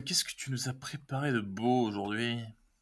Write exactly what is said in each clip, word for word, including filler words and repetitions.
Qu'est-ce que tu nous as préparé de beau aujourd'hui?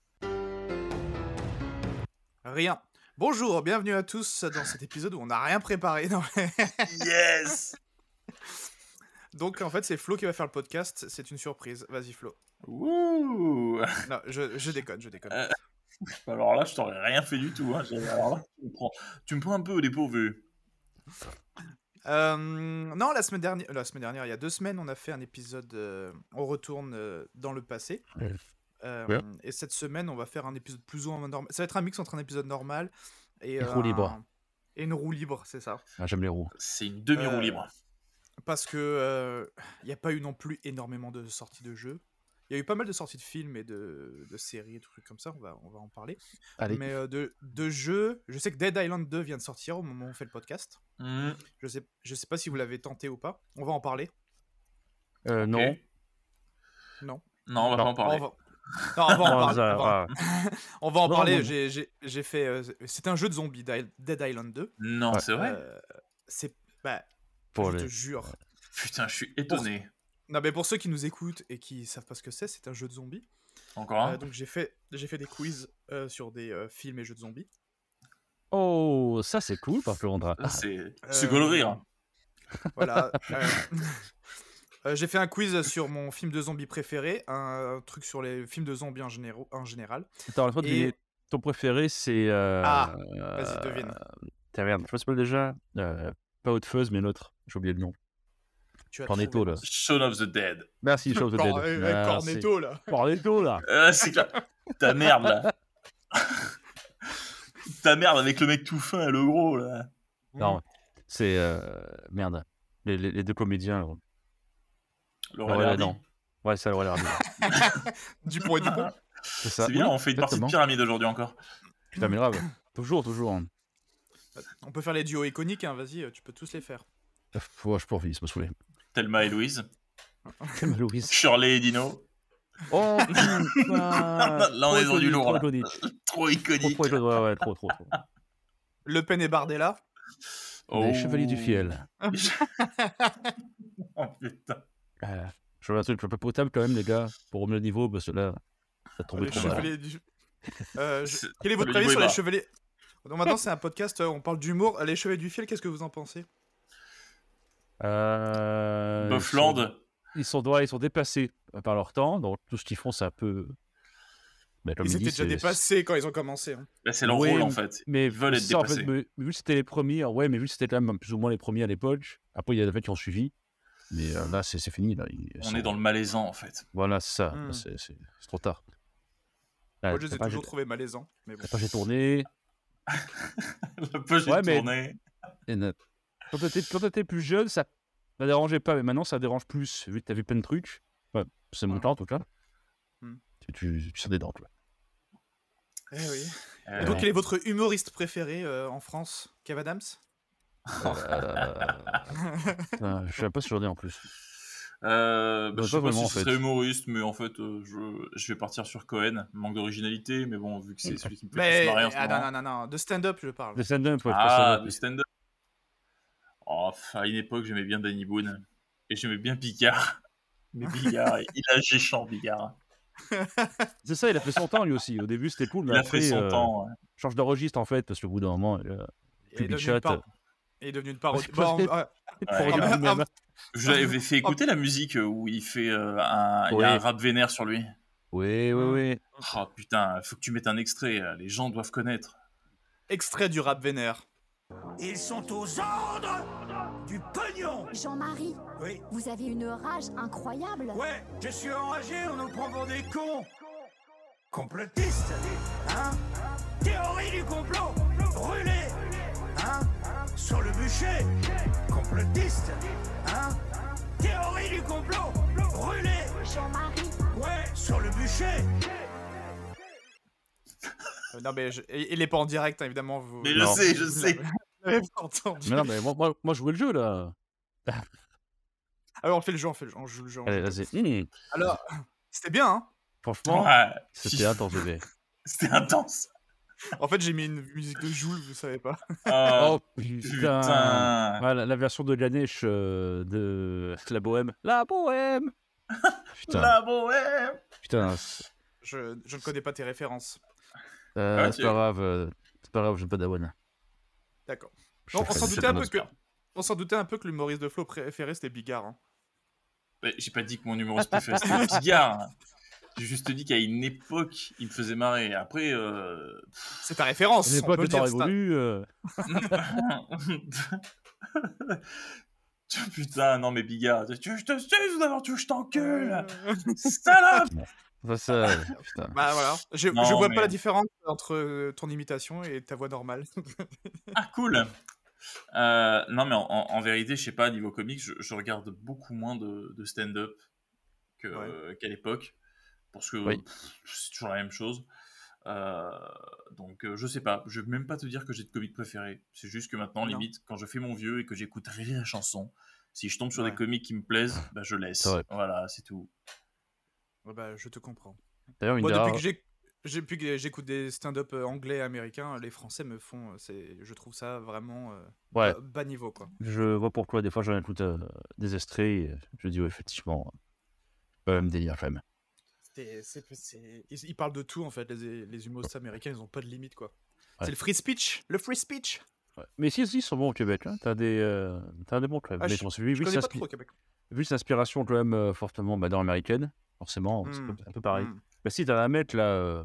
Rien. Bonjour, bienvenue à tous dans cet épisode où on n'a rien préparé. Non. Yes. Donc en fait c'est Flo qui va faire le podcast, c'est une surprise. Vas-y Flo. Wouh. Non, je, je déconne, je déconne. Euh, alors là, je t'aurais rien fait du tout. Hein. Alors là, tu me prends, tu me prends un peu au dépourvu. Euh, non, la semaine dernière, la semaine dernière, il y a deux semaines, on a fait un épisode. euh, on retourne euh, dans le passé. Ouais. Euh, Ouais. Et cette semaine, on va faire un épisode plus ou moins normal. Ça va être un mix entre un épisode normal et Une euh, roue libre. un- et une roue libre, c'est ça. Ah, j'aime les roues. C'est une demi-roue Euh, libre. Parce que il n'y a pas eu non plus énormément de sorties de jeux. Il y a eu pas mal de sorties de films et de, de séries et de trucs comme ça, on va, on va en parler. Allez. Mais euh, de, de jeux, je sais que Dead Island deux vient de sortir au moment où on fait le podcast. Mmh. Je sais, je sais pas si vous l'avez tenté ou pas. On va en parler. Euh, Ok. non. Non. Non, on va Non. pas en parler. On va, non, on va en Non, parler. ça, On va, ah. on va en Non, parler. non. J'ai, j'ai, j'ai fait. euh, c'est un jeu de zombies, Di- Dead Island deux. Non, Ouais. c'est vrai. Euh, c'est. Bah, Pour je les- te jure. Putain, je suis étonné. Non, mais pour ceux qui nous écoutent et qui savent pas ce que c'est, c'est un jeu de zombies. Encore un. Euh, donc j'ai fait, j'ai fait des quiz euh, sur des euh, films et jeux de zombies. Oh, ça c'est cool par contre. Ça, c'est Euh, c'est rire. Voilà. euh, euh, j'ai fait un quiz sur mon film de zombies préféré, un truc sur les films de zombies en, généro- en général. Attends, laisse-moi Et- deviner. Ton préféré c'est. Euh... Ah, euh, vas-y, devine. T'as merde, je sais pas déjà. Euh, pas Hot Fuzz, mais l'autre. J'ai oublié le nom. Tu as Cornetto trouvé. là. Shaun of the Dead. Merci, Shaun of the Dead. Cor- euh, euh, Merci. Cornetto, là. Cornetto là. Euh, c'est clair. Ta merde là. Ta merde avec le mec tout fin et le gros là. Non, c'est. Euh... Merde. Les, les, les deux comédiens. là. Laurel Ouais, Hardy. non. Ouais, ça, Laurel Hardy. Dupont et Dupont. C'est ça. C'est bien, Oui, on fait une partie de exactement. pyramide aujourd'hui encore. Putain, mais grave. Toujours, toujours. hein. On peut faire les duos iconiques, hein, vas-y, euh, tu peux tous les faire. Faut, je peux envie, ça me saoulait. Thelma et Louise. Quelle Louise. Shirley et Dino. Oh putain. Là, on est dans du lourd, Trop là. iconique. Trop Trop, iconique. trop iconique. Ouais, ouais, trop, trop. trop. Le Pen et Bardella. Les Chevaliers du Fiel. Oh putain. Euh, je veux un truc un peu potable quand même, les gars, pour remettre le niveau, parce que là, ça tombait Les trop bas. chevaliers du... Euh, je- C'est- Quel est votre le avis niveau sur est les bas. chevaliers... Donc maintenant c'est un podcast, euh, on parle d'humour. Les chevaliers du fiel, qu'est-ce que vous en pensez? Euh, ils Buffland. sont- Ils sont, ouais, ils sont dépassés par leur temps, donc tout ce qu'ils font, c'est un peu. Bah, comme Ils ils étaient disent, déjà c'est- dépassés quand ils ont commencé. hein. Là, c'est leur Ouais, rôle en fait. Mais Ils veulent être ça, en fait, dépassés. mais, mais vu que c'était les premiers, ouais, mais vu que c'était quand même plus ou moins les premiers à l'époque, après il y a des fait qui ont suivi, mais euh, là c'est c'est fini. Là. Ils On sont- est dans le malaisant en fait. Voilà, c'est ça, Hmm. là, c'est c'est- c'est trop tard. Là, Moi je les la ai page toujours est- trouvés malaisants. Mais bon. la page est tournée. Le peu j'ai Ouais, mais- tourné. Et ne- Quand t'étais quand t'étais plus jeune, ça ne dérangeait pas, mais maintenant ça dérange plus, vu que t'as vu plein de trucs. Ouais, c'est mon Ouais. cas en tout cas. Hmm. Tu, tu, tu sors des dents, quoi. Eh oui. Euh, Et donc quel est votre humoriste préféré euh, en France? Kev Adams? Euh... Putain, je sais pas si j'en ai en plus. euh, bah, Bah, je sais pas pas vraiment, si en ce fait. serait humoriste, mais en fait, euh, je, je vais partir sur Cohen. Manque d'originalité, mais bon, vu que c'est celui qui me fait Mais plus marrer en ce ah, non, moment. non, non, non, de stand-up je parle. Le stand-up, ouais, Ah, pas de stand-up. Oh, à une époque, j'aimais bien Danny Boone. Et j'aimais bien Bigard. Mais Bigard, il a géchant, Bigard. C'est ça, il a fait son temps lui aussi. Au début, c'était cool, mais Il a après, fait son euh, temps. ouais. change de registre en fait, parce qu'au bout d'un moment, euh, Il est Public devenu une Chat. par- il est devenu une parodie. Ouais, Bon, peut-être. euh, pour regarder ah, lui-même. Je l'avais fait écouter la musique où il fait euh, un, il y a Oui. un rap vénère sur lui. Oui, oui, oui. Oh putain, faut que tu mettes un extrait, euh, les gens doivent connaître. extrait du rap vénère. Ils sont aux ordres du pognon. Jean-Marie, Oui, vous avez une rage incroyable. ouais, je suis enragé, on nous prend pour des cons. Complotistes, hein? Théorie du complot, brûlé, hein? Sur le bûcher. Complotistes, hein? Théorie du complot, brûlé, Jean-Marie, ouais, sur le bûcher. Euh, non mais je- il il est pas en direct hein, évidemment. Vous... Mais je Non. sais, je Vous sais. l'avez- vous l'avez pas entendu. Mais non, mais moi, moi, moi, je jouais le jeu là. Alors on fait le jeu, on fait le jeu, on joue le jeu. on Allez, joue. vas-y. Mmh. Alors c'était bien hein. Franchement, Ouais, c'était intense, bébé. c'était intense. En fait j'ai mis une musique de Joule, vous savez pas. Oh, Oh putain. putain. Ouais, la, la version de Ganesh euh, de la bohème. La bohème. Putain, La bohème. putain, c'est Je, je ne connais pas tes références. euh, Ouais, c'est tu- pas grave, euh, c'est pas grave, j'ai pas d'Awan. D'accord. Je Non, te on fais- s'en je te doutait un fais peu notre- que. On s'en doutait un peu que l'humoriste de Flo préféré c'était Bigard. Hein. Ouais, J'ai pas dit que mon numéro préféré c'était Bigard. J'ai juste dit qu'à une époque, il me faisait marrer. Après, euh... C'est ta référence. À on l'époque, peut le le temps dire, c'est un- révolu. euh, putain, non mais Bigard, tu veux que je te suce d'abord, tu veux que je t'encule, Euh, salope. Ça, ça, putain. Bah voilà. Je, Non, je vois mais- pas la différence entre euh, ton imitation et ta voix normale. Ah cool. Euh, non mais en, en- en vérité, je sais pas, niveau comics, je, je regarde beaucoup moins de, de stand-up que, Ouais. qu'à l'époque, parce que Oui. pff, c'est toujours la même chose. Euh, donc euh, je sais pas, je vais même pas te dire que j'ai de comics préférés. C'est juste que maintenant, Non. limite, quand je fais mon vieux et que j'écoute rire la chanson, si je tombe sur Ouais. des comics qui me plaisent, bah je laisse. C'est vrai. Voilà, c'est tout. Ouais, bah, je te comprends. D'ailleurs, une Moi, des depuis rares- que j'ai- j'ai- depuis que j'écoute des stand-up euh, anglais et américains, les Français me font. euh, C'est, je trouve ça vraiment euh, Ouais, bas, bas niveau quoi. je vois pourquoi. Des fois, j'en écoute euh, des extraits et je dis, ouais, effectivement, pas le même délire quand même. C'est- c'est- c'est- Ils, ils parlent de tout en fait. Les, les humoristes américains, ils ont pas de limite quoi. Ouais. C'est le free speech, le free speech. Ouais. Mais si, si, ils sont bons au Québec. Hein. T'as des, euh, t'as des bons quand même. Ah, Mais je- bon, celui, Je vu, que connais ça pas spi- trop au Québec. vu cette inspiration quand même euh, fortement bah, dans l'américaine, forcément, c'est un Mm. peu- un peu pareil. Mm. Bah si, t'as un mec là, euh,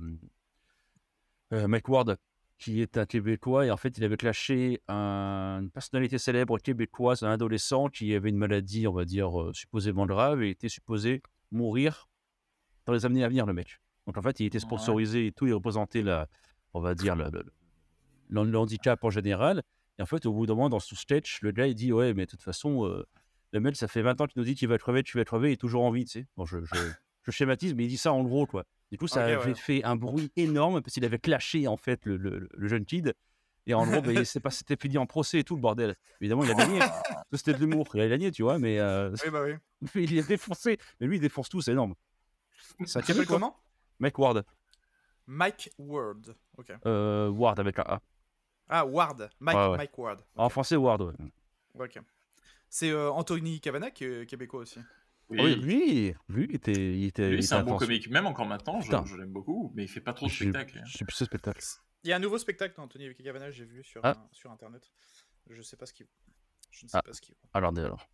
euh, Mike Ward, qui est un Québécois, et en fait, il avait clashé un- une personnalité célèbre québécoise, un adolescent qui avait une maladie, on va dire, euh, supposément grave, et était supposé mourir dans les années à venir, le mec. Donc en fait, il était sponsorisé et tout, il représentait, la, on va dire, le, le- le- le handicap en général. Et en fait, au bout d'un moment, dans ce sketch, le gars, il dit, ouais, mais de toute façon, euh, le mec, ça fait vingt ans qu'il nous dit qu'il va crever, tu vas crever, il est toujours en vie, tu sais. Bon, je, je, je schématise, mais il dit ça en gros, quoi. Du coup, ça Ok, avait ouais. fait un bruit énorme parce qu'il avait clashé, en fait, le, le- le jeune kid. Et en gros, bah, c'est pas, c'était fini en procès et tout, le bordel. Évidemment, il a gagné. Parce que c'était de l'humour. Il a gagné, tu vois, mais euh, Oui, bah oui. il a défoncé. Mais lui, il défonce tout, c'est énorme. C'est un Tu t'appelles Québécois. comment Mike Ward. Mike Ward. Ok. Euh, Ward avec un A. Ah, Ward. Mike, Ouais, ouais. Mike Ward. En français, Ward, ouais. Ok. C'est euh, Anthony Cavana qui est québécois aussi. Oui, Ah oui, lui, lui, il était, il était, lui, il c'est était un bon intense. comique, même encore maintenant, je, Putain. je l'aime beaucoup, mais il fait pas trop de J'ai- spectacles. hein. Je sais plus ce spectacle. Il y a un nouveau spectacle d'Anthony Cavana, j'ai vu sur, Ah. un- sur internet. Je sais pas ce qu'il vaut. Je ne sais Ah. pas ce qu'il vaut. Alors, dis alors.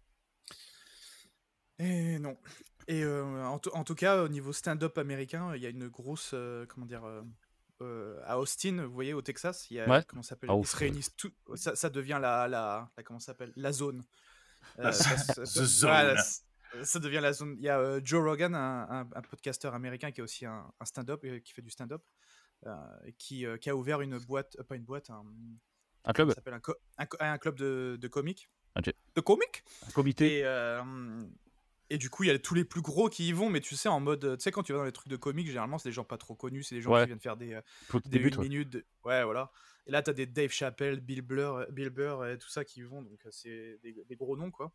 Et non. Et euh, en, tout- en tout cas, au niveau stand-up américain, il y a une grosse. euh, comment dire euh, euh, à Austin, vous voyez, au Texas, il y a. Ouais. Comment ça s'appelle Ah, Ils ouf, se ouais. réunissent tout. Ça, ça devient la. la, la comment ça s'appelle La zone. La Euh, ça- ça- The ça- zone. ouais, la- ça devient la zone. Il y a euh, Joe Rogan, un, un, un podcasteur américain qui est aussi un, un stand-up, euh, qui fait du stand-up, euh, qui, euh, qui a ouvert une boîte, euh, pas une boîte, un, Un club, ça s'appelle un, co- un, co- un club de, de comiques. Ok. De comiques un comité. et, euh, et du coup, il y a tous les plus gros qui y vont, mais tu sais, en mode. Tu sais, quand tu vas dans les trucs de comiques, généralement, c'est des gens pas trop connus, c'est des gens Ouais. qui viennent faire des, euh, Faut des début, une toi. minute. de- Ouais, voilà. Et là, t'as des Dave Chappelle, Bill Burr, Bill Burr et tout ça qui y vont, donc euh, c'est des, des gros noms, quoi.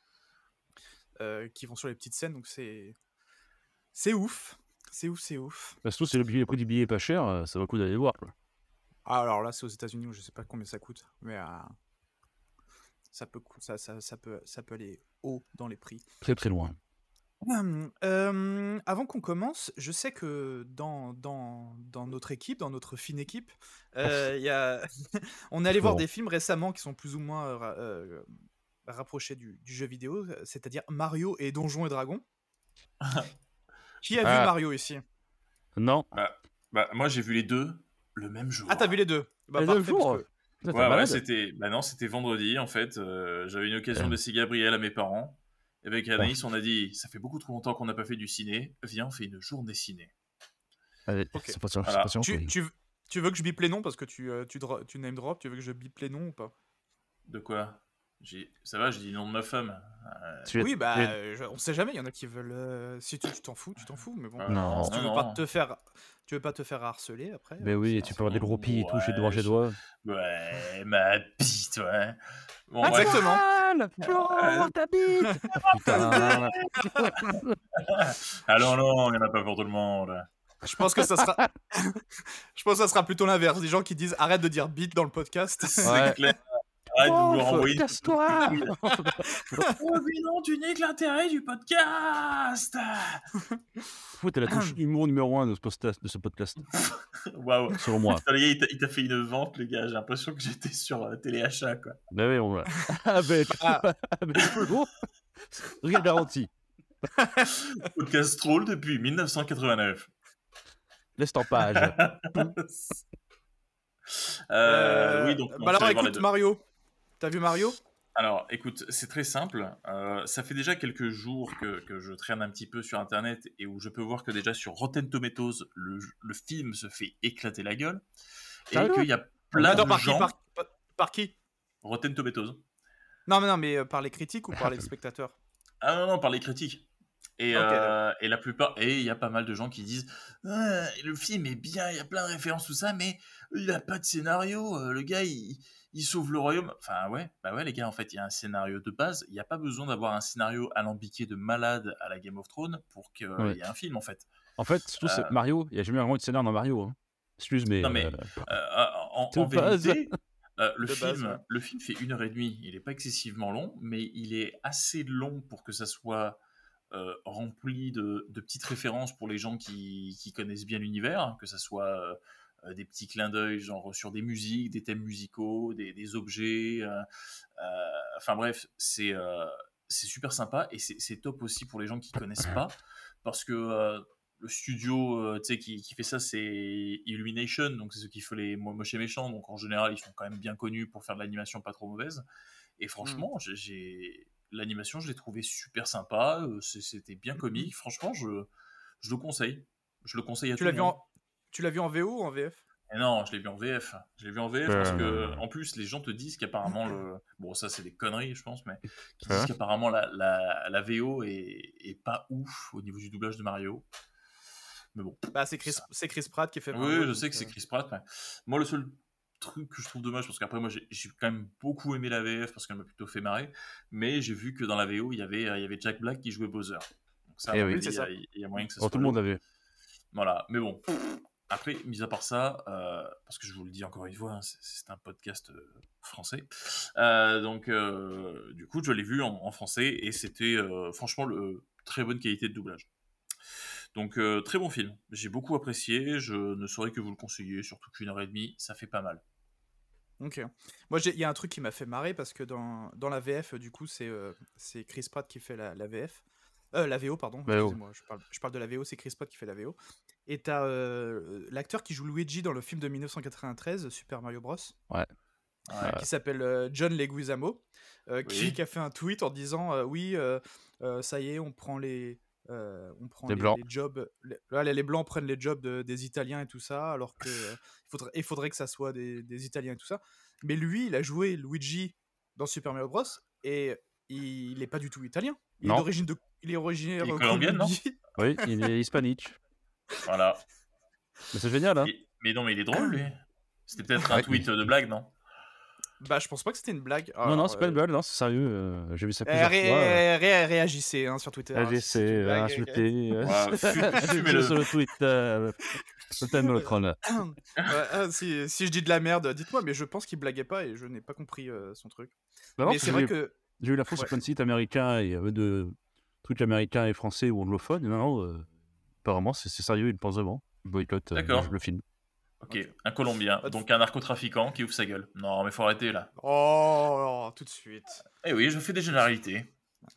Euh, qui vont sur les petites scènes, donc c'est. C'est ouf. C'est ouf, c'est ouf. Parce que c'est le, billet- le prix du billet est pas cher, euh, ça vaut le coup d'aller le voir, quoi. Ah, alors là, c'est aux États-Unis, je sais pas combien ça coûte, mais. euh, Ça peut, cou- ça, ça, ça, peut, ça peut aller haut dans les prix. Très très loin. Hum, euh, avant qu'on commence, je sais que dans, dans, dans notre équipe, dans notre fine équipe, euh, il y a... on est allé voir Bon. des films récemment qui sont plus ou moins euh, ra- euh, rapprochés du, du jeu vidéo, c'est-à-dire Mario et Donjons et Dragons. Qui a vu Ah. Mario ici? Non. Bah, moi, j'ai vu les deux le même jour. Ah, t'as vu les deux? Bah, Les deux parfait, parce jours. que- Putain, t'es Ouais, ouais, malade. c'était bah non, c'était vendredi en fait. euh, J'avais une occasion Ouais. de laisser Gabriel à mes parents. Et avec Anaïs, on a dit ça fait beaucoup trop longtemps qu'on n'a pas fait du ciné. Viens, on fait une journée ciné. Allez, Ok. c'est pas sûr, c'est Voilà. pas sûr, tu, oui. tu, tu veux que je bip les noms parce que tu, euh, tu, dro- tu name drop, tu veux que je bip les noms ou pas? De quoi? J'ai- Ça va, j'ai dit le nom de ma femme. Euh, Tu es- Oui, bah, tu es- euh, je- on sait jamais, il y en a qui veulent. euh, si tu tu t'en fous, tu t'en fous, mais bon. euh, Non. Si tu veux non, pas non. te faire, tu veux pas te faire harceler après. Mais euh, oui, c'est- et tu peux avoir des gros pis et tout, chez Ouais, doigts, chez je- doigts. Ouais, ma bite, ouais. Bon, Ah, bref. exactement. Florent, ta bite. Putain. Allons, non, il n'y en a pas pour tout le monde. Je pense que ça sera. Je pense que ça sera plutôt l'inverse. Des gens qui disent arrête de dire bite dans le podcast. Ouais. C'est clair. Arrête de vouloir Oh, envoyer. casse-toi. Oh, mais non, tu niques l'intérêt du podcast. Faut t'es la touche humour numéro un de ce podcast, de ce podcast, Waouh. selon moi. Putain, le gars, il t'a, il t'a fait une vente, le gars. J'ai l'impression que j'étais sur euh, téléachat, quoi. Bah oui, on va. Avec, Ah. avec le gros. Rien garanti. Podcast troll depuis dix-neuf cent quatre-vingt-neuf. L'estampage. euh, oui, donc. bah non, alors j'allais voir les écoute deux. Mario. T'as vu Mario? Alors, écoute, c'est très simple. Euh, ça fait déjà quelques jours que, que je traîne un petit peu sur Internet et où je peux voir que déjà sur Rotten Tomatoes, le, le film se fait éclater la gueule. Et Sérieux qu'il y a plein Attends, de par gens... qui, par, par- par qui? Rotten Tomatoes. Non mais non mais euh, par les critiques ou par les spectateurs? Ah non, non, par les critiques. Et, Ok, euh, et la plupart... Et il y a pas mal de gens qui disent ah, le film est bien, il y a plein de références, tout ça, mais il n'a pas de scénario. euh, Le gars, il... il sauve le royaume. Enfin, ouais, bah ouais, les gars, en fait, il y a un scénario de base. Il n'y a pas besoin d'avoir un scénario alambiqué de malade à la Game of Thrones pour qu'il Ouais. y ait un film, en fait. En fait, surtout, c'est Euh, Mario. Il n'y a jamais vraiment de scénario dans Mario. Hein. Excuse, mais. Non, mais, euh, Euh, en, De en base. vérité, euh, le, De film, base, ouais. le film fait une heure et demie. Il n'est pas excessivement long, mais il est assez long pour que ça soit euh, rempli de, de petites références pour les gens qui, qui connaissent bien l'univers, que ça soit euh, des petits clins d'œil, genre sur des musiques, des thèmes musicaux, des, des objets. euh, euh, enfin bref, c'est euh, c'est super sympa et c'est c'est top aussi pour les gens qui connaissent pas, parce que euh, le studio euh, tu sais, qui, qui fait ça, c'est Illumination, donc c'est ceux qui font les mo- moches et méchants, donc en général ils sont quand même bien connus pour faire de l'animation pas trop mauvaise. Et franchement, j'ai- j'ai l'animation, je l'ai trouvé super sympa, euh, c'est- c'était bien comique. Franchement, je, je le conseille. Je le conseille à Tu tout l'as le vu monde. en tu l'as vu en V O ou en V F? Et non, je l'ai vu en V F. Je l'ai vu en V F parce que, Euh. en plus, les gens te disent qu'apparemment le. Bon, ça, c'est des conneries, je pense, mais qui Ouais. disent qu'apparemment la, la, la V O est, est pas ouf au niveau du doublage de Mario. Mais bon. Bah c'est Chris c'est Chris Pratt qui fait Oui, Mario, je donc, sais que euh, c'est Chris Pratt. Mais moi, le seul truc que je trouve dommage, parce qu'après, moi, j'ai j'ai quand même beaucoup aimé la V F parce qu'elle m'a plutôt fait marrer, mais j'ai vu que dans la V O, il y avait, il y avait Jack Black qui jouait Bowser. Donc ça, Eh à mon oui. avis, C'est il y a- ça. il y, a moyen que ça bon, soit tout le monde lourd. l'avait. Voilà, mais bon. Après, mis à part ça, euh, parce que je vous le dis encore une fois, hein, c'est, c'est un podcast euh, français. Euh, donc, euh, du coup, je l'ai vu en, en français et c'était euh, franchement le, très bonne qualité de doublage. Donc, euh, très bon film. J'ai beaucoup apprécié. Je ne saurais que vous le conseiller, surtout qu'une heure et demie, ça fait pas mal. Ok. Moi, j'ai- il y a un truc qui m'a fait marrer parce que dans, dans la V F, du coup, c'est euh, c'est Chris Pratt qui fait la, la V F. Euh, la V O, pardon. V O. Excusez-moi, je parle, je parle de la V O, c'est Chris Pratt qui fait la V O. Et t'as euh, l'acteur qui joue Luigi dans le film de dix-neuf cent quatre-vingt-treize, Super Mario Bros, Ouais. qui s'appelle euh, John Leguizamo, euh, qui, Oui. qui a fait un tweet en disant euh, oui, euh, euh, ça y est, on prend les, euh, on prend Les les, Blancs. les jobs. Les, là, les blancs prennent les jobs de- des Italiens et tout ça, alors que euh, il faudrait, il faudrait que ça soit des, des Italiens et tout ça. Mais lui, il a joué Luigi dans Super Mario Bros et il n'est pas du tout italien. Il Non. est d'origine de, il est originaire Il est euh, colombian, non Colombie. Oui, il est hispanique. Voilà. Mais c'est génial, hein. Et- mais non, mais il est drôle, lui. C'était peut-être un Ouais. tweet de blague, non? Bah, je pense pas que c'était une blague. non, non, Alors, c'est pas une euh, blague, non, c'est sérieux. euh, J'ai vu ça euh, plusieurs ré- fois. euh, ré- réagissez hein, sur Twitter. hein, si c'est une Agissez, blague, insultez. euh, Ouais, fu- Agissez fumez-le. sur le tweet. euh, Le thème le trône. Ouais, ah, si, si je dis de la merde, dites-moi, mais je pense qu'il blaguait pas et je n'ai pas compris euh, son truc. Bah non, mais parce c'est que vrai j'ai- que. J'ai eu l'info sur Ouais. plein de sites américains et euh, de trucs américains et français ou anglophones. Non, non, euh, apparemment, c'est c'est sérieux, ils pensent vraiment. Ils boycottent euh, D'accord. le, le film. Ok, un Colombien, Pas de- donc un narcotrafiquant qui ouvre sa gueule. Non, mais faut arrêter là. Oh, tout de suite. Eh oui, je fais des généralités.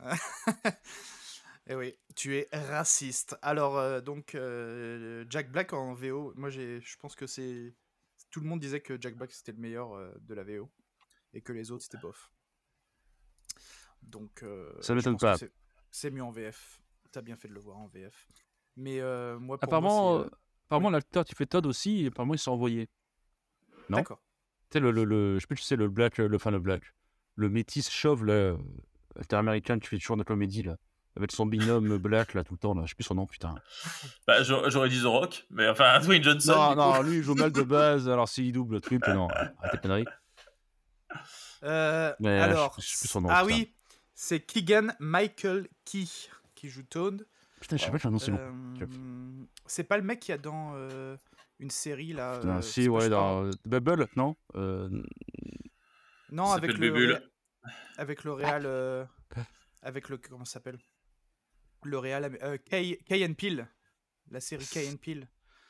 Eh oui, tu es raciste. Alors, euh, donc, euh, Jack Black en V O, moi, j'ai, je pense que c'est. Tout le monde disait que Jack Black c'était le meilleur euh, de la V O et que les autres c'était bof. Donc, euh, Ça je m'étonne pense que pas. c'est- C'est mieux en V F. T'as bien fait de le voir en V F. Mais euh, moi, pour Apparemment, moi, c'est, euh, apparemment l'acteur qui fait Todd aussi, apparemment, il s'est envoyé. euh, non. D'accord. Tu sais, le, le, le, je sais plus, tu sais, le black, le, enfin, le black, le métis chauve, là, euh, interaméricain qui fait toujours de la comédie, là, avec son binôme black, là, tout le temps, là, je sais plus son nom, putain. Bah, j'a- j'aurais dit The Rock, mais enfin, Dwayne Johnson. Non, du coup. non, lui, il joue mal de base, alors s'il double le triple, non, arrêtez de conneries. Euh, Mais, euh, alors, je- je sais plus son nom, ah putain. oui, c'est Keegan Michael Key qui joue Toad. Putain, je sais pas le nom, c'est long. Euh, c'est pas le mec qui a dans euh, une série là. Putain, euh, si, c'est pas- ouais, je dans euh, Bubble, non euh, Non, Ça avec s'appelle le, Bébule. ré- avec le Real. euh, Avec le. Comment ça s'appelle Le Real. am- Euh, Kay, Kay and Peele. La série Kay and Peele.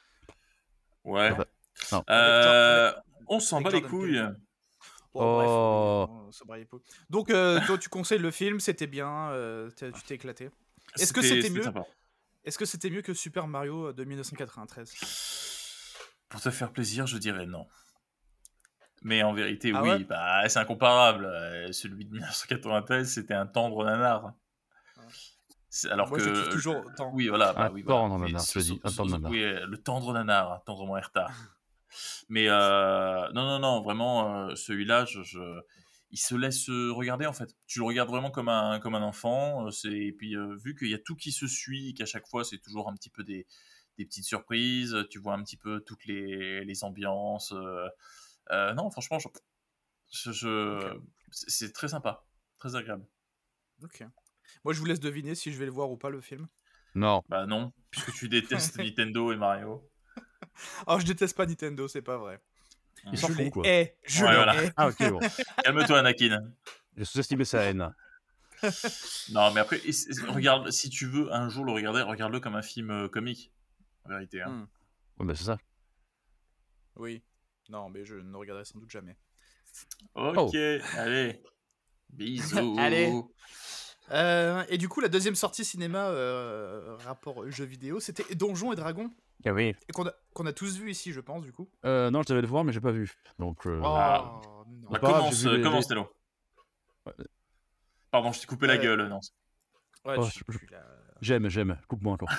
Ouais. Non. bah, non. Avec Jor- Euh, avec- on s'en avec bat les Jordan couilles. Peele. Bon, bref, oui, Oh. on se braille pas. Donc, euh, toi, tu conseilles le film, c'était bien, euh, t'as- tu t'es éclaté. Est-ce que c'était mieux sympa. Est-ce que c'était mieux que Super Mario de dix-neuf cent quatre-vingt-treize? Pour te faire plaisir, je dirais non. Mais en vérité, Ah oui, ouais bah, c'est incomparable. Euh, Celui de dix-neuf cent quatre-vingt-treize, c'était un tendre nanar. C'est- Alors Moi, que je le kiffe toujours autant. oui, voilà, bah, Un oui, voilà. tendre Mais nanar, ce- je dis, ce- un tendre ce- nanar. oui, euh, le tendre nanar, tendrement Herta. Mais euh, non, non, non, vraiment, euh, celui-là, je, je- il se laisse euh, regarder en fait. Tu le regardes vraiment comme un, comme un enfant. euh, C'est... Et puis, euh, vu qu'il y a tout qui se suit, qu'à chaque fois, c'est toujours un petit peu des, des petites surprises, tu vois un petit peu toutes les, les ambiances. euh, euh, non, franchement, je, je- je- Ok. c'est c'est très sympa, très agréable. Ok. Moi, je vous laisse deviner si je vais le voir ou pas, le film. Non. Bah non, puisque tu détestes Nintendo et Mario. Oh, je déteste pas Nintendo, c'est pas vrai. Il Je s'en fout, les quoi. hais. Je Ouais, les voilà. hais. Ah, ok, bon. Calme-toi, Anakin. J'ai sous-estimé sa haine. Non, mais après, et c'est- regarde, si tu veux un jour le regarder, regarde-le comme un film euh, comique, en vérité. Hein. Hmm, Ouais, bah, c'est ça. Oui. Non, mais je ne regarderai sans doute jamais. Ok, allez. Bisous. Allez. Euh, et du coup, la deuxième sortie cinéma euh, rapport jeux vidéo, c'était Donjons et Dragons, Ah oui. et qu'on a, qu'on a tous vu ici, je pense, du coup. Euh, non, je devais le voir, mais j'ai pas vu. Donc, euh, Oh, Ah. non. Bah, pas grave, commence, j'ai vu les- commence les- Tello. Ouais. Pardon, je t'ai coupé la Euh, gueule. Non. Ouais, Oh, tu- je- tu l'as- j'aime, j'aime. Coupe-moi encore.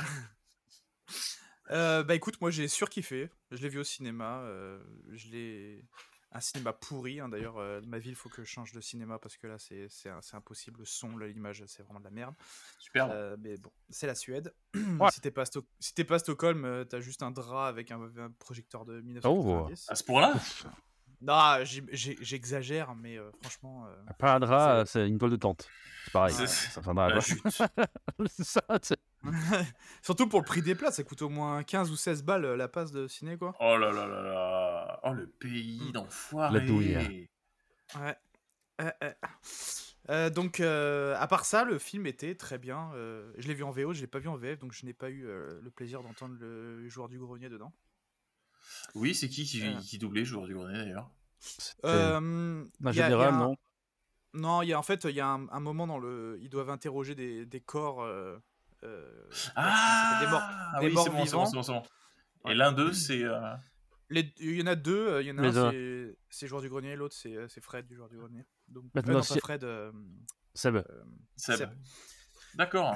Euh, bah écoute, moi j'ai surkiffé. Je l'ai vu au cinéma. euh, je l'ai. Un cinéma pourri, hein, d'ailleurs. euh, ma ville, faut que je change de cinéma parce que là, c'est c'est c'est impossible. Le son, l'image, c'est vraiment de la merde. Super. Euh, mais bon, c'est la Suède. Ouais. Si t'es pas, à Sto- si t'es pas à Stockholm, euh, t'as juste un drap avec un, un projecteur de Oh. mille neuf cent quatre-vingt-dix. À ce point-là Non, j'y- j'ai- j'exagère, mais euh, franchement. euh, Pas un drap, c'est une toile de tente. C'est pareil. C'est- Ça fait un drap, La quoi. chute. C'est ça, tu sais. Surtout pour le prix des places, ça coûte au moins quinze ou seize balles euh, la passe de ciné, quoi. Oh là là là là. Oh, le pays Mm. d'enfoiré. La douille. Ouais. Euh, euh. Euh, donc, euh, à part ça, le film était très bien. euh, je l'ai vu en V O, je l'ai pas vu en V F, donc je n'ai pas eu euh, le plaisir d'entendre le joueur du grenier dedans. Oui, c'est qui qui, Euh. qui doublait Joueur du Grenier d'ailleurs C'était- Euh, En y a- y général, a un- non. Non, il y a en fait, il y a un, un moment dans le, ils doivent interroger des, des corps. euh, euh, Ah, des morts, ah des oui, morts c'est bon, c'est bon, vivants. c'est bon, c'est bon. Et Ouais. l'un d'eux, c'est. euh, Les- Il y en a deux. euh, Il y en a Les un, deux. c'est- c'est joueur du grenier, l'autre c'est euh, c'est Fred du joueur du grenier. Donc, Maintenant, euh, non, pas si- Fred. euh, Seb. euh, Seb. Seb. D'accord.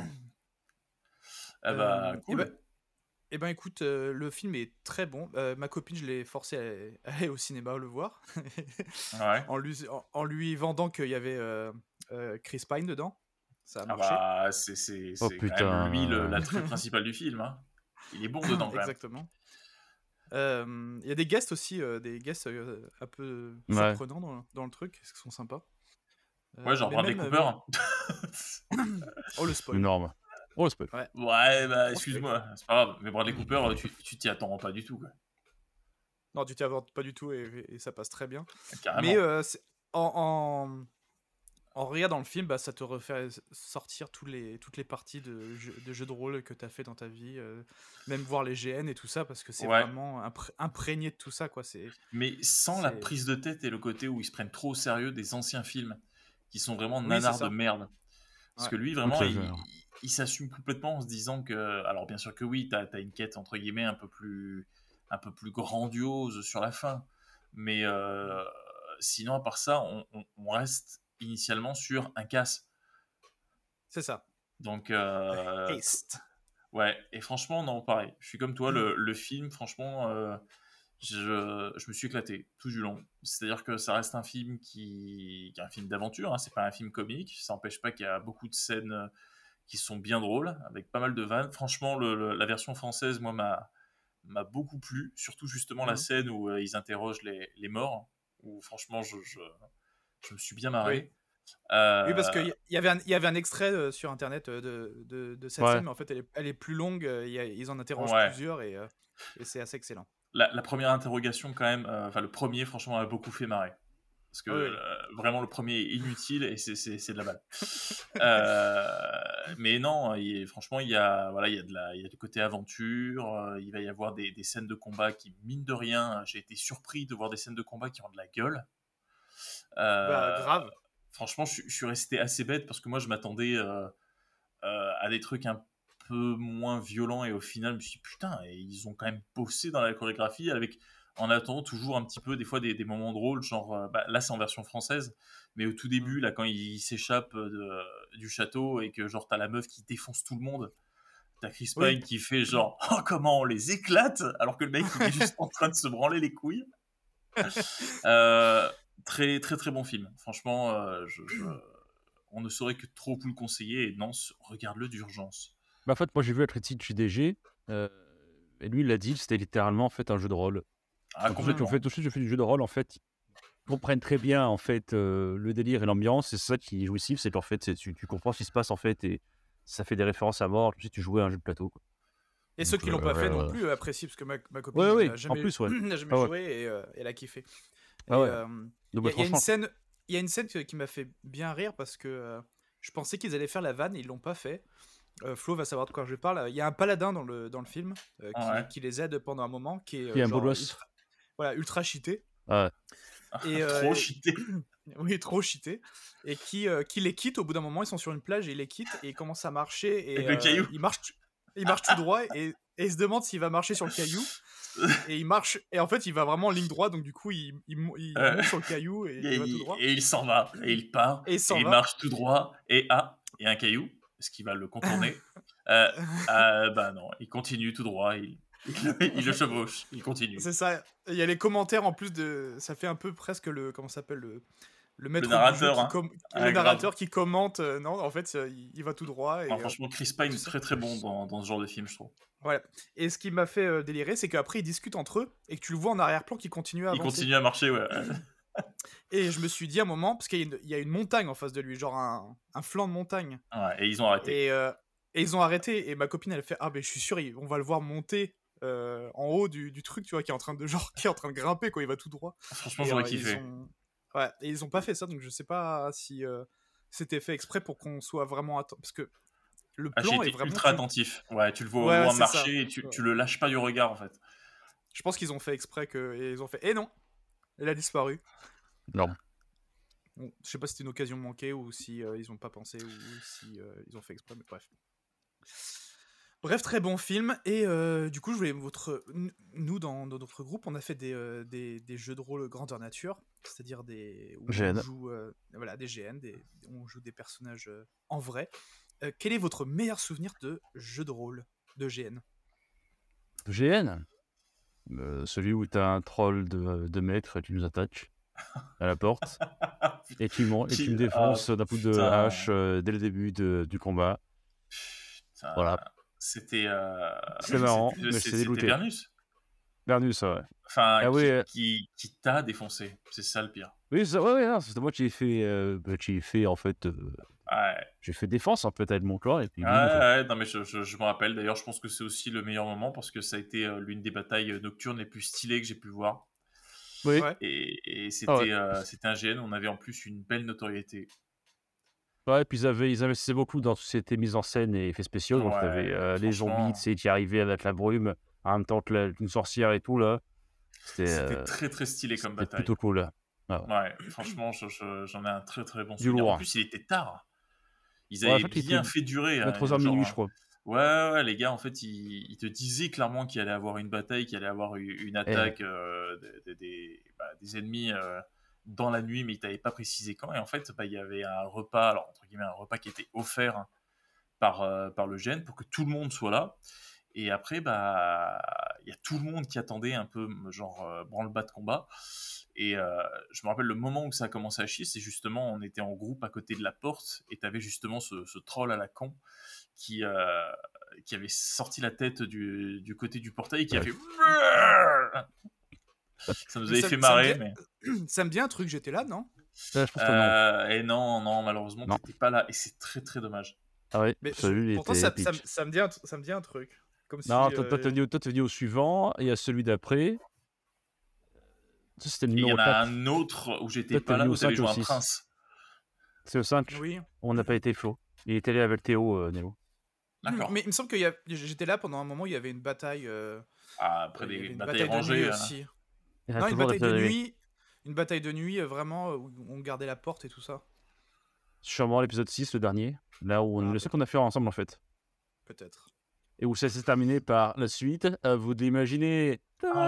Ah bah, Euh, cool. et ben, eh ben, écoute, euh, le film est très bon. Euh, ma copine, je l'ai forcé à, à aller au cinéma le voir, Ouais. en, lui, en, en lui vendant qu'il y avait euh, euh, Chris Pine dedans. Ça a Ah marché. bah, c'est c'est- Oh, c'est quand putain. même lui le- l'attrait principal du film. Hein. Il est bon dedans quand même. Exactement. Euh, Il y a des guests aussi, euh, des guests euh, un peu Ouais. surprenants dans, dans le truc, qui sont sympas. Euh, Ouais, genre mais Bradley même, Cooper. euh, Oh, le spoil. Énorme. Oh, le spoil. Ouais, bah, excuse-moi, c'est pas grave. Mais Bradley Cooper, tu tu t'y attends pas du tout. Quoi. Non, tu t'y avances pas du tout et, et ça passe très bien. Carrément. Mais euh, c'est- en, en, en regardant le film, bah, ça te refait sortir tous les, toutes les parties de, jeux- de jeux de rôle que tu as fait dans ta vie, euh, même voir les G N et tout ça, parce que c'est Ouais. vraiment impré- imprégné de tout ça. Quoi. C'est... Mais sans la c'est- prise de tête et le côté où ils se prennent trop au sérieux des anciens films qui sont vraiment Oui, nanars c'est ça. de merde. Parce Ouais. que lui, vraiment, Ok, il, je- il- il s'assume complètement en se disant que. Alors, bien sûr que oui, t'as as une quête entre guillemets un peu plus, un peu plus grandiose sur la fin. Mais euh, sinon, à part ça, on, on- on reste initialement sur un casse. c'est ça. Donc, euh, Haste. ouais, et franchement, non, pareil. Je suis comme toi, le, le film, franchement, euh, je, je me suis éclaté tout du long. C'est-à-dire que ça reste un film qui, qui est un film d'aventure, hein, c'est pas un film comique. Ça n'empêche pas qu'il y a beaucoup de scènes euh, qui sont bien drôles, avec pas mal de vannes. Franchement, le- le- la version française, moi, m'a m'a beaucoup plu. Surtout, justement, la Mhm. scène où euh, ils interrogent les, les morts, où franchement, je, je, je me suis bien marré. Euh, Oui, parce qu'il y, y avait un- il y avait un extrait euh, sur internet euh, de, de, de cette Ouais. scène, mais en fait, elle est, elle est plus longue. euh, il y a- ils en interrogent Ouais. plusieurs et, euh, et c'est assez excellent. la, la première interrogation, quand même, euh, enfin, le premier, franchement, m'a beaucoup fait marrer. Parce que Ah oui. euh, vraiment, le premier est inutile et c'est, c'est, c'est de la balle. Euh, mais non, il, franchement, il y a, voilà, il y a de la, il y a du côté aventure. euh, il va y avoir des, des scènes de combat qui, mine de rien, j'ai été surpris de voir des scènes de combat qui ont de la gueule. Euh, Bah, grave. Franchement, je, je suis resté assez bête parce que moi, je m'attendais euh, euh, à des trucs un peu moins violents et au final, je me suis dit, putain, et ils ont quand même bossé dans la chorégraphie avec, en attendant toujours un petit peu, des fois, des, des moments drôles, genre, euh, bah, là, c'est en version française, mais au tout début, là, quand il s'échappe de, du château et que, genre, t'as la meuf qui défonce tout le monde, t'as Chris Oui. Pine qui fait genre, oh, comment on les éclate, alors que le mec, il est juste en train de se branler les couilles. Euh, très, très, très bon film. Franchement, euh, je, je... on ne saurait que trop vous le conseiller. Et Nance, regarde-le d'urgence. Bah, en fait, moi j'ai vu la critique chez D G, euh, et lui il a dit que c'était littéralement en fait un jeu de rôle. Ah, Donc, en fait, complètement. en fait, tout de suite, je fais du jeu de rôle, en fait, ils comprennent très bien en fait euh, le délire et l'ambiance, et c'est ça qui est jouissif, c'est qu'en fait c'est- tu, tu comprends ce qui se passe en fait, et ça fait des références à mort, comme si tu jouais à un jeu de plateau, quoi. Et Donc, ceux qui l'ont euh, pas fait ouais, non ouais. plus euh, apprécient, parce que ma, ma copine Ouais, ouais, n'a en jamais, plus, ouais. n'a jamais Ah ouais. joué et euh, elle a kiffé. Ah Et, ouais. euh, Donc, Il bah, y, a- il y a une franchement, scène, il y a une scène que- qui m'a fait bien rire parce que euh, je pensais qu'ils allaient faire la vanne et ils l'ont pas fait. Euh, Flo va savoir de quoi je parle. Il y a un paladin dans le, dans le film euh, qui, Ouais. qui les aide pendant un moment, qui est euh, il y a un beau genre gosse. ultra, voilà, ultra cheaté. Ah, Et, euh, Trop et- cheaté. oui, trop cheaté. Et qui, euh, qui les quitte au bout d'un moment. Ils sont sur une plage et ils les quittent et ils commencent à marcher. Et Avec le euh, caillou. ils marchent, ils marchent tout droit et, et ils se demandent s'il va marcher sur le caillou. Et il marche, et en fait il va vraiment en ligne droite, donc du coup il, il, mo- il Euh, monte sur le caillou et, Et, il va tout il, droit. et il s'en va. Et il part. Et il s'en va. marche tout droit. Et ah, il y a un caillou. Est-ce qu'il va le contourner euh, euh, Bah non, il continue tout droit. Il, il, il le chevauche. Il continue. C'est ça. Il y a les commentaires en plus de. Ça fait un peu presque le. Comment ça s'appelle le, le maître Le narrateur, du jeu qui hein. com- Ah, le grave. narrateur qui commente. euh, non, en fait, euh, il, il va tout droit. Et, Alors, euh, franchement, Chris Pine est très très bon dans, dans ce genre de film, je trouve. voilà. Et ce qui m'a fait euh, délirer, c'est qu'après ils discutent entre eux et que tu le vois en arrière-plan qui continue à Il avancer. continue à marcher, ouais. Et je me suis dit à un moment, parce qu'il y a une, il y a une montagne en face de lui, genre un, un flanc de montagne. Ouais, et ils ont arrêté. Et, euh, et ils ont arrêté. Et ma copine, elle fait ah ben je suis sûr, il- on va le voir monter euh, en haut du, du truc, tu vois, qui est en train de genre qui est en train de grimper, quoi. Il va tout droit. Franchement, Et, j'aurais euh, kiffé. Ils ont... Ouais, et ils ont pas fait ça, donc je sais pas si euh, c'était fait exprès pour qu'on soit vraiment attentif. Parce que le Ah, j'ai plan est été vraiment. ultra tu- attentif. Ouais, tu le vois au Ouais, loin c'est marcher ça. et tu, Ouais. tu le lâches pas du regard, en fait. Je pense qu'ils ont fait exprès que. Et ils ont fait. Et non, elle a disparu. non. Bon, je sais pas si c'était une occasion manquée ou si euh, ils ont pas pensé ou si euh, ils ont fait exprès, mais bref. Bref, très bon film. Et euh, du coup, je voulais votre. n- Nous, dans, dans notre groupe, on a fait des, euh, des, des jeux de rôle grandeur nature, c'est-à-dire des. Où G N. on joue, euh, voilà, des G N, des, où on joue des personnages euh, en vrai. Euh, quel est votre meilleur souvenir de jeu de rôle de G N? G N, euh, celui où t'as un troll de, de maître et tu nous attaques à la porte, et tu, m'en- et tu me Qui- défonces ah, d'un coup de putain. hache euh, dès le début de- du combat. Putain, Voilà. C'était. euh, C'est marrant, c'était- mais c'est- c'est C'était dégoûté. Vernus. Vernus, ça, ouais. Enfin, Ah qui, oui, euh. qui, qui t'a défoncé. C'est ça le pire. Oui, ça, ouais, ouais, non, c'est moi qui ai fait, euh, bah, qui ai fait en fait, euh, Ouais. j'ai fait défense en fait avec mon corps et puis. Ouais, boum, quoi. ouais, non, mais je, je, je me rappelle. D'ailleurs, je pense que c'est aussi le meilleur moment parce que ça a été euh, l'une des batailles euh, nocturnes les plus stylées que j'ai pu voir. Oui. Ouais. Et, et c'était Ah ouais. euh, c'était un G N. On avait en plus une belle notoriété. Ouais, et puis ils, avaient, ils investissaient beaucoup dans tout ce qui était mise en scène et effets spéciaux. Donc Ouais, t'avais euh, les franchement. zombies, tu sais, qui arrivaient avec la brume, en même temps que la- une sorcière et tout là. C'était C'était euh, très très stylé comme c'était bataille. plutôt cool. Là. Ah ouais. Ouais, franchement, je- je- j'en ai un très très bon Du souvenir. En lourd. plus, il était tard. Ils Ouais, en avaient fait, il bien était fait durer. hein, vingt-trois heures genre, minuit, je crois. Ouais, ouais, ouais, les gars, en fait, ils, ils te disaient clairement qu'il allait avoir une bataille, qu'il allait avoir u- une attaque euh, des, des- des- bah, des ennemis euh, dans la nuit, mais ils t'avaient pas précisé quand. Et en fait, bah, il y avait un repas, alors entre guillemets, un repas qui était offert hein, par, euh, par le G N pour que tout le monde soit là. Et après, bah, il y a tout le monde qui attendait un peu, genre, euh, branle-bas de combat. Et euh, je me rappelle le moment où ça a commencé à chier, c'est justement, on était en groupe à côté de la porte, et t'avais justement ce, ce troll à la con qui, euh, qui avait sorti la tête du, du côté du portail et qui a Ouais. fait... Ça nous Mais avait ça- fait ça me marrer, dit- mais... Ça me dit un truc, j'étais là, non? Ouais, je pense que non. Euh, et non, non, malheureusement, Non. t'étais pas là, et c'est très très dommage. Ah ouais, Mais celui il pourtant, était ça, épique. ça, me- ça me dit un, tr- ça me dit un truc. Comme Non, si, toi, toi, euh, t'es venu, au- toi, t'es venu au suivant, et à celui d'après, Ça, c'était le Et il y numéro en a quatre. un autre où j'étais Peut-être pas le là, numéro vous avez cinq joué ou un six. prince. C'est le cinq. Oui. On n'a pas été Flo. Il était allé avec Théo, euh, Néo. D'accord. Mais il me semble que y a... j'étais là pendant un moment, il y avait une bataille. euh, Ah, après Il y des avait une batailles bataille de rangées. nuit euh, aussi. Il y en a Non, une toujours bataille des de arrivées. nuit. Une bataille de nuit, euh, vraiment, euh, où on gardait la porte et tout ça. Sûrement l'épisode six, le dernier. Là où on Ah, le seul qu'on a fait ensemble, en fait. Peut-être. Et où ça s'est terminé par la suite. À vous d'imaginer Oh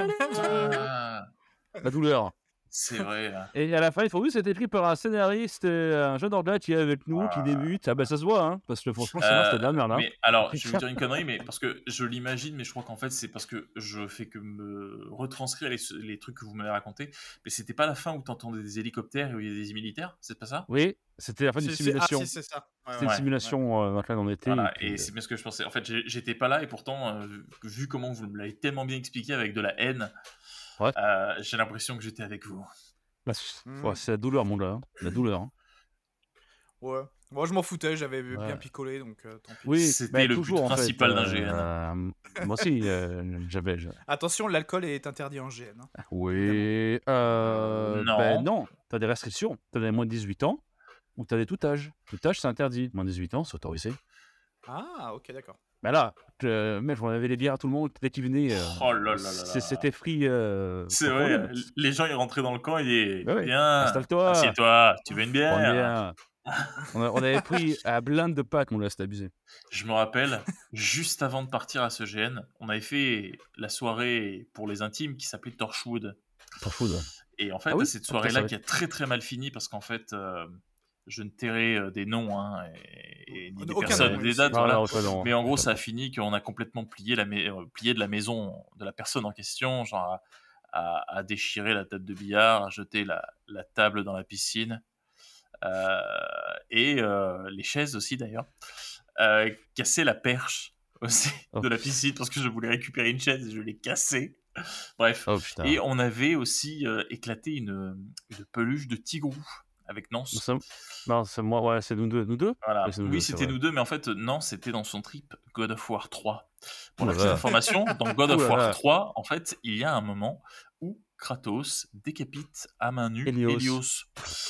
putain. la douleur. C'est vrai. Là. Et à la fin, il faut oui, c'était écrit par un scénariste, euh, un jeune anglais qui est avec nous, qui Ah. débute. Ah ben ça se voit, hein, parce que franchement, le scénar, c'était de la merde. Hein. Mais alors, je vais vous dire une connerie, mais parce que je l'imagine, mais je crois qu'en fait, c'est parce que je fais que me retranscrire les, les trucs que vous m'avez racontés. Mais c'était pas la fin où t'entendais des hélicoptères et où il y a des militaires, c'est pas ça? Oui, c'était la fin d'une C'est- c'est- simulation. Ah, si, c'est ça. Ouais, C'était ouais. une simulation euh, dans laquelle on était. Voilà, et puis, et euh, c'est bien ce que je pensais. En fait, j'ai- j'étais pas là et pourtant, euh, vu comment vous me l'avez tellement bien expliqué avec de la haine, Ouais. euh, j'ai l'impression que j'étais avec vous. bah, c'est Mm. ouais, c'est la douleur, mon gars. hein. La douleur. hein. Ouais. Moi, je m'en foutais, j'avais bien Ouais. picolé, donc euh, tant pis. Oui, C'était bah, le but toujours, en fait, principal d'un euh, G N. euh, moi aussi, euh, j'avais. je- Attention, l'alcool est interdit en G N. hein. Oui. Euh, Non. Ben non, t'as des restrictions. T'as des moins de dix-huit ans ou t'as des tout âge. Tout âge, c'est interdit. Moins de dix-huit ans, c'est autorisé. Ah, ok, d'accord. Ben là, euh, mec, on avait les bières à tout le monde dès qu'il venait. euh, Oh là là là c'est- là. C'était free. euh, C'est sans vrai, problème. les gens ils rentraient dans le camp et disaient Bah ouais, Viens, installe-toi. assieds-toi, tu veux une bière? Prends une bière. on, a- on avait pris à blinde de pâtes, mon gars, c'était abusé. Je me rappelle, juste avant de partir à ce G N, on avait fait la soirée pour les intimes qui s'appelait Torchwood. Torchwood. ouais. Et en fait, Ah oui, cette ah, soirée-là putain, qui a très très mal fini parce qu'en fait, euh, je ne tairai euh, des noms hein, et, et ni des Aucun personnes, nom, des oui, dates. c'est- Non, voilà. non, toi, non. Mais en gros, ça a fini qu'on a complètement plié, la mais- euh, plié de la maison de la personne en question, genre à, à- à déchirer la table de billard, à jeter la, la table dans la piscine. Euh, et euh, les chaises aussi d'ailleurs, euh, casser la perche aussi Oh. de la piscine parce que je voulais récupérer une chaise et je l'ai cassée. Bref, Oh putain. et on avait aussi euh, éclaté une, une peluche de tigrou avec Nance. Nous sommes- Non, c'est moi, ouais, c'est nous deux. Nous deux Voilà. Ouais, c'est nous Oui, deux, c'est c'était vrai. nous deux, mais en fait, Nance c'était dans son trip God of War trois. Pour Ouh la là petite là. information, dans God Ouh of là War là. trois, en fait, il y a un moment où Kratos décapite à main nue Hélios. Hélios.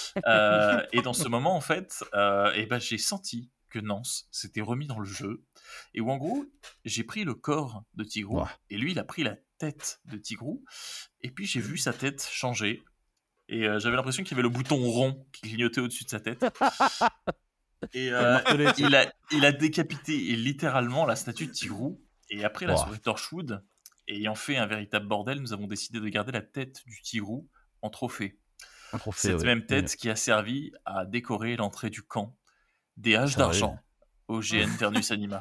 Euh, et dans ce moment, en fait, euh, eh ben, j'ai senti que Nance s'était remis dans le jeu. Et où, en gros, j'ai pris le corps de Tigrou, Ouais. et lui, il a pris la tête de Tigrou. Et puis, j'ai vu sa tête changer. Et euh, j'avais l'impression qu'il y avait le bouton rond qui clignotait au-dessus de sa tête. Et euh, martelet. il, a, il a décapité littéralement la statue de Tigrou. Et après la Wow. soirée Torchwood, ayant fait un véritable bordel, nous avons décidé de garder la tête du Tigrou en trophée. Un trophée, Cette ouais. même tête qui a servi à décorer l'entrée du camp des haches Putain, d'argent au G N Ternus Anima.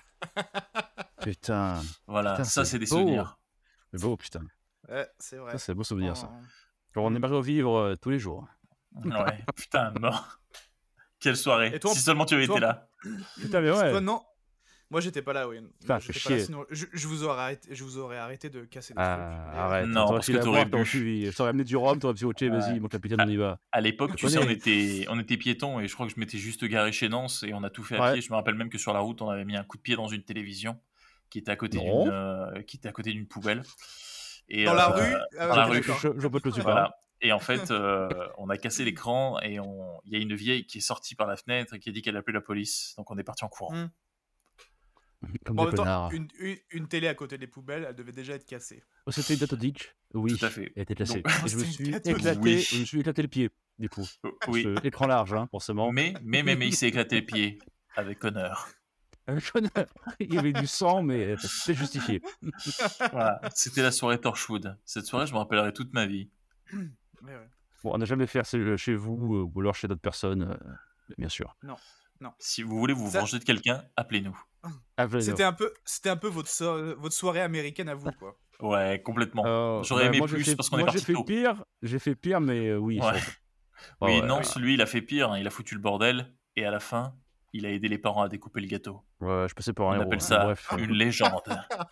Putain. Voilà, Putain, ça c'est c'est des beau. souvenirs. C'est beau, putain. Ouais, c'est vrai. Ça, c'est un beau souvenir, ça. Oh. Genre, on aimerait revivre euh, tous les jours. Ouais, putain, mort. Quelle soirée. Et toi, si seulement tu avais toi, été là. Putain, mais ouais. Toi, non. Moi, j'étais pas là, oui. Putain, Moi, fais j'étais pas là, chier. sinon, je, je vous aurais arrêté, je vous aurais arrêté de casser des Ah, trucs. Et, arrête. Non, T'aurais parce pris que la t'aurais boîte, t'aurais bu. suivi. Je t'aurais amené du rhum, t'aurais dit, ok, vas-y, Ouais. mon capitaine, on y va. À l'époque, Je tu sais, on connais. était, on était piétons et je crois que je m'étais juste garé chez Nance et on a tout fait à Ouais. pied. Je me rappelle même que sur la route, on avait mis un coup de pied dans une télévision qui était à côté Non. d'une, euh, qui était à côté d'une poubelle. Et, Dans la euh, rue Ah, dans la ok, rue. d'accord. Je, je peux te le super. Voilà. Et en fait, euh, on a cassé l'écran et on... il y a une vieille qui est sortie par la fenêtre et qui a dit qu'elle appelait la police. Donc on est parti en courant. Mm. Comme Bon, en des même temps, connards. une, une, une télé à côté des poubelles, elle devait déjà être cassée. Oh, c'était une cathodique. Oui. Tout à fait. Elle était cassée. Donc- Et je me C'était suis une cathodique. éclaté, Oui. je me suis éclaté le pied, du coup. Oui. Parce que écran large, hein, forcément. Mais, mais, mais, mais il s'est éclaté les pieds avec honneur. Euh, je- Il y avait du sang, mais c'était justifié. Voilà. C'était la soirée Torchwood. Cette soirée, je me rappellerai toute ma vie. Ouais, ouais. Bon, on n'a jamais fait chez chez vous euh, ou alors chez d'autres personnes, euh, bien sûr. Si vous voulez vous Ça- venger de quelqu'un, appelez-nous. Appelez-nous. C'était un peu, c'était un peu votre, so- votre soirée américaine à vous, quoi. Ouais, complètement. Euh, J'aurais bah, aimé moi, j'ai plus fait- parce qu'on est moi, parti j'ai fait tôt. pire, j'ai fait pire, mais euh, oui. Ouais. ça- Oui, ouais, non, ouais. celui, il a fait pire. hein. Il a foutu le bordel. Et à la fin, il a aidé les parents à découper le gâteau. Ouais, je passais pour un On héros. appelle hein. ça Bref. une légende.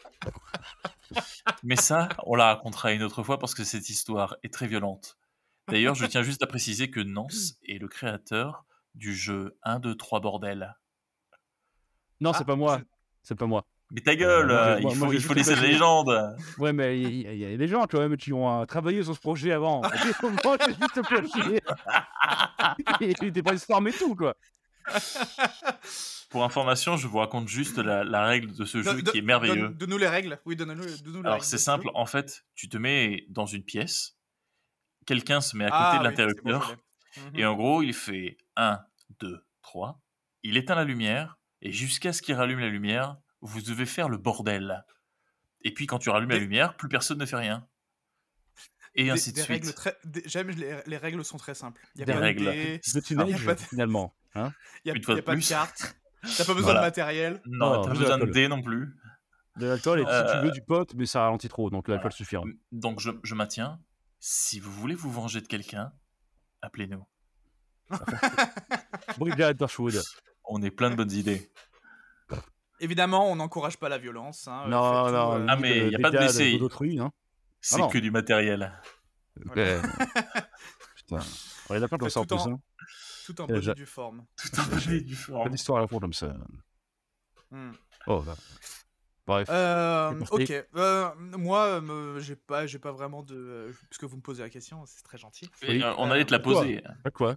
Mais ça, on la racontera une autre fois parce que cette histoire est très violente. D'ailleurs, je tiens juste à préciser que Nance est le créateur du jeu un, deux, trois bordel. Non, Ah, c'est pas moi. je- C'est pas moi. Mais ta gueule, Euh, moi, euh, j'ai- il moi- faut, moi, j'ai il faut juste laisser la imaginé- légende. Ouais, mais il y, il y a des gens quand même qui ont euh, travaillé sur ce projet avant. Moi, j'ai juste plagié. Et tu t'es brainstormé tout, quoi. Pour information, je vous raconte juste la, la règle de ce Don- jeu don- qui est merveilleux. donne- Donne-nous les règles. Oui, donne-nous donne-nous les Alors règles c'est de ce simple, jeu. en fait, tu te mets dans une pièce, quelqu'un se met à côté Ah de oui, c'est bon, je l'interrupteur, l'ai. Mhm. et en gros, il fait un, deux, trois, il éteint la lumière, et jusqu'à ce qu'il rallume la lumière, vous devez faire le bordel. Et puis quand tu rallumes la Des- lumière, plus personne ne fait rien. Et Des- ainsi de des suite. règles très... des- J'aime, les, les règles sont très simples. Il n'y a Des pas règles. de dés, De teenage, y a pas de- finalement. Hein il n'y Une a, fois y a de pas de plus. cartes. T'as pas besoin Voilà. de matériel. Non, Non, t'as pas juste besoin de l'alcool. dés non plus. De l'alcool, et si Euh, tu veux du pot, mais ça ralentit trop, donc l'alcool voilà. suffira. Donc je, je maintiens, si vous voulez vous venger de quelqu'un, appelez-nous. Brigade Torchwood. On est plein de bonnes idées. Évidemment, on n'encourage pas la violence. Hein. Non, Faites tout, non, euh, Ah, ni mais de y a pas de dégâts blessés. d'autrui, hein. C'est non. que du matériel. Ouais. Putain. On est d'accord comme Faites ça en tout plus, en- hein. tout en Et bonne j'a- et due forme. Tout en bonne du Pas forme. d'histoire à la fois comme ça. Hmm. Oh, bah. Bref. Euh, C'est parti. ok. Euh, moi, euh, me- j'ai pas, j'ai pas vraiment de. euh, Puisque vous me posez la question, c'est très gentil. Et, euh, on allait te la Pourquoi poser. Pas quoi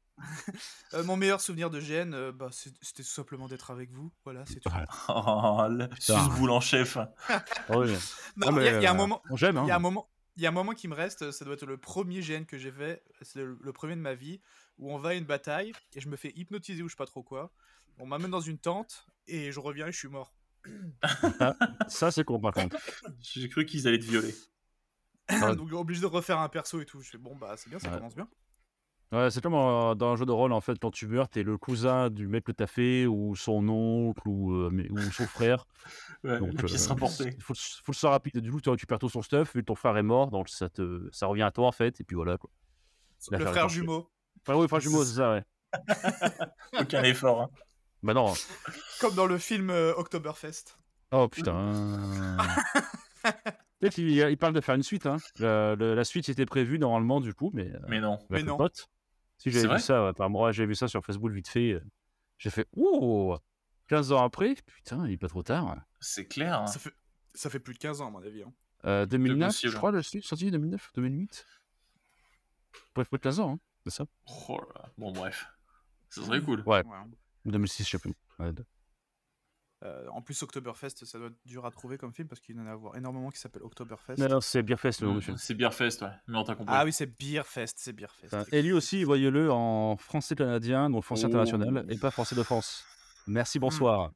Euh, mon meilleur souvenir de G N, euh, bah, c'est- c'était tout simplement d'être avec vous. Voilà, c'est tout. Ah, Oh, le suce-boule en chef. ah oui. Non, Ah, il mais, y, a- il y a un euh, moment. On j'aime, hein. Il y a un moment. Il y a un moment qui me reste, ça doit être le premier G N que j'ai fait, c'est le, le premier de ma vie, où on va à une bataille et je me fais hypnotiser ou je sais pas trop quoi. On m'amène dans une tente et je reviens et je suis mort. Ah, ça, c'est con, par contre. J'ai cru qu'ils allaient te violer. Ah. Donc obligé de refaire un perso et tout. Je fais bon bah c'est bien, ça Ouais. commence bien. Ouais, c'est comme euh, dans un jeu de rôle, en fait, quand tu meurs, t'es le cousin du mec que t'as fait, ou son oncle, ou, euh, mais- ou son frère. Ouais, Donc, la pièce euh, rapportée. Il faut, le- faut le savoir rapide. Du coup, tu récupères tout son stuff, vu que ton frère est mort, donc ça, te, ça revient à toi, en fait, et puis voilà, quoi. Le L'affaire est frère parfaite. jumeau. Enfin, oui, frère jumeau, c'est ça, ouais. Aucun effort. Hein. Bah non. Comme dans le film euh, Oktoberfest. Oh, putain. Peut-être qu'il il parle de faire une suite, hein. La, le- la suite était prévue, normalement, du coup, mais... euh, Mais non. avec Mais le non. pote. Si C'est j'avais vrai vu ça, ouais, par moi, j'avais vu ça sur Facebook vite fait. euh, J'ai fait, ouh, quinze ans après, putain, il est pas trop tard. C'est clair. Hein. Ça fait ça fait plus de quinze ans à mon avis. Hein. Euh, deux mille neuf, possible. je crois, le suite sorti deux mille neuf, deux mille huit. Bref, plus de quinze ans, hein, c'est ça. Oh là là. Bon, bref. Ça serait cool. Ouais, Ouais. deux mille six, je sais plus. Ouais, de- Euh, en plus Oktoberfest, ça doit être dur à trouver comme film parce qu'il y en a avoir énormément qui s'appelle Oktoberfest. Non, non, c'est Beerfest, le nom du film. C'est Beerfest, ouais. Mais on t'a compris. Ah oui, c'est Beerfest, c'est Beerfest. Enfin, et lui aussi, voyez-le en français canadien, donc français Oh. international, et pas français de France. Merci, bonsoir.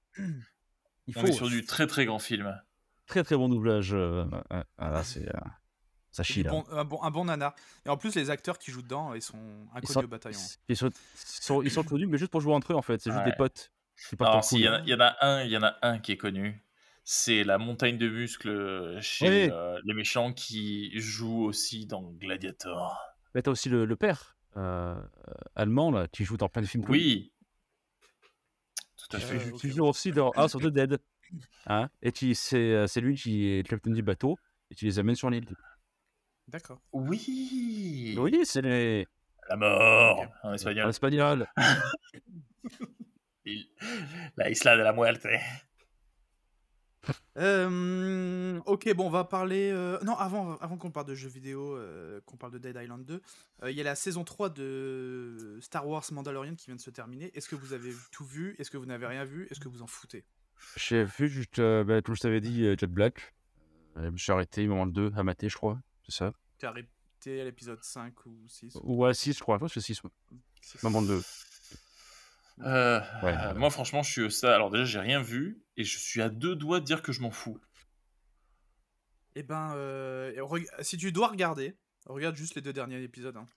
Il On faut est sur du très très grand film. très très bon doublage. euh, euh, ah, là, c'est, euh, ça Du chie, là. bon- un, bon, un bon nanar. Et en plus, les acteurs qui jouent dedans, ils sont Ils inconnus sont, au bataillon. ils sont, ils sont, ils sont connus, mais juste pour jouer entre eux, en fait. C'est juste Ouais. des potes qui partent en Alors, s'il couille. y, en a- il y en a un, il y en a un qui est connu. C'est la montagne de muscles chez Oui. euh, les méchants qui jouent aussi dans Gladiator. Là, t'as aussi le, le père euh, euh, allemand, là, qui joue dans plein de films connus. Oui. Tout à Qui, fait. fait- ok. qui joue aussi dans House of the Dead. Hein, et qui, c'est, euh, c'est lui qui est le capitaine du bateau et qui les amène sur l'île. D'accord. Oui. Oui, c'est les... La mort Ok. en en espagnol. espagnol. Il- La isla de la muerte. Euh, ok, bon, on va parler. euh, Non, avant, avant qu'on parle de jeux vidéo, euh, qu'on parle de Dead Island deux, euh, il y a la saison trois de Star Wars Mandalorian qui vient de se terminer. Est-ce que vous avez tout vu? Est-ce que vous n'avez rien vu? Est-ce que vous en foutez? J'ai vu, juste, euh, bah, comme je t'avais dit, euh, Jet Black. Euh, je me suis arrêté, moment deux, à mater, je crois. C'est ça. T'es arrêté à l'épisode cinq ou six? Ou à six, je crois. Je pense que c'est six. Ouais. Moment deux. Euh, Ouais. euh, moi, franchement, je suis au stade. Alors, déjà, j'ai rien vu et je suis à deux doigts de dire que je m'en fous. Eh ben, euh, reg- si tu dois regarder, regarde juste les deux derniers épisodes. hein.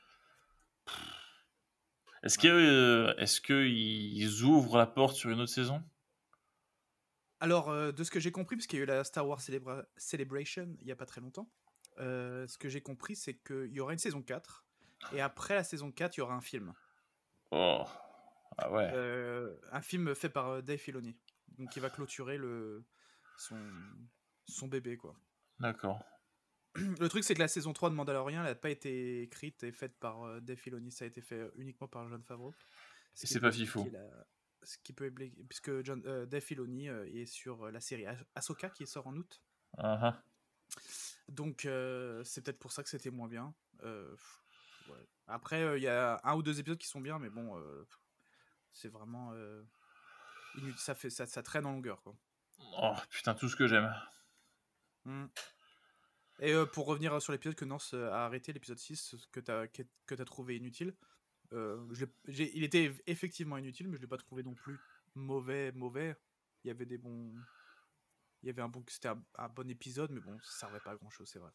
Est-ce que, euh, est-ce que ils ouvrent la porte sur une autre saison? Alors, euh, de ce que j'ai compris, parce qu'il y a eu la Star Wars Celebra- Celebration il n'y a pas très longtemps, euh, ce que j'ai compris, c'est qu'il y aura une saison quatre, et après la saison quatre, il y aura un film. Oh, ah ouais. Euh, un film fait par euh, Dave Filoni, donc qui va clôturer le, son, son bébé, quoi. D'accord. Le truc, c'est que la saison trois de Mandalorian, elle n'a pas été écrite et faite par euh, Dave Filoni, ça a été fait euh, uniquement par Jon Favreau. Ce Et qui c'est peut pas fifou. expliquer la- ce qui peut être... puisque John, euh, Dave Filoni euh, est sur la série Ah- Ahsoka qui sort en août. Uh-huh. Donc euh, c'est peut-être pour ça que c'était moins bien. Euh, ouais. Après, il euh, y a un ou deux épisodes qui sont bien, mais bon, euh, c'est vraiment euh, inutile. Ça fait ça, ça traîne en longueur, quoi. Oh putain, tout ce que j'aime. Mm. Et euh, pour revenir sur l'épisode que Nance a arrêté, l'épisode six, que t'as que, que t'as trouvé inutile, euh, je j'ai, il était effectivement inutile, mais je l'ai pas trouvé non plus mauvais, mauvais. Il y avait des bons, il y avait un bon, c'était un, un bon épisode, mais bon, ça servait pas à grand chose, c'est vrai.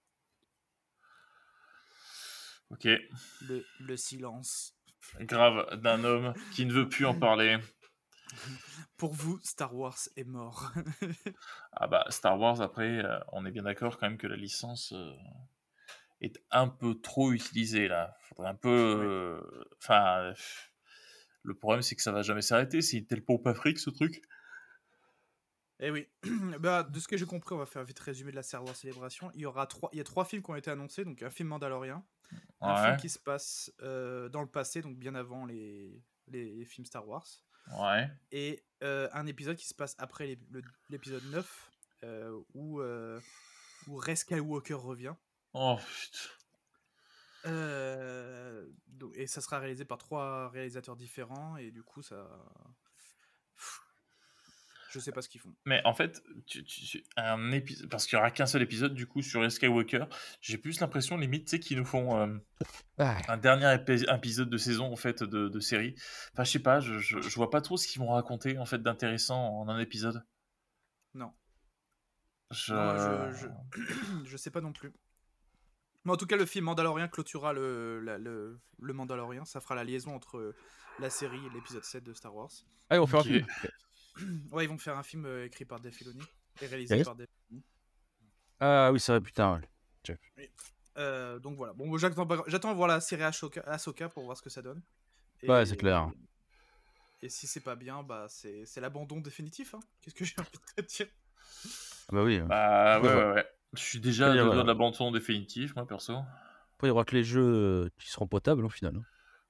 Ok. Le, le silence. Grave, d'un homme qui ne veut plus en parler. Pour vous, Star Wars est mort. Ah bah, Star Wars, après, euh, on est bien d'accord quand même que la licence euh, est un peu trop utilisée, là. Faudrait un peu... Enfin... Euh, le problème, c'est que ça va jamais s'arrêter. C'est une telle pompe à fric, ce truc. Eh oui. Bah, de ce que j'ai compris, on va faire vite résumé de la Star Wars Célébration. Il y aura trois, il y a trois films qui ont été annoncés. Donc, un film Mandalorian, un Ouais. film qui se passe euh, dans le passé, donc bien avant les, les, les films Star Wars. Ouais. Et euh, un épisode qui se passe après l'ép- le- l'épisode neuf, euh, où, euh, où Rey Skywalker revient. Oh, putain. Euh, donc- et ça sera réalisé par trois réalisateurs différents. Et du coup, ça... Je sais pas ce qu'ils font. Mais en fait, tu, tu- tu- un épisode, parce qu'il n'y aura qu'un seul épisode du coup sur Skywalker, j'ai plus l'impression limite tu sais qu'ils nous font euh, Ah, un dernier épi- épisode de saison en fait de, de série. Enfin je sais pas, je, je, je vois pas trop ce qu'ils vont raconter en fait d'intéressant en un épisode. Non. Je... Non, je, je... je sais pas non plus. Mais en tout cas, le film Mandalorian clôturera le, la- le, le Mandalorian. Ça fera la liaison entre la série et l'épisode sept de Star Wars. Ah, ils vont faire Ok. un film. Ouais, ils vont faire un film euh, écrit par Dave Filoni et réalisé Yes. par Dave Filoni. Ah oui, c'est vrai, putain. Ouais. Euh, donc voilà. Bon, j'attends, j'attends de voir la série Ahsoka, Ahsoka pour voir ce que ça donne. Et, Ouais, c'est clair. Et si c'est pas bien, bah c'est, c'est l'abandon définitif. Hein. Qu'est-ce que j'ai envie de te dire? Ah bah oui. Bah ouais, Ouais, ouais, ouais. Je suis déjà à Ouais, deux voilà. doigts de l'abandon définitif, moi perso. Après, il y aura que les jeux euh, qui seront potables au final. hein.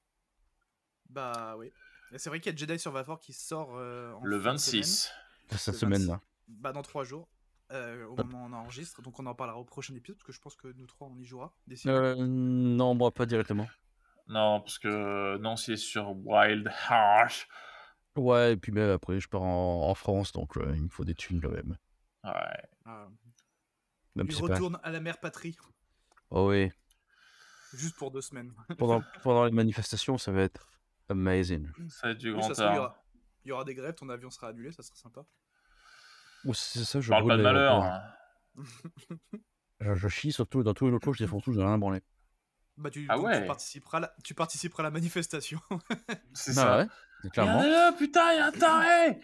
Bah oui. Et c'est vrai qu'il y a Jedi Survivor qui sort euh, en Le fin de semaine. vingt-six. Cette Le semaine vingt-six. là. Bah dans trois jours. Euh, au moment où on enregistre. Donc on en parlera au prochain épisode. Parce que je pense que nous trois on y jouera. d'ici là. Euh, non, moi pas directement. Non, parce que non, c'est sur Wild Heart. Ouais, et puis même après, je pars en, en France, donc euh, il me faut des thunes quand même. Ouais. Ah, Même il si c'est pas. retourne à la mère patrie. Oh oui. Juste pour deux semaines. Pendant, pendant les manifestations, ça va être amazing. Ça va être du Oui, grand ça sera- il, y art. aura, il y aura des grèves. Ton avion sera annulé. Ça sera sympa. Oh, c'est ça, je Parle brûle pas de malheur. l'aéroport. hein. Je, je chie surtout dans tous les locaux, je défonce tout, j'ai rien branlé. Bah tu, Ah donc, ouais. tu, participeras à la, tu participeras à la manifestation. C'est Bah ça. ouais, c'est clairement. Regardez-le, putain, il y a un taré.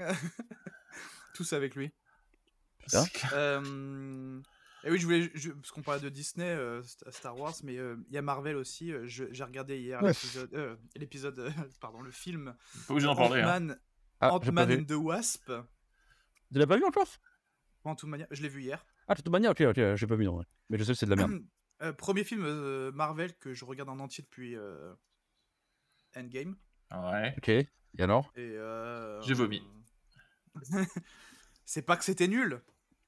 Tous avec lui. Putain. C'est clair. Euh, Et oui, je voulais, je- parce qu'on parlait de Disney, euh, St- Star Wars, mais euh, il y a Marvel aussi. euh, je- J'ai regardé hier Ouais. l'épisode, euh, l'épisode, euh, pardon, le film Pas obligé d'en parler. hein. Ant-Man, Ah, j'ai pas Ant-Man vu. and the Wasp. Tu l'as pas vu encore? Quantumania, je l'ai vu hier. Ah, de toute manière, ok, ok, j'ai pas vu non. ouais. Mais je sais que c'est de la merde. Euh, premier film euh, Marvel que je regarde en entier depuis euh, Endgame. Ouais. Ok, et alors? Et euh, J'ai vomi. C'est pas que c'était nul.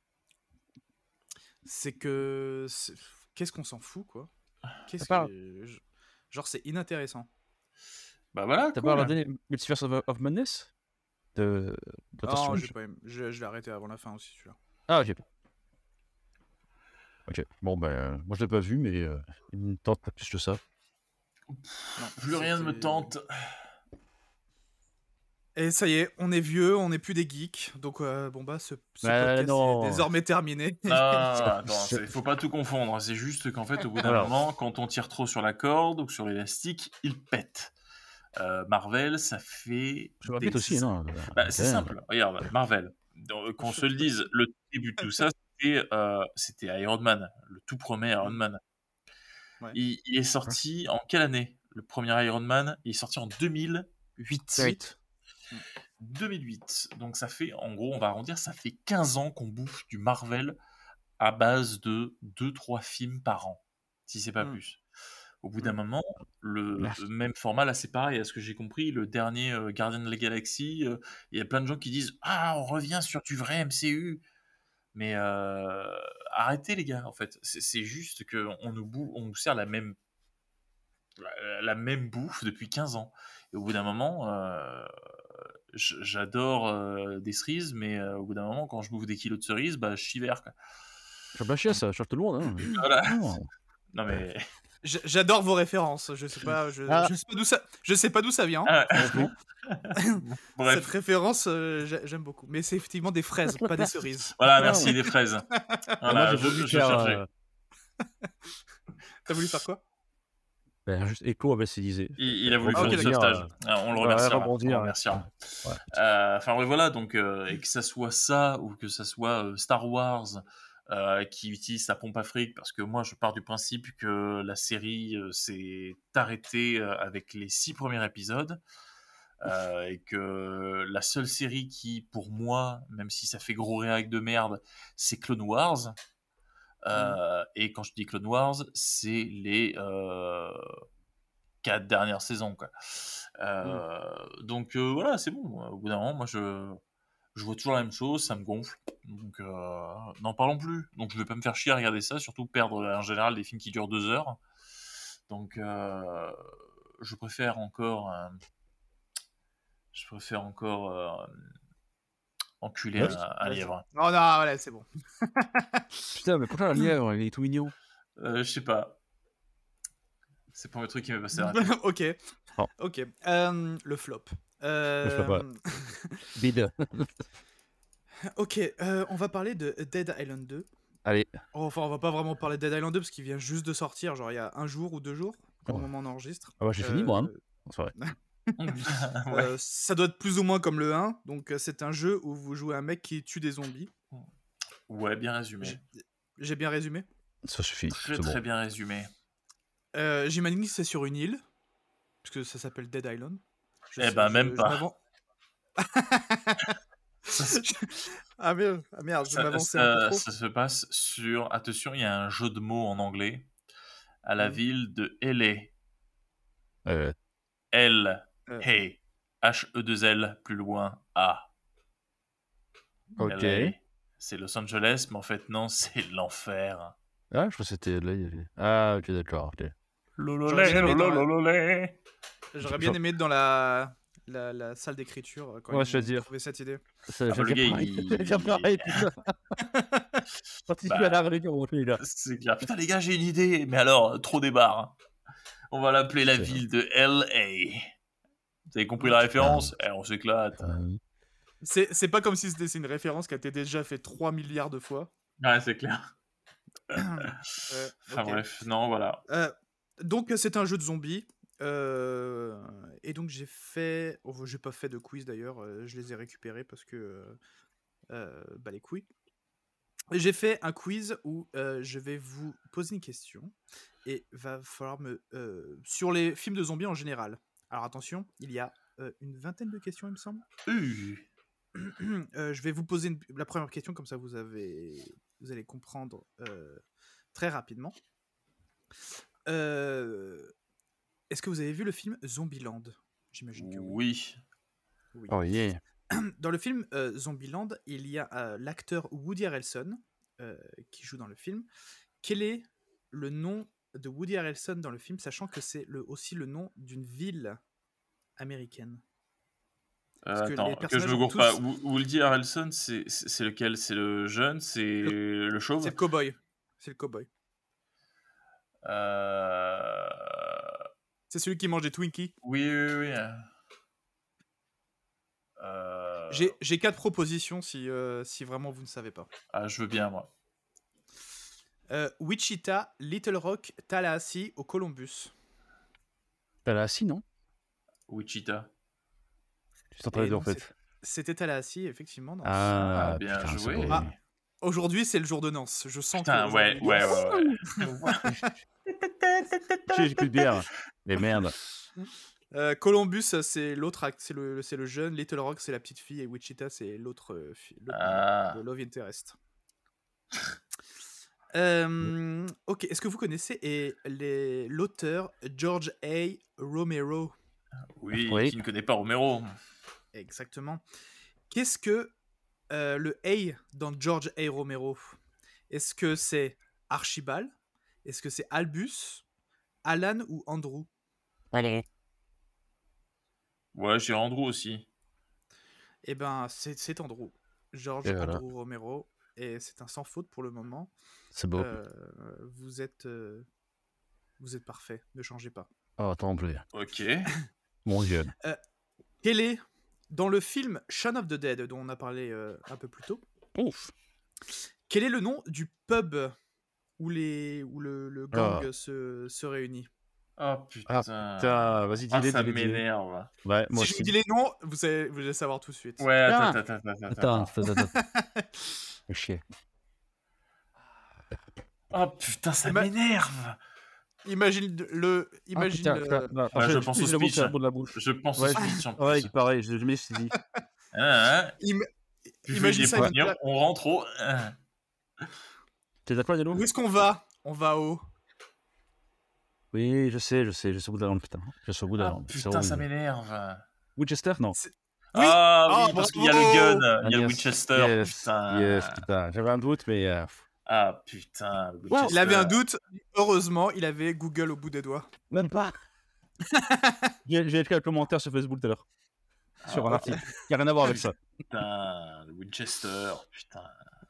C'est que c'est- qu'est-ce qu'on s'en fout quoi. Qu'est-ce T'as pas- que je- genre c'est inintéressant. Bah voilà. T'as cool. pas regardé Multiverse of, of Madness? De. de Doctor Non, Strange j'ai pas aimé. Je, je l'ai arrêté avant la fin aussi celui-là. Ah, ok. Ok, bon, ben, euh, moi je l'ai pas vu, mais euh, il me tente pas plus que ça. Non, Plus rien ne me c'était- tente. Et ça y est, on est vieux, on n'est plus des geeks, donc euh, bon bah ce, ce Ouais, podcast non. est désormais terminé. Non, attends, Je- c'est- faut pas tout confondre. C'est juste qu'en fait, au bout d'un Alors. moment, quand on tire trop sur la corde ou sur l'élastique, il pète. Euh, Marvel, ça fait. Je m'inquiète des- aussi, non? Bah, c'est Ok. simple. Regarde, Marvel. Donc, qu'on se le dise, le début de tout ça, c'était, euh, c'était Iron Man, le tout premier Iron Man. Ouais. Il, il est sorti en quelle année? Le premier Iron Man, il est sorti en deux mille huit. Huit. deux mille huit. Donc ça fait, en gros, on va arrondir, ça fait quinze ans qu'on bouffe du Marvel à base de deux trois films par an, si c'est pas Mm. plus. Au bout d'un Mm. moment, le Merci. même format, là, c'est pareil. À ce que j'ai compris, le dernier euh, Guardian de la Galaxie, euh, il y a plein de gens qui disent ah, on revient sur du vrai M C U. Mais euh, arrêtez, les gars, en fait. C'est, c'est juste qu'on nous, bou- on nous sert la même, la, la même bouffe depuis quinze ans. Et au bout d'un moment, euh, j- j'adore euh, des cerises, mais euh, au bout d'un moment, quand je bouffe des kilos de cerises, bah, je chivère, quoi. Je suis pas chier, ça change tout le monde. Hein. Voilà. Non. Non, mais. J- J'adore vos références. Je sais pas, je, Ah. je sais pas d'où ça, je sais pas d'où ça vient. Ah, Non plus. bref. Cette référence, euh, j'ai- j'aime beaucoup. Mais c'est effectivement des fraises, pas des cerises. Voilà, merci, des fraises. Ah, Voilà, moi, j'ai je, voulu je faire cherchais. euh, T'as voulu faire quoi? ben, juste écho à Bastidisé. Il, il a voulu Ah, faire ok, du d'accord. sauvetage. euh, Ah, on le ouais, remerciera. On rebondir, le ouais. remerciera. Ouais. Euh, Enfin, ouais, voilà, donc, euh, et que ça soit ça ou que ça soit euh, Star Wars euh, qui utilise sa pompe à fric, parce que moi, je pars du principe que la série euh, s'est arrêtée euh, avec les six premiers épisodes. Euh, et que la seule série qui, pour moi, même si ça fait gros réac de merde, c'est Clone Wars. Euh, Et quand je dis Clone Wars, c'est les euh, quatre dernières saisons, quoi. Euh, Donc euh, voilà, c'est bon. Au bout d'un moment, moi, je, je vois toujours la même chose, ça me gonfle. Donc euh, n'en parlons plus. Donc je vais pas me faire chier à regarder ça, surtout perdre en général des films qui durent deux heures. Donc euh, je préfère encore, euh, je préfère encore euh, enculer Ouais. un, un Vas-y. lièvre. Oh non, voilà, c'est bon. Putain, mais pourquoi le lièvre, il est tout mignon. Euh, je sais pas. C'est pas un truc qui m'est passé à la tête. Ok. Oh. Ok. Euh, le flop. Euh, Je sais pas. Bide. ok, euh, on va parler de Dead Island deux. Allez. Oh, enfin, on va pas vraiment parler de Dead Island deux parce qu'il vient juste de sortir, genre il y a un jour ou deux jours, au Oh. moment où on enregistre. Ah bah, j'ai fini, moi. Hein. Euh, C'est vrai. Ouais. euh, ça doit être plus ou moins comme le un. Donc, euh, c'est un jeu où vous jouez un mec qui tue des zombies. Ouais, bien résumé. J'ai- J'ai bien résumé. Ça suffit. Très c'est très bon. bien résumé. Euh, J'imagine que c'est sur une île, puisque ça s'appelle Dead Island. Je Eh sais- ben, je- même je pas. m'avan- Ça, se- ah merde, ah merde, je ça- m'avançais un ça- peu trop. ça se passe sur. Attention, il y a un jeu de mots en anglais. À la Mhm. ville de L A. Euh, L. Euh. Hey. H E deux L, plus loin, A. ok. L A. C'est Los Angeles, mais en fait, non, c'est l'enfer. Ah, je crois que c'était là. il y avait- Ah, ok, d'accord. ok. Lololé, bien aimé dans la- lololé. J'aurais bien aimé être dans la, la, la salle d'écriture euh, quand Ouais, ils je veux ont dire. trouvé cette idée. Ça Ah vient bah, le gars, pareil. il- Ça vient pareil, putain. Participe Bah. à la réunion, mon truc, là. C'est clair. Putain, les gars, j'ai une idée. Mais alors, trop des barres. On va l'appeler la C'est ville de L A. Vous avez compris la référence? Eh, on s'éclate. Euh, C'est c'est pas comme si c'était c'est une référence qui a été déjà fait trois milliards de fois. Ouais, c'est clair. Euh, Enfin ok. bref, non, voilà. Euh, donc c'est un jeu de zombies. euh, et donc j'ai fait... Oh, j'ai pas fait de quiz d'ailleurs, euh, je les ai récupérés parce que... euh, euh, bah les couilles. Et j'ai fait un quiz où euh, je vais vous poser une question et va falloir me... euh, sur les films de zombies en général. Alors attention, il y a euh, une vingtaine de questions il me semble. Uh. Euh, je vais vous poser une- la première question, comme ça vous, avez, vous allez comprendre euh, très rapidement. Euh, Est-ce que vous avez vu le film Zombieland? J'imagine que oui. Oui. Oh, yeah. Dans le film euh, Zombieland, il y a euh, l'acteur Woody Harrelson euh, qui joue dans le film. Quel est le nom de Woody Harrelson dans le film, sachant que c'est le, aussi le nom d'une ville américaine? Euh, Parce que attends, les que je personnages me ont gourre tous- pas. Wo- Woody Harrelson, c'est c'est- c'est lequel? C'est le jeune? C'est le chauve? C'est le cowboy. C'est le cowboy. Euh... C'est celui qui mange des Twinkies. Oui, oui, oui. Euh... J'ai j'ai quatre propositions si, euh, si vraiment vous ne savez pas. Ah, je veux bien, moi. Euh, Wichita, Little Rock, Tallahassee ou Columbus? T'as là, si, non? Wichita. Tu t'entends les Et deux, non, en fait. C'était Tallahassee, effectivement. Nantes. Ah, Ah, bien putain, joué. c'est bon. Ah. Aujourd'hui, c'est le jour de Nance. Je sens Putain, que... ouais, ouais, ouais, ouais. J'ai plus de bière. Mais merde. Euh, Columbus, c'est l'autre acte, c'est le, c'est le jeune. Little Rock, c'est la petite fille. Et Wichita, c'est l'autre euh, fi- l'autre- Ah. le Love Interest. Euh, ok, est-ce que vous connaissez et les, l'auteur George A. Romero? Oui, Oui. qui ne connaît pas Romero? Exactement. Qu'est-ce que euh, le A dans George A. Romero? Est-ce que c'est Archibald? Est-ce que c'est Albus, Alan ou Andrew? Allez. Ouais, j'ai Andrew aussi. Eh ben, c'est, c'est Andrew. George Et voilà. Andrew Romero. Et c'est un sans faute pour le moment. C'est beau. Euh, vous êtes, euh, vous êtes parfait. Ne changez pas. Oh, attends, plus. Ok. Mon Dieu. Quel est, dans le film Shaun of the Dead, dont on a parlé euh, un peu plus tôt, Ouf. quel est le nom du pub où, les, où le, le gang Ah. se, se réunit? Oh putain. Putain, vas-y, Ah, dis-les, ça dis-les, dis-les. m'énerve. Ouais, moi Si je aussi. vous dis les noms, vous allez, vous allez savoir tout de suite. Ouais, attends, Ah. attends, attends, attends, Attends, attends. attends, attends. Fais chier. Oh putain, ça Ima- m'énerve. Imagine le... Imagine Ah, le- putain, putain, non, Ouais, je, je je pense pisse au le bout speech. sur le bout de la bouche. Je pense Ouais, au speech en plus. Ouais, pareil, je, je me suis dit. Hein, hein. im- Puis Imagine des ça, il va poignons, te dire, on rentre au... hein. T'es d'accord, Yano? où est-ce qu'on va? On va au... Oui, je sais, je sais, je suis au bout de la langue, putain. Je suis au bout de la Ah langue. c'est putain, ça horrible. m'énerve. Winchester, non. C'est- Ah Oh, oui, parce qu'il y a bravo. le gun, Ah, il y a le yes, Winchester. Yes, Putain. yes, putain. J'avais un doute, mais. euh, pff, Ah putain, le Il Winchester. avait un doute. Heureusement, il avait Google au bout des doigts. Même pas. J'ai j'ai écrit un commentaire sur Facebook tout à l'heure. Sur un ouais. article. Qui n'a rien à voir avec ça. Putain, le Winchester, putain.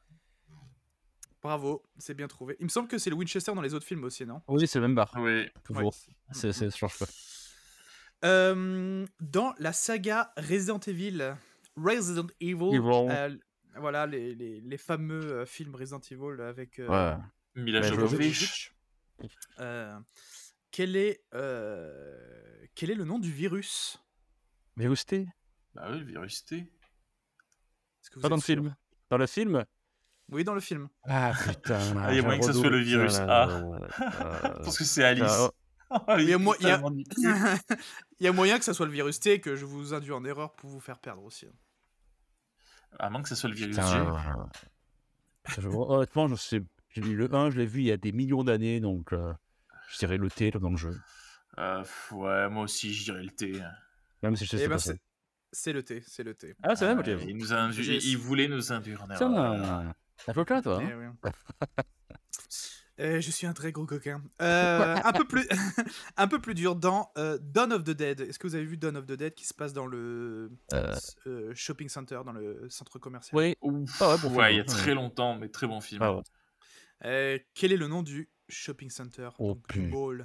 Bravo, c'est bien trouvé. Il me semble que c'est le Winchester dans les autres films aussi, non? Oui, c'est le même bar. Oui. Toujours. Ouais. C'est, c'est, ça change pas. Euh, dans la saga Resident Evil, Resident Evil, Evil. euh, voilà les, les, les fameux euh, films Resident Evil avec euh, Ouais. Mila Ouais, je Jovovich. euh, quel est euh, quel est le nom du virus? Virus T. Bah oui, le virus T. Est-ce que vous Pas dans êtes le sûr? film. Dans le film. Oui, dans le film. Ah putain. Ah, il y a moyen que ça soit le virus A. Parce que c'est Alice. Ah, Oh, Il y a mo- il y a- tellement niqué. Il y a moyen que ça soit le virus T, que je vous induis en erreur pour vous faire perdre aussi. À moins que ça soit le virus G. Putain. Je vois- Honnêtement, je sais. J'ai lu le un, je l'ai vu il y a des millions d'années, donc euh, je dirais le T dans le jeu. Euh, pff, ouais, moi aussi, je dirais le T. Même si je sais Eh c'est ben, pas ça. c'est c'est le T, c'est le T. Ah, c'est vrai, Euh, ok. il, nous a indu- J'ai- il voulait nous induire en Tiens, erreur. t'as fait aucun, toi. Eh Hein oui. Eh, je suis un très gros coquin. Euh, un, peu plus... un peu plus dur dans euh, Dawn of the Dead. Est-ce que vous avez vu Dawn of the Dead qui se passe dans le Euh. euh, shopping center, dans le centre commercial? Oui. Ouf. Ah ouais, bon ouais, film, il y a ouais. très longtemps, mais très bon film. Ah ouais. Euh, quel est le nom du shopping center? Oh, donc, du putain. mall.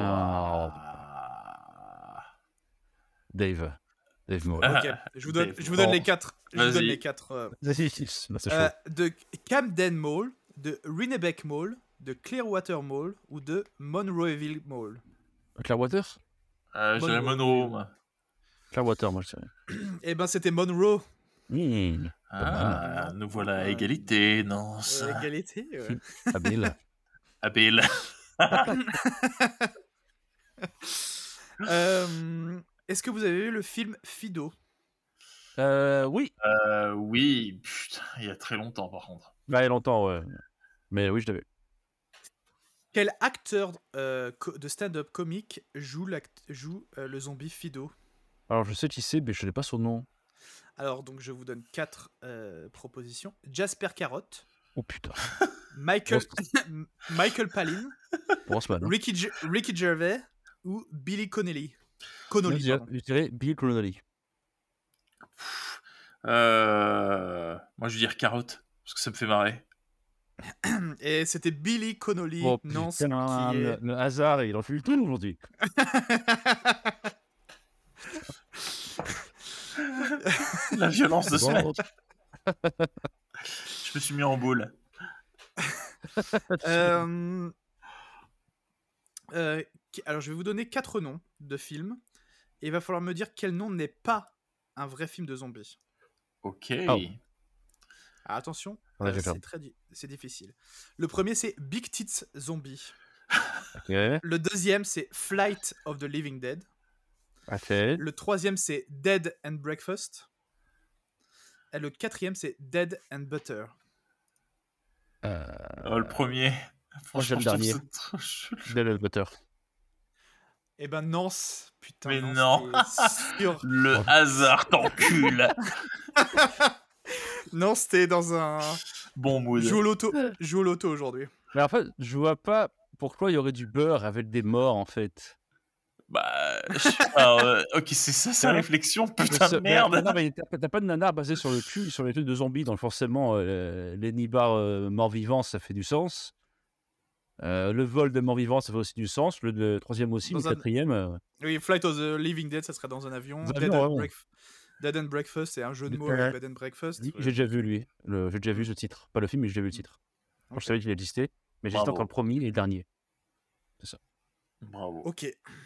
Ouah. Dave. Dave Moore. Ah. Ok, je vous donne, Dave. je vous donne Bon. les quatre. Je vous donne Vas-y. les quatre. euh, Vas-y, c'est là, c'est chaud. euh, de Camden Mall, de Rhinebeck Mall, de Clearwater Mall ou de Monroeville Mall. Clearwater Euh, je dirais Monroe. Monroe, moi. Clearwater, moi je dirais. Eh ben, c'était Monroe. Mmh, Ah, nous voilà à Ouais. égalité, non Euh, ça. égalité. ouais. habile. Habile. Euh, Est-ce que vous avez vu le film Fido? Euh, oui. Euh, oui, putain, il y a très longtemps par contre. Bah, il y a longtemps, ouais. Mais oui, je l'avais. Quel acteur euh, co- de stand-up comique joue, l'act- joue euh, le zombie Fido? Alors, je sais qui c'est, mais je n'ai pas son nom. Alors, donc, je vous donne quatre euh, propositions. Jasper Carrot, Oh putain. Michael, Michael Palin, Brosman. Hein. Ricky, Ge- Ricky Gervais ou Billy Connolly. Moi, Connolly, je dirais, pardon. je dirais Bill Connolly. Euh, moi je veux dire carotte, parce que ça me fait marrer. Et c'était Billy Connolly. Oh non, putain, ce qui le, est... le hasard, il en fait tout aujourd'hui. La violence de ce Bon, mec. Je me suis mis en boule. Euh, euh, qui- alors, je vais vous donner quatre noms de films. Et il va falloir me dire quel nom n'est pas un vrai film de zombies. Ok. Oh. Ah, attention, Ouais, euh, j'ai peur. c'est très di- c'est difficile. Le premier, c'est Big Tits Zombie. Ok. Le deuxième, c'est Flight of the Living Dead. Ok. Le troisième, c'est Dead and Breakfast. Et le quatrième, c'est Dead and Butter. Euh, Oh, le premier. Moi, Franchement, j'ai le je trouve dernier. ça trop chelou. Dale Butter. Eh ben, Nance. Putain, Mais non, non. c'était sûr. Le Oh. hasard t'encule. Non, c'était dans un. Bon mood. Joue au loto. Joue au loto aujourd'hui. Mais en fait, je vois pas pourquoi il y aurait du beurre avec des morts, en fait. Bah, je sais pas, euh, ok, c'est ça sa Ouais. réflexion, Mais putain ce- de mais- merde. mais non, mais t'as t'as pas de nanar basé sur le cul, sur les trucs de zombies, donc forcément, euh, les nibards euh, morts-vivants, ça fait du sens. Euh, le vol de morts-vivants, ça fait aussi du sens. Le, le troisième aussi, Dans le un- quatrième. euh, Oui, Flight of the Living Dead, ça serait dans un avion. Dans un Dead, avion, and vraiment. Breakf- Dead and Breakfast, c'est un jeu de mots Ouais. avec Bed and Breakfast. J'ai Ouais. j'ai déjà vu lui. Le- J'ai déjà vu ce titre. Pas le film, mais j'ai déjà vu le titre. Moi, Ok. je savais qu'il existait, mais j'hésitais Bravo. entre le premier et le dernier. Bravo. Ok.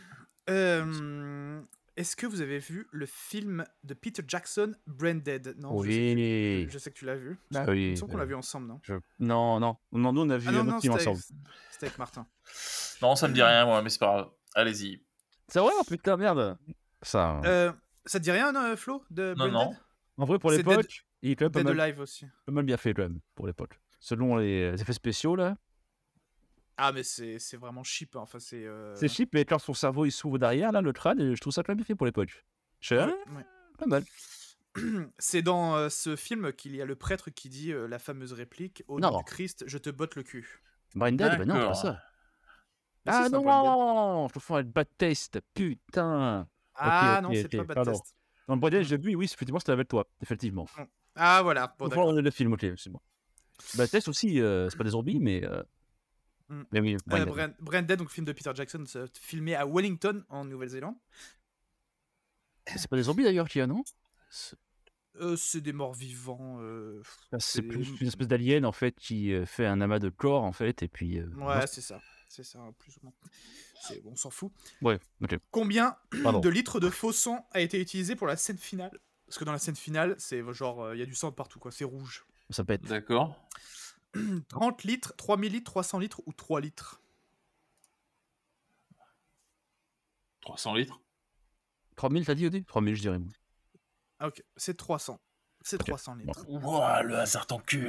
Euh, Est-ce que vous avez vu le film de Peter Jackson, Branded? Non, je sais, que Oui. tu, je sais que tu l'as vu. Bah Il oui. me semble qu'on euh, l'a vu ensemble, non? je- Non, non. Non, nous, on a vu Ah un non, autre non, film c'était avec, ensemble. c'était avec Martin. Non, ça me dit rien, moi, mais c'est pas grave. Allez-y. C'est vrai, oh, putain, merde. Ça. Euh, ça te dit rien, euh, Flo, de Non, Branded? non. En vrai, pour c'est l'époque, il est quand même pas Dead mal, Alive aussi. pas mal bien fait, quand même, pour l'époque. Selon les effets spéciaux, là. Ah, mais c'est c'est vraiment cheap. Hein. Enfin, c'est. euh, C'est cheap, mais quand son cerveau il s'ouvre derrière, là, le crâne, et je trouve ça quand même bien fait pour l'époque. Je fais, ouais, ah, ouais. pas mal. C'est dans euh, ce film qu'il y a le prêtre qui dit euh, la fameuse réplique au nom Non. du Christ, je te botte le cul. Branded, bah non, pas D'accord. ça. Mais si, Ah c'est un non, Branded. je te fais un bad taste, putain. Ah ok, non, ok, c'est pas ok, Bad pardon. Test. Dans le Branded, j'ai vu, oui, effectivement, c'était avec toi, effectivement. Ah voilà, bon Bon, d'accord. le film, ok, c'est bon. Bad test aussi, euh, c'est pas des zombies, mais. Euh... Mm. Mais oui, Euh, Branded. Brand- Branded, donc film de Peter Jackson, euh, filmé à Wellington en Nouvelle-Zélande. C'est pas des zombies d'ailleurs qu'il y a, non? C'est Euh, c'est des morts vivants. euh, c'est c'est- plus une espèce d'alien en fait qui euh, fait un amas de corps en fait, et puis. euh, non, Ouais, c'est ça. C'est ça, plus ou moins. C'est- On s'en fout. Ouais, ok. Combien Pardon. de litres de faux sang a été utilisé pour la scène finale? Parce que dans la scène finale, c'est genre, il y a du sang de partout, quoi. C'est rouge. Ça pète. D'accord. trente litres, trois mille litres, trois cents litres ou trois litres? trois cents litres. trois mille, t'as dit, Odé? trois mille, je dirais. Moi. Ah, ok, c'est trois cents. C'est Ok. trois cents litres. Ouah, le hasard t'encule.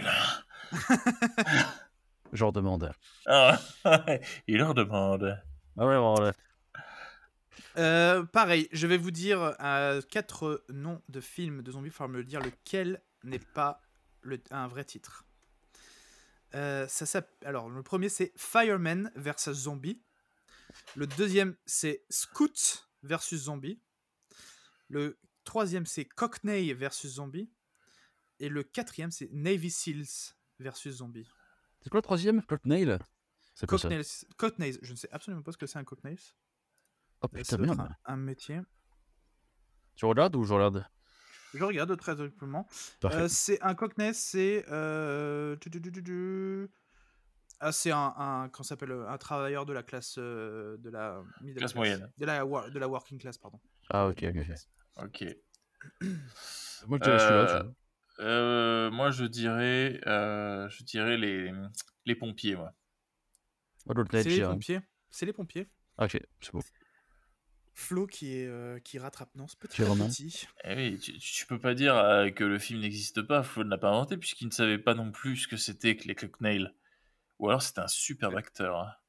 Genre demande. Ah, il leur demande. Ah ouais, voilà. Euh, pareil, je vais vous dire euh, quatre noms de films de zombies. Il faudra me dire lequel n'est pas le, un vrai titre. Euh, ça s'app- Alors, le premier, c'est Fireman versus Zombie. Le deuxième, c'est Scout versus Zombie. Le troisième, c'est Cockney versus Zombie. Et le quatrième, c'est Navy Seals versus Zombie. C'est quoi le troisième? Cocknail? C'est quoi ça? Cocknails, Cocknays, je ne sais absolument pas ce que c'est un Cocknays. Oh Mais putain, ça doit être merde. un, un métier. Tu regardes ou je regarde? Je regarde très simplement. Parfait. Euh, c'est un Cockney, c'est euh... tu, tu, tu, tu, tu. Ah, c'est un, un comment ça s'appelle, un travailleur de la classe euh, de la middle Classe class. moyenne. de la wa- de la working class, pardon. Ah ok, ok, ok. Ok. Moi je dirais celui-là, tu Euh, vois. euh, moi, je dirais, euh, je dirais les, les pompiers, moi. Oh, l'autre C'est là, je les dirais. pompiers. C'est les pompiers. Ah, ok, c'est bon. Flo qui est euh, qui rattrape non, c'est petit Qui à remonte. petit. Eh oui, tu, tu peux pas dire euh, que le film n'existe pas. Flo ne l'a pas inventé puisqu'il ne savait pas non plus ce que c'était que les Cocknails. Ou alors c'était un superbe acteur. hein.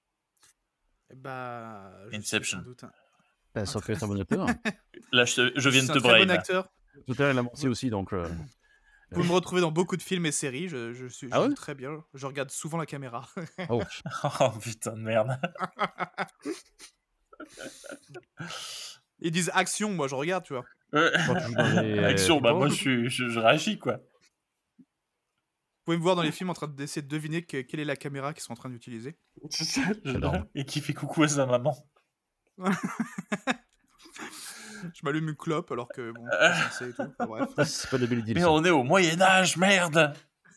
Bah, je sais Inception. sans doute un, Bah, ça fait un bon acteur. Là, je, te- je viens de c'est te un très bon brain. acteur. Tout à l'heure, il a menti aussi, donc. euh, Vous pouvez me retrouver dans beaucoup de films et séries. Je, je suis je Ah ouais joue très bien. Je regarde souvent la caméra. Oh, Oh putain de merde. Ils disent action, moi je regarde, tu vois. Ouais. quand tu joues dans les. Action, bah Oh, moi je, suis, je, je réagis quoi. Vous pouvez me voir dans les films en train d'essayer de deviner que- quelle est la caméra qu'ils sont en train d'utiliser. C'est ça, je- énorme. Et qui fait coucou à sa maman. Je m'allume une clope alors que bon, c'est pas censé et tout. Enfin, bref, ça, c'est pas de Billy Deal. Mais ça. on est au Moyen-Âge, merde.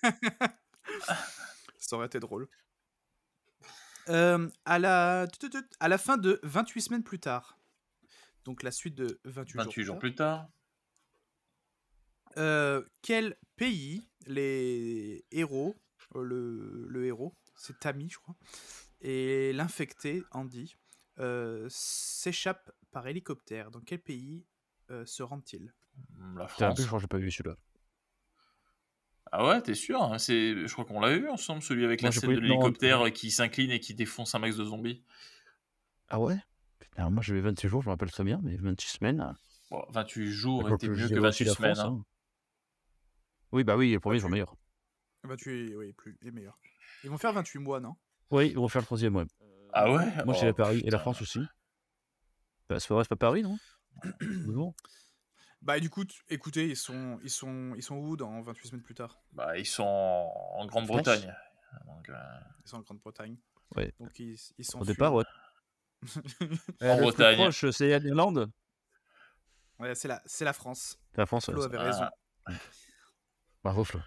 ça aurait été drôle. Euh, à, la... tut, tut, tut, à la fin de vingt-huit semaines plus tard, donc la suite de vingt-huit, vingt-huit jours jours plus plus tard. tard, euh, quel pays les héros, euh, le, le héros, c'est Tammy, je crois, et l'infecté, Andy, euh, s'échappe par hélicoptère. Dans quel pays euh, se rendent-ils? La Putain, en France. plus, je crois que j'ai pas vu celui-là. Ah ouais, t'es sûr hein, c'est... Je crois qu'on l'a eu ensemble, celui avec Moi, la j'ai scène pris de le nom. l'hélicoptère qui s'incline et qui défonce un max de zombies. Ah ouais? Putain, moi, j'avais vingt-six jours, je me rappelle très bien, mais vingt-six semaines. Bon, vingt-huit jours D'accord était que je mieux que dirais aussi vingt-huit la semaines. France. Hein. hein. Oui, bah oui, le premier jour vingt-huit. meilleur. vingt-huit, oui, plus, les meilleurs. Ils vont faire vingt-huit mois, non? Oui, ils vont faire le troisième, ouais. Ah ouais? Moi, c'est Oh, la Paris et la putain. France aussi. Bah, c'est pas vrai, c'est pas Paris, non? Mais bon. Bah, du coup, t- écoutez, ils sont, ils sont, ils sont où dans vingt-huit semaines plus tard? Bah, ils sont en, en Grande-Bretagne. Donc, euh, Ils sont en Grande-Bretagne. Ouais. Donc, ils, ils sont Au départ, ouais. En Euh, le plus Bretagne. proche, c'est l'Irlande. Ouais, c'est la, c'est la France. C'est la France, ouais. Flo ça- avait Ah, raison. Bravo, Flo.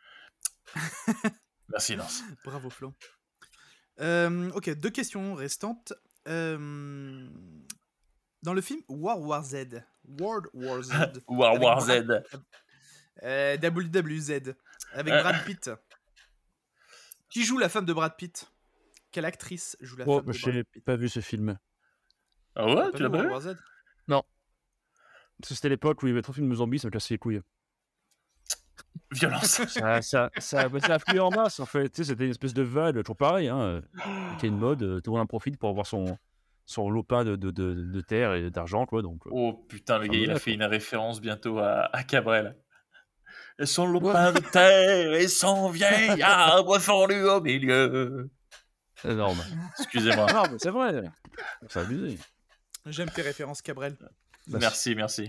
merci, Nance. Bravo, Flo. Euh, ok, deux questions restantes. Euh, dans le film World War Z, World War Z, War avec War Brad- Z. euh, W W Z, avec Euh. Brad Pitt. Qui joue la femme de Brad Pitt? Quelle actrice joue la Oh, femme de je n'ai Brad Pitt? pas vu ce film. Ah ouais, T'as tu l'as vu pas World vu? War Z? Parce que c'était l'époque où il y avait trop de films de zombies, ça me cassait les couilles. Violence. Ça, ça, ça, bah, ça affluait en masse, en fait. Tu sais, c'était une espèce de vague, toujours pareil. Hein. C'était une mode, euh, tout le monde en profite pour avoir son, son lopin de, de, de, de terre et d'argent, quoi. Donc, euh, Oh putain, le Ça gars, me il a va, fait quoi. une référence bientôt à, à Cabrel. Et son lopin de terre et son vieil arbre fendu au milieu. énorme. Excusez-moi. Non, mais c'est vrai. C'est abusé. J'aime tes références, Cabrel. Merci, merci.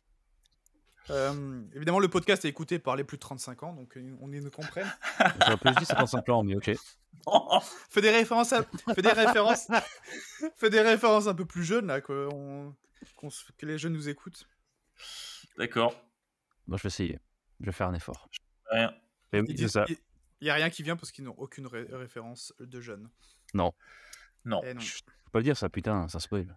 Euh, évidemment, le podcast est écouté par les plus de trente-cinq ans, donc euh, on y nous comprenne. J'aurais pu dire cinquante-cinq ans, mais ok. Fais des références, à... fais des références, fais des références un peu plus jeunes là, que, on... qu'on se- que les jeunes nous écoutent. D'accord. Bon, je vais essayer. Je vais faire un effort. Rien. Et oui, Ils c'est disent- ça. Il n'y a rien qui vient parce qu'ils n'ont aucune ré- référence de jeunes. Non. Non. Eh non. Chut, faut pas le dire ça, putain, ça spoil.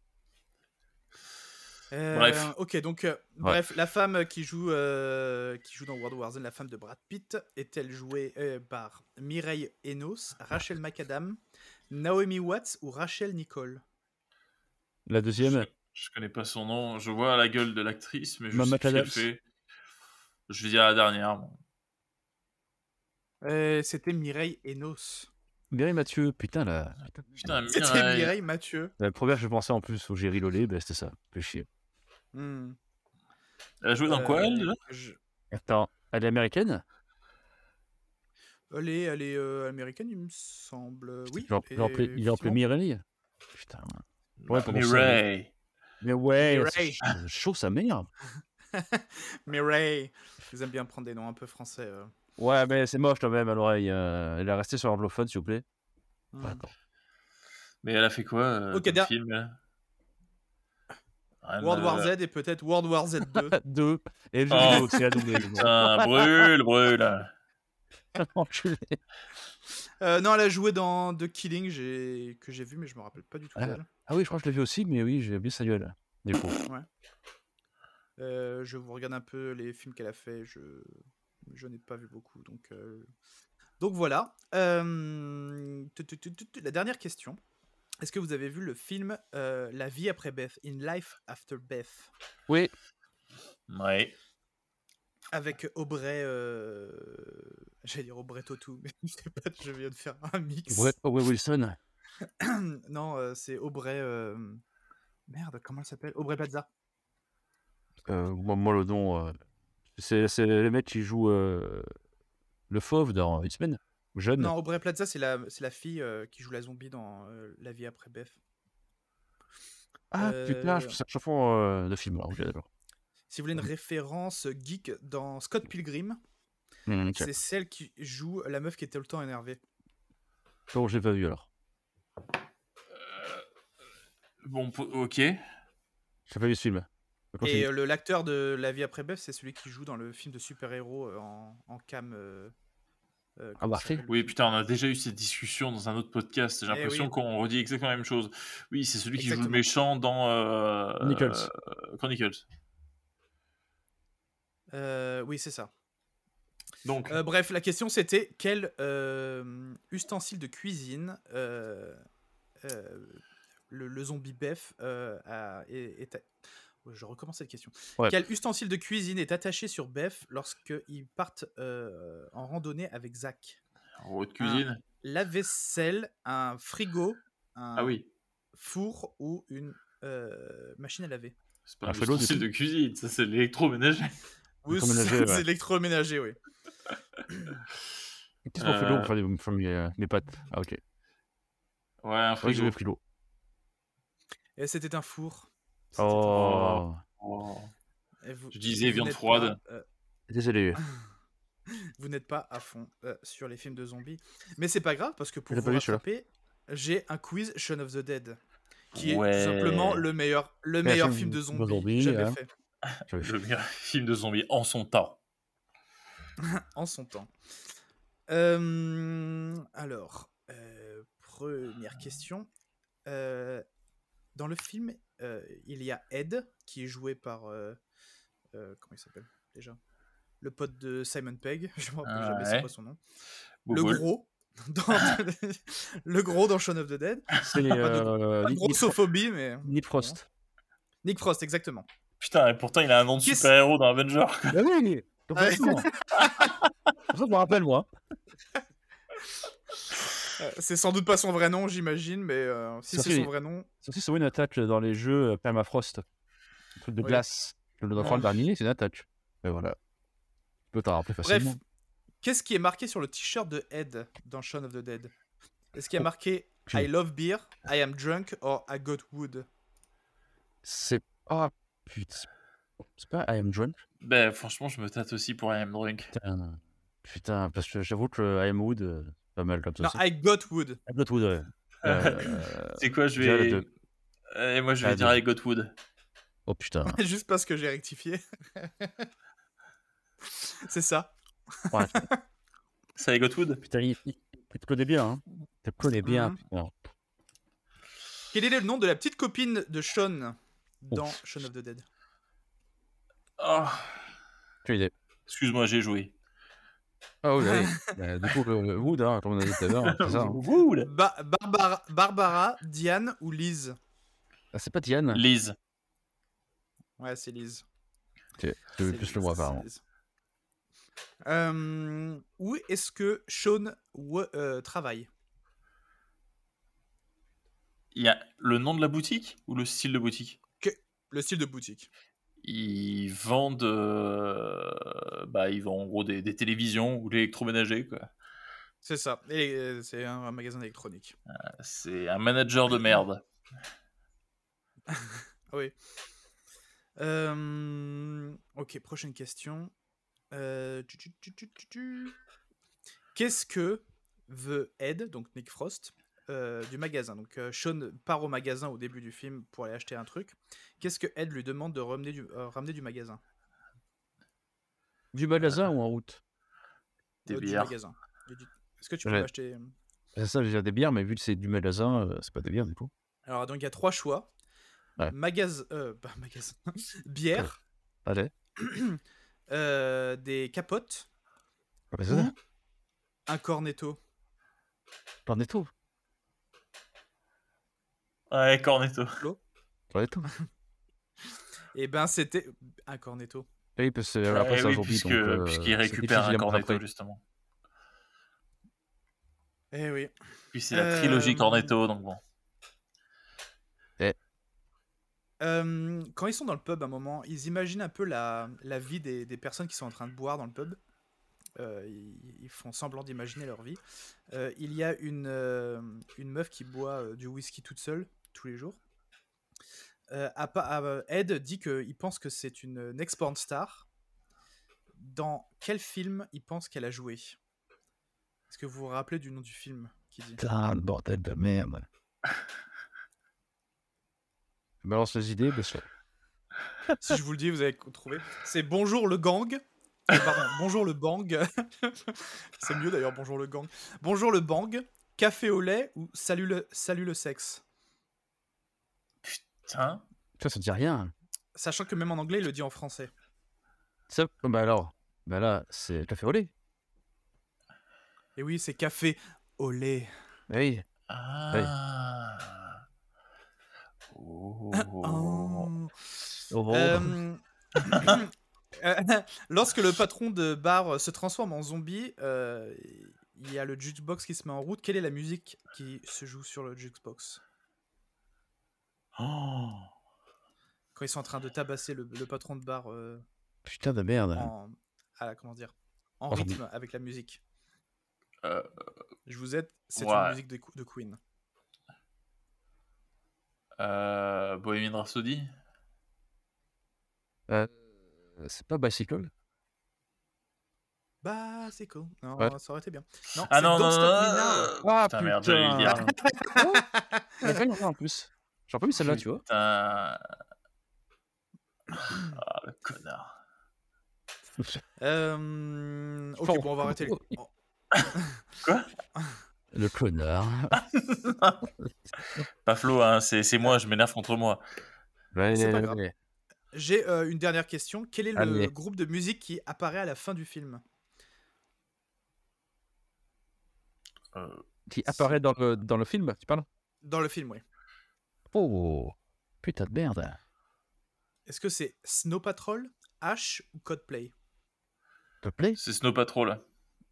Euh, Bref. Ok, donc euh, bref, la femme qui joue, euh, qui joue dans World War Z, la femme de Brad Pitt, est-elle jouée euh, par Mireille Enos, Rachel McAdam, Naomi Watts ou Rachel Nicole? La deuxième, Je connais pas son nom. Je vois la gueule de l'actrice, mais je Mama sais plus ce qu'elle Adams. fait. Je vais dire la dernière. bon. Euh, C'était Mireille Enos. Mireille Mathieu, putain, la, Putain, C'était Mireille. Mireille Mathieu. la première que je pensais en plus au Jerry Lolé, bah, c'était ça. Fais chier. Hmm. Elle a joué dans quoi, Euh, elle, déjà? je- Attends, elle est américaine? Elle est, elle est euh, américaine, il me semble. Oui. Genre, il a appelé, il a appelé effectivement. Mireille? Putain. Ouais, pour Mireille. Mais ouais, Mireille. c'est chaud sa merde. Mireille. Ils aiment bien prendre des noms un peu français. euh. Ouais, mais c'est moche quand même à l'oreille. euh, Elle est restée sur l'anglophone, s'il vous plaît. Hmm. Attends. Mais elle a fait quoi, euh, Ok, comme der- film là Rien World de- War Z et peut-être World War Z deux. Deux. Et le jeu Oh, vidéo aussi, à doubler. Putain, brûle, brûle. Enculé. Euh, non, elle a joué dans The Killing j'ai... que j'ai vu, mais je me rappelle pas du tout Ah. d'elle. Ah oui, je crois que je l'ai vu aussi, mais oui, j'ai bien sa gueule. Du coup. Euh, je vous regarde un peu les films qu'elle a fait. Je, je n'ai pas vu beaucoup. Donc, euh, donc voilà. Euh, tu- tu- tu- tu- tu- La dernière question. Est-ce que vous avez vu le film euh, La vie après Beth, In Life After Beth, Oui. Ouais. avec Aubrey. euh, J'allais dire Aubrey Tautou, mais je sais pas, je viens de faire un mix. Ouais, Owen Wilson. non, euh, c'est Aubrey. euh, Merde, comment elle s'appelle? Aubrey Plaza. Euh, moi, moi, le nom. euh, C'est c'est le mec qui joue euh, le fauve dans X-Men. Jeune. Non, Aubrey Plaza, c'est la, c'est la fille euh, qui joue la zombie dans euh, La vie après Beth. Ah Euh, putain, je fais chaque fois euh, de film là. Ok, d'accord. Si vous voulez une référence geek, dans Scott Pilgrim, Hum, ok. c'est celle qui joue la meuf qui est tout le temps énervée. Bon, j'ai pas vu alors. Bon, po- ok. J'ai pas vu ce film. Continue. Et euh, le l'acteur de La vie après Beth, c'est celui qui joue dans le film de super-héros euh, en, en cam. euh, euh, comment Marseille. ça s'appelle, le Oui, film putain, on a déjà eu cette discussion dans un autre podcast. J'ai Eh l'impression oui. qu'on redit exactement la même chose. Oui, c'est celui qui joue le Exactement. méchant dans euh, Chronicles. euh, Chronicles. Euh, oui, c'est ça. Donc, Euh, bref, la question c'était quel euh, ustensile de cuisine euh, euh, le, le zombie Beth euh, a, est, est- Je recommence cette question. Ouais. Quel ustensile de cuisine est attaché sur Beth lorsqu'ils partent euh, en randonnée avec Zach? En haute cuisine. Lave-vaisselle, un frigo, un Ah oui. four ou une euh, machine à laver. C'est pas Un un frigo, du ustensile coup. de cuisine, ça c'est l'électroménager. Oui, Électroménager, c'est ouais. c'est électroménager, oui. Qu'est-ce qu'on fait d'eau Euh, pour faire, des- pour faire mes, euh, mes pâtes? Ah, ok. Ouais, un Ouais, j'ai frigo. le frigo. Et c'était un four. C'était un Oh, Oh. Et vous- Je disais vous viande n'êtes froide. pas, euh, désolé. vous n'êtes pas à fond euh, sur les films de zombies. Mais c'est pas grave, parce que pour Je l'ai vous pas vu, celui-là. rattraper, j'ai un quiz Shaun of the Dead. Qui est Ouais. tout simplement le meilleur, le Meilleur meilleur film film de de zombies, zombies, jamais hein. fait J'avais fait. Le meilleur film de zombies en son temps. en son temps. Euh, alors, euh, première question. Euh, dans le film, euh, il y a Ed, qui est joué par... euh, euh, comment il s'appelle déjà? Le pote de Simon Pegg. Je me rappelle Ah jamais ouais. c'est quoi son nom. Boubou. Le gros. Dans... le gros dans Shaun of the Dead. C'est Pas de, euh, pas de Nick, Nick, grossophobie, mais... Nick Frost. Nick Frost, exactement. Putain, et pourtant il a un nom de Qu'est-ce- super-héros dans Avenger. Bah oui, complètement. Pour ça, je me rappelle, moi. Euh, C'est sans doute pas son vrai nom, j'imagine, mais euh, si Ça c'est fait- son vrai nom... C'est aussi souvent une attaque dans les jeux euh, Permafrost. Un truc de Oui. glace. Le Godfall Ouais. dernier, c'est une attaque. Et voilà. Tu peux t'en rappeler Bref, facilement. qu'est-ce qui est marqué sur le t-shirt de Ed dans Shaun of the Dead? Est-ce qu'il y a Oh, marqué j'ai- I love beer, I am drunk, or I got wood? C'est. Oh putain. C'est pas I am drunk? Ben franchement, je me tâte aussi pour I Am Drunk. Putain. Putain, parce que j'avoue que I am wood, euh, pas mal comme ça. Non, aussi. I got wood. I got wood, ouais. Euh, C'est quoi, je déjà, les vais. deux. Et moi je Ah, vais dire deux. I Got Wood. Oh putain. Juste parce que j'ai rectifié. C'est ça. Ouais, C'est I Got Wood. putain, il, il, il te connaît bien, hein. Il te connaît bien. Mhm. putain. Quel est le nom de la petite copine de Shaun dans Ouf. Shaun of the Dead? Oh, Quelle idée. excuse-moi, j'ai joué. Ah oui, allez. Bah, du coup, le, le wood, hein, comme on a dit tout à l'heure, hein, c'est ça. hein. Wood. Ba- Barbara, Barbara, Diane ou Liz? Ah, c'est pas Diane. Liz. Ouais, c'est Liz. Ok, je veux C'est plus Liz, le voir, c'est apparemment. Liz. Euh, où est-ce que Shaun wo- euh, travaille? Il y a le nom de la boutique ou le style de boutique? Le style de boutique. Ils vendent. euh, Bah, ils vendent en gros des, des télévisions ou de l'électroménager, quoi. C'est ça. Et euh, c'est un, un magasin électronique. C'est un manager de merde. Oui. Euh, Ok, prochaine question. Euh, tu, tu, tu, tu, tu, tu. Qu'est-ce que veut Ed, donc Nick Frost, euh, du magasin? Donc euh, Shaun part au magasin au début du film pour aller acheter un truc. Qu'est-ce que Ed lui demande de ramener du, euh, ramener du magasin? Du magasin ou en route? Des Euh, du bières. magasin. Il dit, est-ce que tu peux Ouais. m'acheter... C'est ça, je veux dire des bières, mais vu que c'est du magasin, euh, c'est pas des bières du coup. Alors, donc il y a trois choix. Ouais. Magasin... Euh, bah, magasin. Bière, Allez. euh, des capotes, Ah, bah, c'est ça. un cornetto. Cornetto. Ouais, Cornetto. Cornetto. Et ben c'était un cornetto. Oui, parce que euh, après, Eh c'est un oui, zombie, puisque- donc. euh, puisqu'il c'est récupère difficile un à montrer Cornetto, après. justement. Eh oui. Puis c'est la Euh, trilogie Cornetto, donc bon. Euh, quand ils sont dans le pub à un moment, ils imaginent un peu la, la vie des, des personnes qui sont en train de boire dans le pub. Euh, ils, ils font semblant d'imaginer leur vie. Euh, il y a une, euh, une meuf qui boit euh, du whisky toute seule, tous les jours. Euh, à pa- à- Ed dit qu'il pense que c'est une ex-porn star. Dans quel film il pense qu'elle a joué? Est-ce que vous vous rappelez du nom du film qu'il dit? Putain, le bordel de merde. Je balance les idées, parce que. Si je vous le dis, vous allez trouver. C'est Bonjour le gang. Euh, pardon, Bonjour le bang. C'est mieux d'ailleurs, Bonjour le gang. Bonjour le bang, Café au lait ou Salut le, salut le sexe. Putain. Ça, ça dit rien. Sachant que même en anglais, il le dit en français. Ça, bah alors. Bah là, c'est café au lait. Et oui, c'est Café au lait. Oui. Ah. Oh. Oh. Oh. Euh, euh, Lorsque le patron de bar se transforme en zombie, euh, il y a le jukebox qui se met en route. Quelle est la musique qui se joue sur le jukebox Oh, quand ils sont en train de tabasser le, le patron de bar euh, putain de merde. en, à la- comment dire, en En rythme avec la musique. Euh, Je vous aide, c'est Ouais. une musique de, de Queen. euh, Bohemian Rhapsody. Euh, c'est pas Bicycle? Bah, c'est cool. Non, Ouais. ça aurait été bien. Non, Ah c'est non, Don't non, Stop non, Me non, Now. non. Ah Putain, merde, j'allais le dire. Il y a pas longtemps en plus. J'aurais pas mis celle-là, tu vois. Putain. Ah, le connard. Euh, Ok, Bon. bon, on va arrêter. les- Oh, Quoi? Le connard. Pas Flo, hein, c'est c'est moi, je m'énerve contre moi. Ouais, C'est pas ouais, grave. ouais. J'ai euh, une dernière question. Quel est le Allez. groupe de musique qui apparaît à la fin du film? Euh, Qui apparaît dans le, dans le film, tu parles? Dans le film, oui. Oh, putain de merde. Est-ce que c'est Snow Patrol, Ash ou Coldplay? S'il te plaît? c'est Snow Patrol.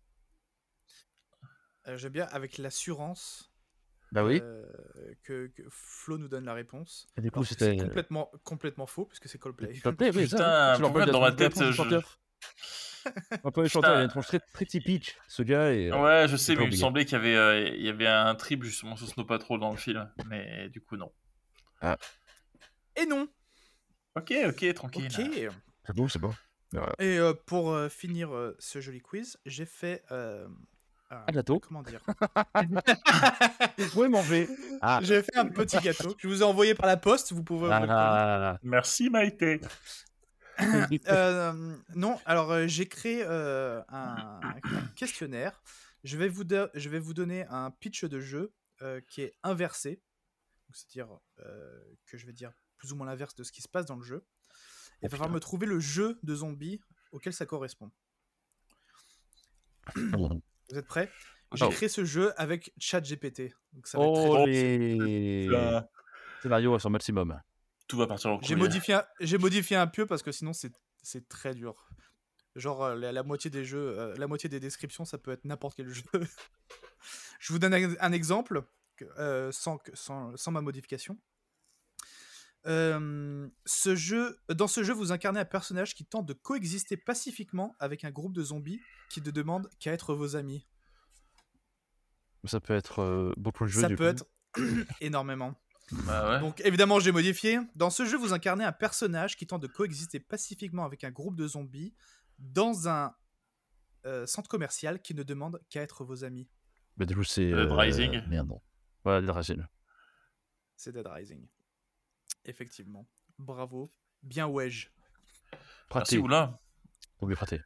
Euh, J'aime bien avec l'assurance Bah oui. euh, que, que Flo nous donne la réponse. Et du coup, Alors que c'était. c'est complètement, complètement faux puisque c'est Coldplay. S'il te plaît, oui, Putain, ça. Je me pourquoi rappelle dans ma de la tête, tronche du je- chanteur. Un peu le chanteur, il a une tronche très, très typique, ce gars. Et, euh, Ouais, je sais, pas mais il me obligé. semblait qu'il y avait, euh, il y avait un trip justement sur Snow Patrol dans le film. Mais du coup, non. Et non. Ok, ok, tranquille. Ok. C'est bon, c'est bon. Voilà. Et euh, pour euh, finir euh, ce joli quiz, j'ai fait. Euh, un- Un gâteau. Comment dire? Vous pouvez manger. Ah. J'ai fait un petit gâteau que je vous ai envoyé par la poste. Vous pouvez. Ah, vous le ah, ah, Merci Maïté. ah. Euh, non, alors euh, j'ai créé euh, un, un questionnaire. Je vais, vous do- je vais vous donner un pitch de jeu euh, qui est inversé. Donc, c'est-à-dire euh, que je vais dire plus ou moins l'inverse de ce qui se passe dans le jeu. Il va falloir me trouver le jeu de zombies auquel ça correspond. Vous êtes prêts? J'ai Oh. créé ce jeu avec ChatGPT. Donc ça va être très Oh, difficile. les Putain, scénarios à son maximum. tout va partir en J'ai couille. modifié, un- j'ai modifié un peu parce que sinon c'est c'est très dur. Genre euh, la, la moitié des jeux, euh, la moitié des descriptions, ça peut être n'importe quel jeu. Je vous donne un, un exemple que, euh, sans, que- sans, sans ma modification. Euh, ce jeu, dans ce jeu, vous incarnez un personnage qui tente de coexister pacifiquement avec un groupe de zombies qui ne demande qu'à être vos amis. Ça peut être euh, beaucoup de jeux. Ça du peut coup. être énormément. Bah ouais. Donc évidemment, j'ai modifié. Dans ce jeu, vous incarnez un personnage qui tente de coexister pacifiquement avec un groupe de zombies dans un euh, centre commercial qui ne demande qu'à être vos amis. Mais du coup, c'est. Dead Rising. Merde, non. Ouais, Dead Rising. C'est Dead Rising. Effectivement. Bravo. Bien wedge. Praté. Merci Oula. Faut bien praté.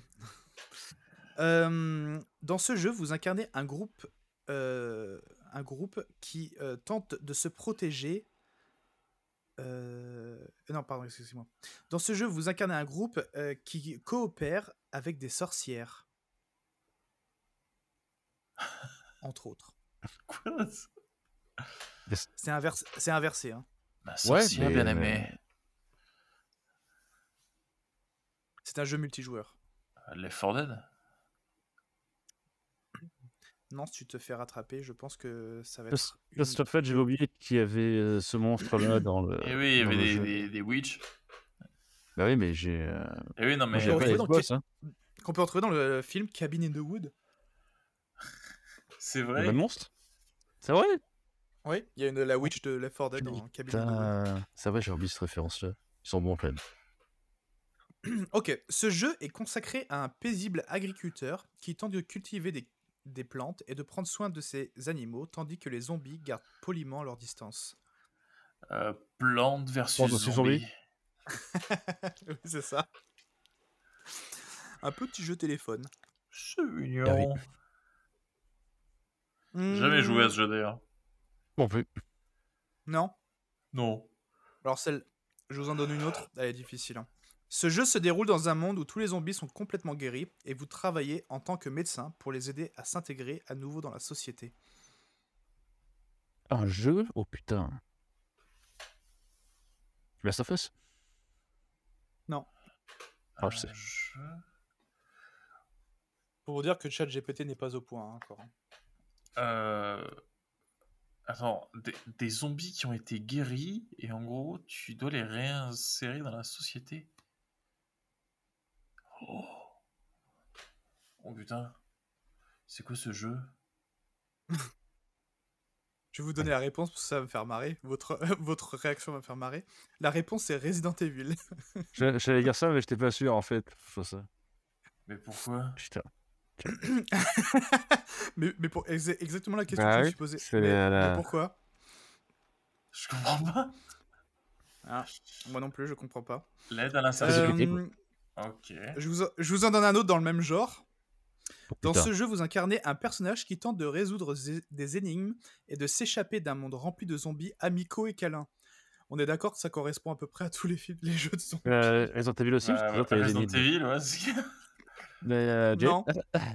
Euh, dans ce jeu, vous incarnez un groupe, euh, un groupe qui euh, tente de se protéger. Euh... Non, pardon, excusez-moi. Dans ce jeu, vous incarnez un groupe euh, qui coopère avec des sorcières. Entre autres. Quoi? C'est inversé, c'est inversé. Hein. Ma sorcière mais- bien aimée. C'est un jeu multijoueur. Left four Dead. Non, si tu te fais rattraper, je pense que ça va Just, être. une- just en fait, j'avais oublié qu'il y avait euh, ce monstre-là dans le. Et oui, il y dans avait le des, jeu. des, des witch. Bah oui, mais j'ai. Euh... Et oui, non Moi, mais. j'ai on pas retrouve les dans boss, hein. Qu'on peut retrouver dans le film Cabin in the Wood. C'est Le vrai. même monstre. C'est vrai? Oui, il y a une, la witch de Left four Dead dans Cabin in the Wood. Putain, c'est vrai, j'ai oublié cette référence-là. Ils sont bons quand même. Ok, ce jeu est consacré à un paisible agriculteur qui tente de cultiver des, des plantes et de prendre soin de ses animaux, tandis que les zombies gardent poliment leur distance. Euh, Plante versus Plante versus zombie. Oui, c'est ça. Un petit jeu téléphone. C'est mignon. Ah oui. Jamais Hmm, joué à ce jeu d'ailleurs. Bon, plus. Non. Non. Alors celle, je vous en donne une autre, elle est difficile. hein. Ce jeu se déroule dans un monde où tous les zombies sont complètement guéris et vous travaillez en tant que médecin pour les aider à s'intégrer à nouveau dans la société. Un jeu? Oh putain. Last of Us? Non. Ah, je sais. Un jeu... Pour vous dire que ChatGPT n'est pas au point hein, encore. Euh... Attends, des, des zombies qui ont été guéris et en gros, tu dois les réinsérer dans la société. Oh, oh putain, c'est quoi ce jeu? Je vais vous donner la réponse parce que ça va me faire marrer. Votre, votre réaction va me faire marrer. La réponse c'est Resident Evil. J'allais j'allais dire ça, mais j'étais pas sûr en fait. Faut ça. Mais pourquoi? Putain. mais, mais pour exa- exactement la question Bah que je me oui, suis posée. c'est Mais, la- mais pourquoi? Je comprends pas. Ah, moi non plus, je comprends pas. L'aide à la C'est société. GPT, Euh, Ok. je, vous, en- je vous en donne un autre dans le même genre. Oh, Dans putain. ce jeu, vous incarnez un personnage qui tente de résoudre zé- des énigmes et de s'échapper d'un monde rempli de zombies amicaux et câlins. On est d'accord que ça correspond à peu près à tous les films, les jeux de zombies. Euh, Resident Evil aussi, Bah, je te disais, Resident t'as les énigmes. Evil, ouais. c'est- Mais, euh, Jay- Non.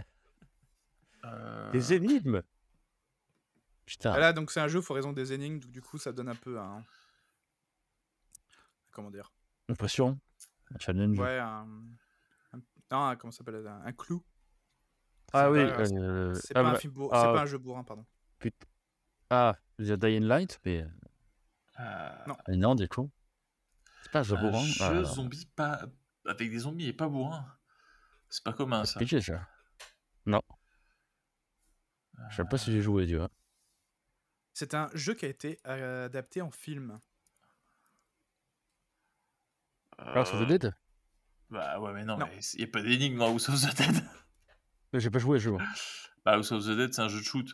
Euh, Des énigmes. Putain. Et là, donc c'est un jeu, il faut résoudre des énigmes, donc du coup, ça donne un peu un. Comment dire? Impression. Un challenge. Ouais, un. un... Non, un- comment ça s'appelle? Un, un clou. Ah C'est oui. pas- euh, C'est ah, pas, un bah, film bourrin- ah, c'est pas un jeu bourrin, pardon. put- ah, je veux dire Dying Light, mais euh, Non. mais non, du coup. C'est pas un jeu un bourrin. jeu Ah, zombie pas... avec des zombies et pas bourrin. C'est pas commun, ça. R P G, ça. Non. Je sais pas si j'ai joué, tu vois. C'est un jeu qui a été euh, adapté en film. House of the Dead. Bah ouais, mais non, Non. il n'y a pas d'énigme dans House of the Dead. Mais J'ai pas joué à ce jeu. moi. Bah, House of the Dead, c'est un jeu de shoot.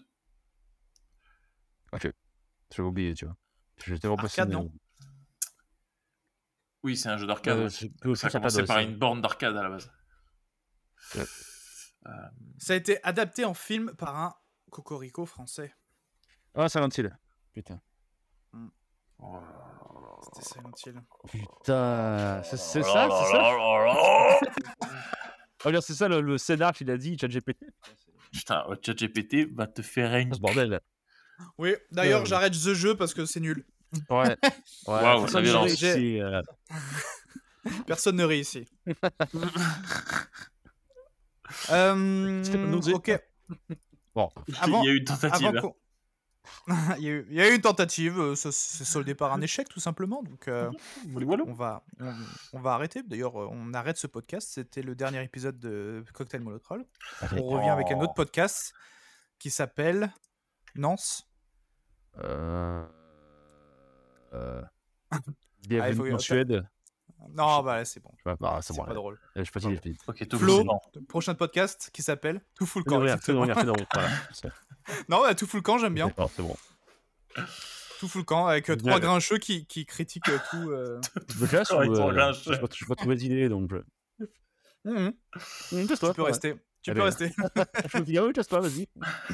Ok. J'avais oublié, tu vois. J'étais vraiment Arcade, passé, non mais- Oui, c'est un jeu d'arcade. Euh, ouais. c'est- plus- Ça a plus arcade, commencé ouais, par ça. une borne d'arcade à la base. Ouais. Euh, Ça a été adapté en film par un cocorico français. Ah, Silent Hill. Putain. oh là là là là. C'était Silent Hill. Putain. C'est c'est Oh ça, là c'est ça là là là. Ah, regarde, c'est ça le, le scénar qu'il a dit, ChatGPT. Putain, ouais, ChatGPT va te faire une... Ce bordel. Oui, d'ailleurs, Euh, j'arrête ce jeu parce que c'est nul. Ouais. Ouais. Waouh, personne la ne violence. réussit, euh, Personne ne réussit. euh, C'était pas nausée. ok. Bon. Avant- Il y a eu une tentative. Avant hein. qu'on- il, y a eu, il y a eu une tentative, euh, ça s'est soldé par un échec tout simplement. Donc euh, Voilà. on va, on, on va arrêter. D'ailleurs, euh, on arrête ce podcast. C'était le dernier épisode de Cocktail Molotov. On revient avec un autre podcast qui s'appelle Nance. Euh... Euh... Ah, il Bienvenue faut- en Suède. Non, bah là, c'est bon. Ouais, bah, c'est C'est bon. pas là. drôle. Je sais pas si j'ai fait. Ok, tout Flo, fout le camp. prochain podcast qui s'appelle Tout fout le Fais camp. de rire, fais de exactement. rire, fais de rire. Voilà. C'est- Non, bah, Tout fout le camp, j'aime bien. D'accord, c'est bon. Tout fout le camp avec euh, Bien. trois grincheux qui, qui critiquent euh, tout. euh. Tu me casses ou Ouais, ils sont euh, grincheux. je sais pas- je sais pas trouver d'idée, donc je... Mhm. Hum, Tu peux rester. Tu Allez. peux rester. Je me dis, ah oui, casse-toi, vas-y.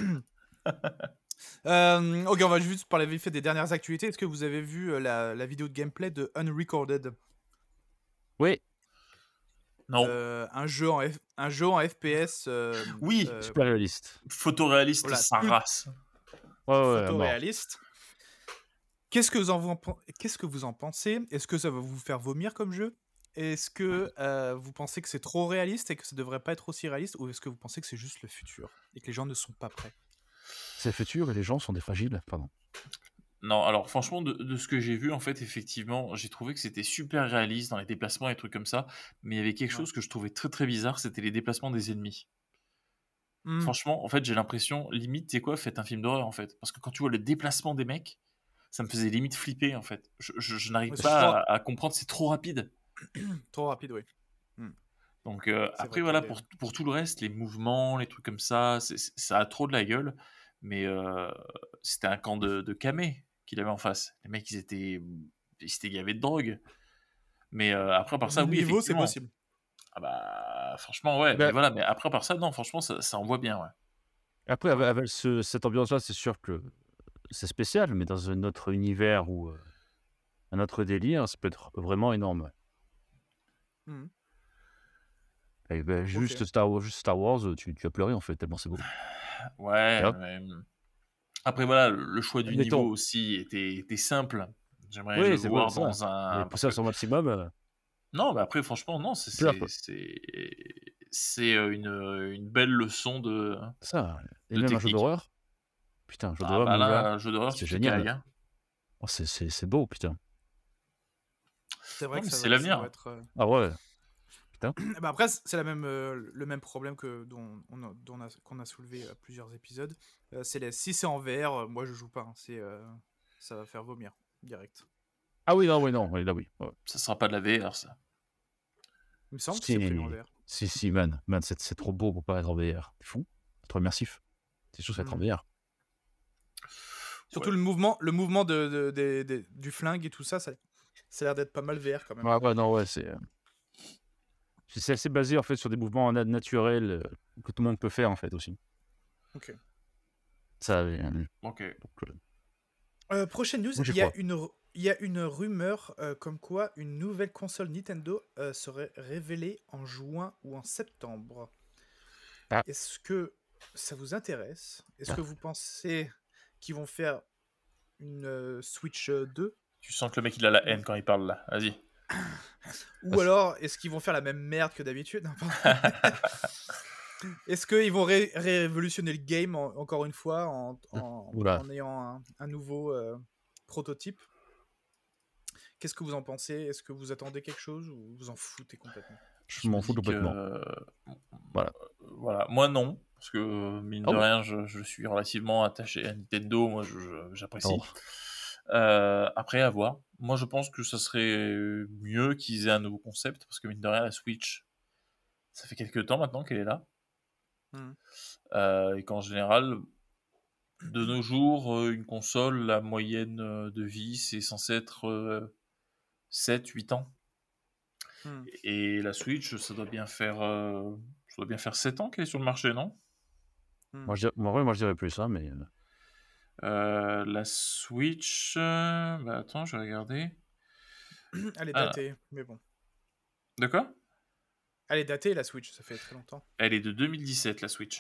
Euh, ok, on va juste parler vite fait des dernières actualités. Est-ce que vous avez vu euh, la, la vidéo de gameplay de Unrecorded? Oui, Non. Euh, un, jeu en F- un jeu en F P S. euh, Oui. euh, super réaliste. Photoréaliste, Voilà, sa plus- race. Ouais, ouais, ouais, mort. photoréaliste. Qu'est-ce que vous en, pen- Qu'est-ce que vous en pensez? Est-ce que ça va vous faire vomir comme jeu? Est-ce que euh, vous pensez que c'est trop réaliste et que ça devrait pas être aussi réaliste? Ou est-ce que vous pensez que c'est juste le futur et que les gens ne sont pas prêts? C'est le futur et les gens sont des fragiles. Pardon. Non, alors franchement, de, de ce que j'ai vu, en fait, effectivement, j'ai trouvé que c'était super réaliste dans les déplacements et trucs comme ça. Mais il y avait quelque Ouais. chose que je trouvais très très bizarre, c'était les déplacements des ennemis. Hmm. Franchement, en fait, j'ai l'impression, limite, tu sais quoi, faites un film d'horreur, en fait. Parce que quand tu vois le déplacement des mecs, ça me faisait limite flipper, en fait. Je, je- je n'arrive Ouais, c'est pas fort. à, à comprendre, c'est trop rapide. Trop rapide, oui. Donc euh, C'est après, vrai voilà, qu'il pour, pour tout le reste, les mouvements, les trucs comme ça, c'est- c'est- ça a trop de la gueule. Mais euh, c'était un camp de, de camés qu'il avait en face. Les mecs, ils étaient, ils s'étaient gavés de drogue. Mais euh, après, par ça, Au oui, niveau, c'est effectivement. possible. Ah bah, franchement, ouais. Bah- Mais voilà, mais après, par ça, non, franchement, ça, ça envoie bien, ouais. Après, avec, avec ce- cette ambiance-là, c'est sûr que c'est spécial, mais dans un autre univers ou euh, un autre délire, ça peut être vraiment énorme. Mhm. Et ben, juste, Star Wars, juste Star Wars, tu, tu as pleuré en fait, tellement c'est beau. Ouais, Et hop. mais... Après, voilà, le le choix du Admettons. niveau aussi était, était simple. J'aimerais Oui, le c'est voir bon, ça. dans Mais un... pousser à son maximum. euh, Non, mais après, franchement, non, c'est Clair, c'est quoi. c'est c'est, euh, une, une belle leçon de, Ça. Et de même un jeu technique. d'horreur. Putain, un jeu Ah d'horreur, bah mon gars. là, un jeu d'horreur, C'est tu fais génial. caille, hein. Oh, c'est, c'est, c'est beau, putain. C'est vrai Non, que mais ça, c'est va, ça l'avenir. doit être. euh, Ah ouais. Putain. Bah après, c'est la même, euh, le même problème que dont on a, dont on a- qu'on a soulevé à plusieurs épisodes. Euh, c'est les, si c'est en V R, euh, moi je joue pas. hein, c'est, euh, ça va faire vomir direct. Ah oui, non, oui, non, oui, là, oui. Ouais. Ça sera pas de la V R, ça. Il me semble que c'est prévu en Si, V R. si, si, man. Man, c'est, c'est trop beau pour pas être en V R. C'est fou. C'est trop immersif. C'est sûr, ça va être en Mhm. V R. Surtout Ouais. le mouvement, le mouvement de, de- de- de- du flingue et tout ça, ça, ça a l'air d'être pas mal V R quand même. Ouais, ouais, non, ouais, c'est. euh, c'est c'est assez basé en fait sur des mouvements na- naturels euh, que tout le monde peut faire en fait aussi. Ok. Ça, euh, Ok. donc, euh, Euh, prochaine news, Moi, j'y il y a crois. une, ru- il y a une rumeur euh, comme quoi une nouvelle console Nintendo euh, serait révélée en juin ou en septembre. Ah. Est-ce que ça vous intéresse? Est-ce Ah. que vous pensez qu'ils vont faire une euh, Switch euh, deux? Tu sens que le mec, il a la haine quand il parle, là. Vas-y. Ou Ah, c'est- alors, est-ce qu'ils vont faire la même merde que d'habitude? Non, pardon. Est-ce qu'ils vont ré- révolutionner le game en- encore une fois en, en- Oula. en ayant un, un nouveau euh, prototype? Qu'est-ce que vous en pensez? Est-ce que vous attendez quelque chose ou vous en foutez complètement? Je m'en me fous dis que, complètement. euh, Voilà. euh, Voilà. Moi, non. Parce que, euh, mine Ah de oui. rien, je, je suis relativement attaché à Nintendo. Moi, je- je- j'apprécie. Oh. Euh, après, à voir. Moi, je pense que ça serait mieux qu'ils aient un nouveau concept. Parce que, mine de rien, la Switch, ça fait quelques temps maintenant qu'elle est là. Mhm. Euh, et qu'en général, de nos jours, euh, une console, la moyenne euh, de vie, c'est censé être euh, sept huit ans. Hmm. Et la Switch, ça doit bien faire, euh, ça doit bien faire sept ans qu'elle est sur le marché, non? Moi, je, dirais- moi, ouais, moi, je dirais plus ça, mais. euh, Euh, la Switch... euh, Bah attends, je vais regarder. Elle est Ah. datée, mais bon. De quoi? Elle est datée, la Switch, ça fait très longtemps. Elle est de deux mille dix-sept, la Switch.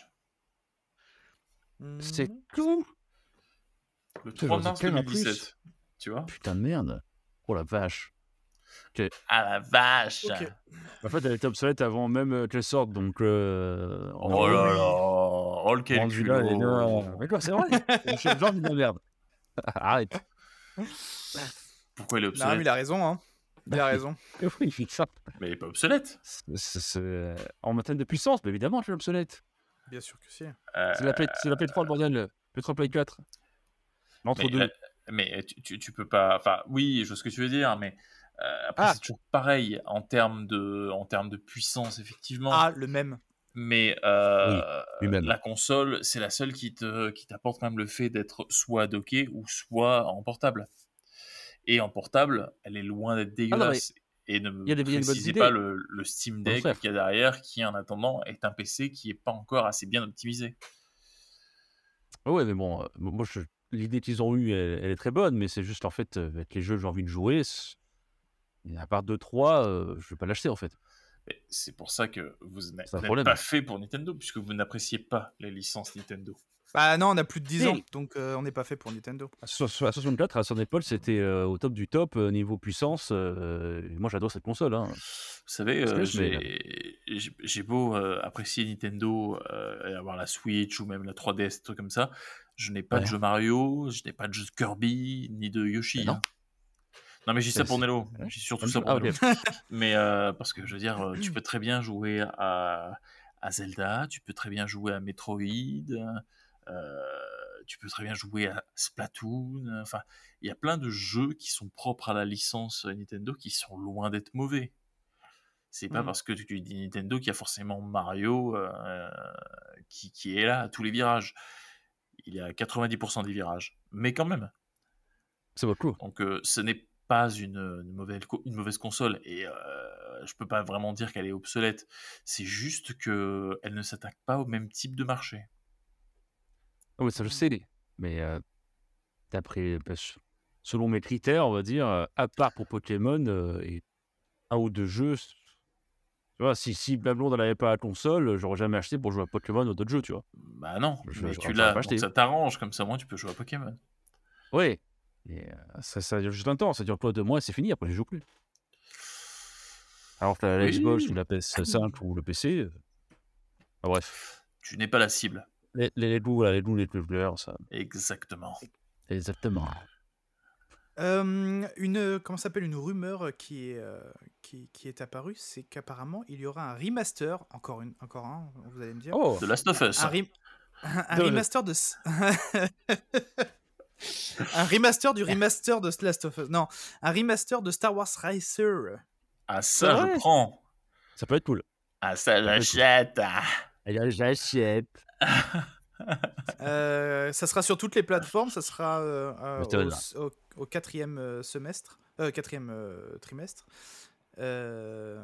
C'est Hmm. tout. Le Putain, trois j'en ai mars tellement deux mille dix-sept. Tu vois? Putain de merde. Oh la vache. Ah la vache! Ok. En fait, elle était obsolète avant même euh, qu'elle sorte, donc. Euh, on Oh là oui. là! Oh le quel rendu là, elle est là. culot! Mais quoi, c'est vrai? Je suis le genre de merde. Arrête. Pourquoi elle est Non, mais obsolète? il a raison, hein. Il a raison. Oui, il ça. Mais elle est pas obsolète. C'est- c'est- c'est- En matière de puissance, mais évidemment, je suis obsolète. Bien sûr que si. Euh, C'est la Play, c'est la Play trois, le bordel. Play trois, Play quatre. L'entre mais, deux. la- mais tu, tu, tu peux pas... Enfin, oui, je vois ce que tu veux dire, mais... euh, après, Ah. c'est toujours pareil en termes de, en termes de puissance, effectivement. Ah, le même. Mais euh, lui-même. la console, c'est la seule qui, te, qui t'apporte quand même le fait d'être soit docké ou soit en portable. Et en portable, elle est loin d'être dégueulasse. Et ne il y a des- il y a me des bonnes précisez idées. pas le, le Steam Bon, Deck frère. qu'il y a derrière, qui en attendant est un P C qui est pas encore assez bien optimisé. Ouais, mais bon, euh, moi, je- l'idée qu'ils ont eue, elle, elle est très bonne, mais c'est juste en fait, euh, avec les jeux que j'ai envie de jouer, c'est- et à part deux trois, euh, je vais pas l'acheter en fait. Mais c'est pour ça que vous n'êtes C'est un vous n'êtes problème. pas fait pour Nintendo, puisque vous n'appréciez pas les licences Nintendo. Bah non, on a plus de dix Hey. ans, donc euh, on n'est pas fait pour Nintendo. À so- so- à soixante-quatre, à son épaule, c'était euh, au top du top euh, niveau puissance. euh, et moi, j'adore cette console. Hein. Vous savez, euh, Excuse, mais- j'ai j'ai- j'ai beau euh, apprécier Nintendo euh, et avoir la Switch ou même la trois D S, des trucs comme ça, je n'ai pas de Ouais. jeu Mario, je n'ai pas de jeu de Kirby, ni de Yoshi. Mais non. hein. Non, mais j'y dis ça C'est- pour Nello. c'est- J'y dis surtout Même ça chose. pour Ah, Nello. ok. Mais euh, parce que je veux dire, euh, tu peux très bien jouer à, à Zelda, tu peux très bien jouer à Metroid, euh, tu peux très bien jouer à Splatoon. Enfin, il y a plein de jeux qui sont propres à la licence Nintendo qui sont loin d'être mauvais. C'est pas Mhm. parce que tu dis Nintendo qu'il y a forcément Mario euh, qui, qui est là à tous les virages. Il est à quatre-vingt-dix pour cent des virages. Mais quand même. Ça vaut le coup. Donc euh, ce n'est pas une, une, mauvaise, co- une mauvaise console. Et euh, je peux pas vraiment dire qu'elle est obsolète. C'est juste qu'elle ne s'attaque pas au même type de marché. Ah oui, ça je sais. Mais euh, d'après, bah, s- selon mes critères, on va dire, euh, à part pour Pokémon euh, et un ou deux jeux, c- tu vois, si, si Blablabla n'avait pas la console, j'aurais jamais acheté pour jouer à Pokémon ou d'autres jeux, tu vois. Bah non, Je- mais je- tu j'aurais l'as, pas donc acheté. ça t'arrange. Comme ça, moi, tu peux jouer à Pokémon. Oui. Et euh, ça, ça dure juste un temps, ça dure pas deux mois et c'est fini, après je joue plus. Alors que la Oui. Xbox ou la P S cinq ou le P C, euh, ah, bref. Tu n'es pas la cible. Les, les, les goûts, là, les goûts, les couleurs, ça. Exactement. Exactement. Euh, une comment ça s'appelle une rumeur qui est euh, qui, qui est apparue, c'est qu'apparemment il y aura un remaster, encore une encore un, vous allez me dire, Oh, The Last of Us. un, rem- un De- remaster de s- un remaster du remaster de Last of Us. Non, un remaster de Star Wars Racer. Ah, C'est ça, vrai. je prends. ça peut être cool. Ah, ça, peut être j'achète. Et j'achète. Euh, ça sera sur toutes les plateformes, ça sera euh, euh, M'étonne. au, au- au quatrième euh, semestre, euh, quatrième euh, trimestre. Euh,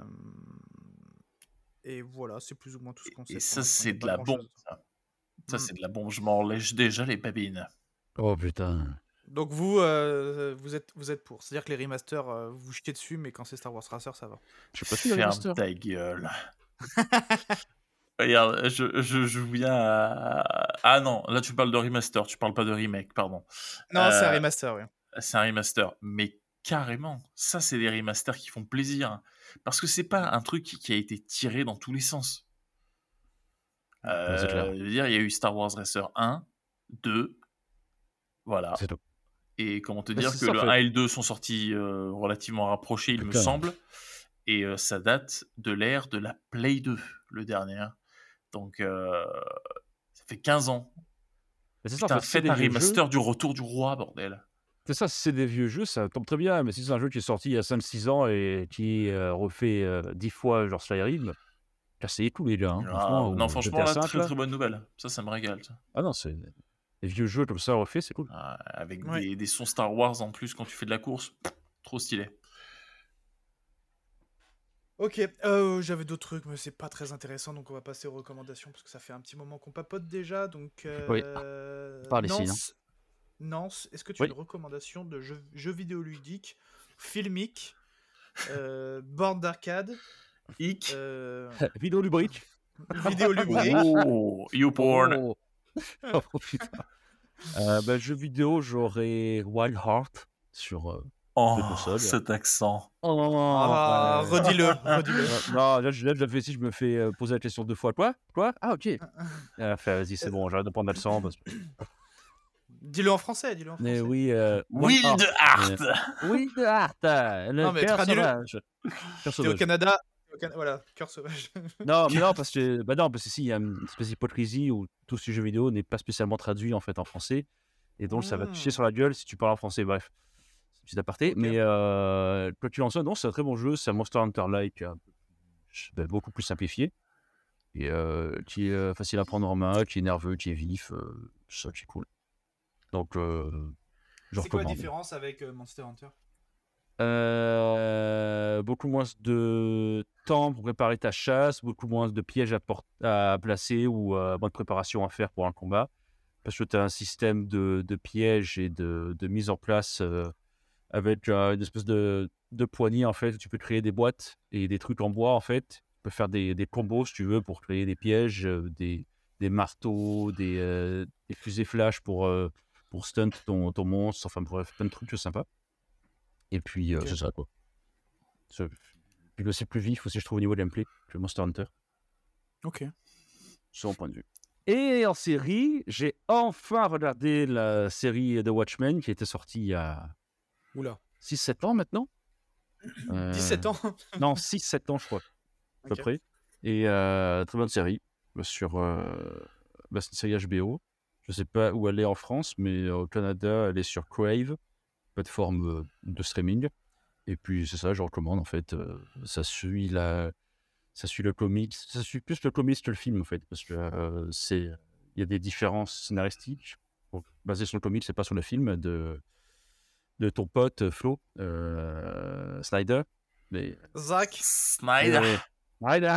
et voilà, c'est plus ou moins tout ce qu'on sait. Et pour ça, l'instant, il y c'est a de pas la grand-chose. bombe. Ça, Ça, Mm. c'est de la bombe. Je m'en lèche déjà les babines. Oh putain. Donc vous, euh, vous êtes, vous êtes pour. C'est-à-dire que les remasters, euh, vous vous jetez dessus, mais quand c'est Star Wars Racer, ça va. Je sais pas si le Ferme remaster. ta gueule. Regarde, je, je joue bien à... Ah non, là tu parles de remaster, tu parles pas de remake, pardon. Non, c'est un Euh, remaster, oui. C'est un remaster, mais carrément, ça c'est des remasters qui font plaisir. Parce que c'est pas un truc qui, qui a été tiré dans tous les sens. Euh, Ouais, c'est clair. je veux dire, il y a eu Star Wars Racer un, deux, voilà. C'est tout. Et comment te Mais dire c'est que ça, le en fait. un et le deux sont sortis euh, relativement rapprochés, il me Putain. semble. Et euh, ça date de l'ère de la Play deux, le dernier. hein. Donc, euh, ça fait quinze ans. Mais c'est ça, en Putain, fait, si c'est faites des un vieux jeux. remaster du Retour du Roi, bordel. C'est ça, si c'est des vieux jeux, ça tombe très bien. Mais si c'est un jeu qui est sorti il y a cinq six ans et qui est euh, refait euh, dix fois, genre Skyrim, cassez tout, les gars. Hein, Ah, franchement, non, ou franchement, G T A là, cinq, très là. très bonne nouvelle. Ça, ça me régale. ça. Ah non, c'est des vieux jeux comme ça refaits, c'est cool. Ah, avec Ouais. des, des sons Star Wars en plus quand tu fais de la course, pff, trop stylé. Ok, euh, j'avais d'autres trucs, mais c'est pas très intéressant, donc on va passer aux recommandations, parce que ça fait un petit moment qu'on papote déjà, donc... Oui. Euh... Parle ici, hein. Nance, Nance, est-ce que tu Oui. as une recommandation de jeux, jeux vidéo ludiques, filmiques, euh, bornes d'arcade, Hic. euh, Vidéo lubrique. vidéo lubrique? Oh, YouPorn. Oh. Oh, putain. Euh, bah, jeux vidéo, j'aurais Wild Heart sur euh, Oh, de console. cet accent. Oh, Ah, euh, redis-le, redis-le. euh, non, là, je, là, je l'ai fait ici, je me fais euh, poser la question deux fois. Quoi Quoi Ah, ok. Ah, fait, vas-y, c'est bon, j'arrête de prendre l'accent. Parce... que- Dis-le en français, dis-le en français. Mais oui. Euh, Wild Heart. Wild Heart. euh, Le Non, mais cœur traduis-le. sauvage. Cœur T'es au sauvage. Canada, au Can- voilà, cœur sauvage. Non, mais non, parce que, bah non, parce que si, il y a une espèce d'hypocrisie où tout ce jeu vidéo n'est pas spécialement traduit en fait en français, et donc ça va te Hmm. chier sur la gueule si tu parles en français. Bref, c'est un petit aparté. Ok. Mais euh, quoi qu'il en soit, non, c'est un très bon jeu. C'est un Monster Hunter-like, un peu plus- ben, beaucoup plus simplifié, et euh, qui est euh, facile à prendre en main, qui est nerveux, qui est vif, euh, ça qui est cool. Donc, euh, je C'est quoi la recommande. différence avec euh, Monster Hunter? Euh, beaucoup moins de temps pour préparer ta chasse, beaucoup moins de pièges à, por- à placer ou euh, moins de préparation à faire pour un combat. Parce que tu as un système de, de pièges et de, de mise en place euh, avec euh, une espèce de, de poignée en fait. Où tu peux créer des boîtes et des trucs en bois en fait. Tu peux faire des, des combos si tu veux pour créer des pièges, euh, des, des marteaux, des, euh, des fusées flash pour, euh, pour stunt ton, ton monstre. Enfin bref, plein de trucs sympas. Et puis, euh, Ok. c'est ça, quoi. C'est- Puis le c'est plus vif aussi, je trouve, au niveau de gameplay que Monster Hunter, Ok. sur mon point de vue. Et en série, j'ai enfin regardé la série The Watchmen qui était sortie il y a Oula. six sept ans maintenant. Euh, dix-sept ans. Non, six sept ans, je crois, à peu Ok. près. Et euh, très bonne série. Sur, euh, bah, c'est une série H B O. Je sais pas où elle est en France, mais au Canada, elle est sur Crave, plateforme euh, de streaming. Et puis c'est ça, je recommande en fait. euh, ça suit la, ça suit le comics, ça suit plus le comics que le film en fait, parce que euh, c'est, il y a des différences scénaristiques donc, basées sur le comics, c'est pas sur le film de de ton pote euh, Flo euh, Snyder. Mais Zach. Snyder. euh, Snyder.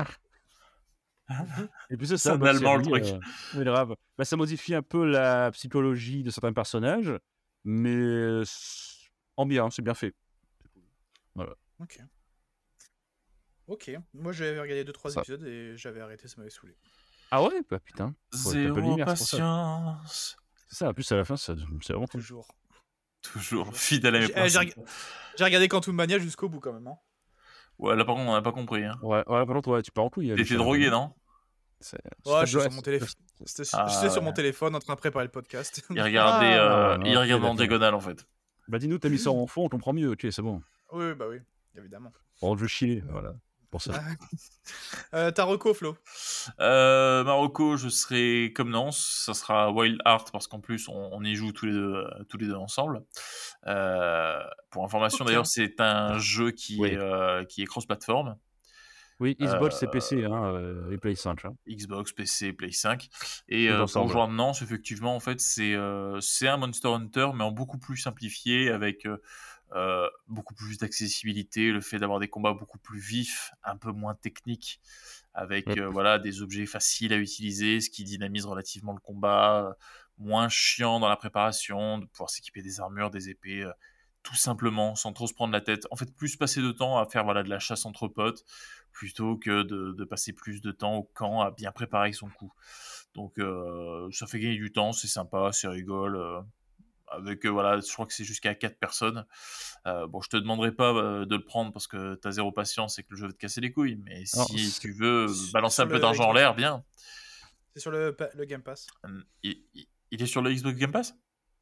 Et puis c'est ça, C'est en bonne allemand, le série, truc. euh, mais grave. Bah, ça modifie un peu la psychologie de certains personnages, mais euh, c'est- en bien, c'est bien fait. Ok. Ok. Moi, j'avais regardé deux trois Ça. épisodes et j'avais arrêté, ça m'avait saoulé. Ah ouais, bah putain. Faut être un peu Zéro lumière, c'est pour ça. patience. C'est ça, en plus à la fin, ça- c'est vraiment cool. Toujours. Toujours fidèle à mes J'ai- eh, j'ai principes. J'ai regardé Quantum Mania jusqu'au bout quand même. Hein. Ouais, là, par contre, on n'a pas compris. Hein. Ouais, ouais, par contre, ouais, tu pars en couille. T'étais drogué, non? C'est... Ouais, c'est je suis pas- sur mon téléphone. C'était Ah, j'étais sur ouais. mon téléphone en train de préparer le podcast. Il regardait, Ah, euh, non, il ok, regardait en d'accord. diagonale, en fait. Bah, dis-nous, t'as mis ça en fond, on comprend mieux. Ok, c'est bon. Oui, bah oui, évidemment. On veut chier, voilà. Pour ça. Euh, ta reco, Flo? Euh, Marocco, je serai comme Nance, ça sera Wild Heart parce qu'en plus on, on y joue tous les deux, euh, tous les deux ensemble. Euh, pour information Ok. d'ailleurs, c'est un jeu qui Oui. est euh, qui est cross-platform, Oui, Xbox, Euh, c'est P C, hein, euh, et Play cinq. Hein. Xbox, P C, Play cinq. Et Tout euh, pour ensemble. jouer à Nance, effectivement, en fait, c'est euh, c'est un Monster Hunter mais en beaucoup plus simplifié avec euh, euh, beaucoup plus d'accessibilité, le fait d'avoir des combats beaucoup plus vifs, un peu moins techniques, avec Yep. euh, voilà, des objets faciles à utiliser, ce qui dynamise relativement le combat, euh, moins chiant dans la préparation, de pouvoir s'équiper des armures, des épées, euh, tout simplement, sans trop se prendre la tête. En fait, plus passer de temps à faire voilà, de la chasse entre potes, plutôt que de, de passer plus de temps au camp à bien préparer son coup. Donc euh, ça fait gagner du temps, c'est sympa, c'est rigole. euh, avec euh, voilà, je crois que c'est jusqu'à quatre personnes. Euh, bon, je te demanderai pas euh, de le prendre parce que t'as zéro patience et que le jeu va te casser les couilles, mais Alors, si c'est- tu veux sur- balancer sur un peu le d'argent en Xbox. l'air, bien. C'est sur le, pa- le Game Pass. Hum, Il, il- il est sur le Xbox Game Pass?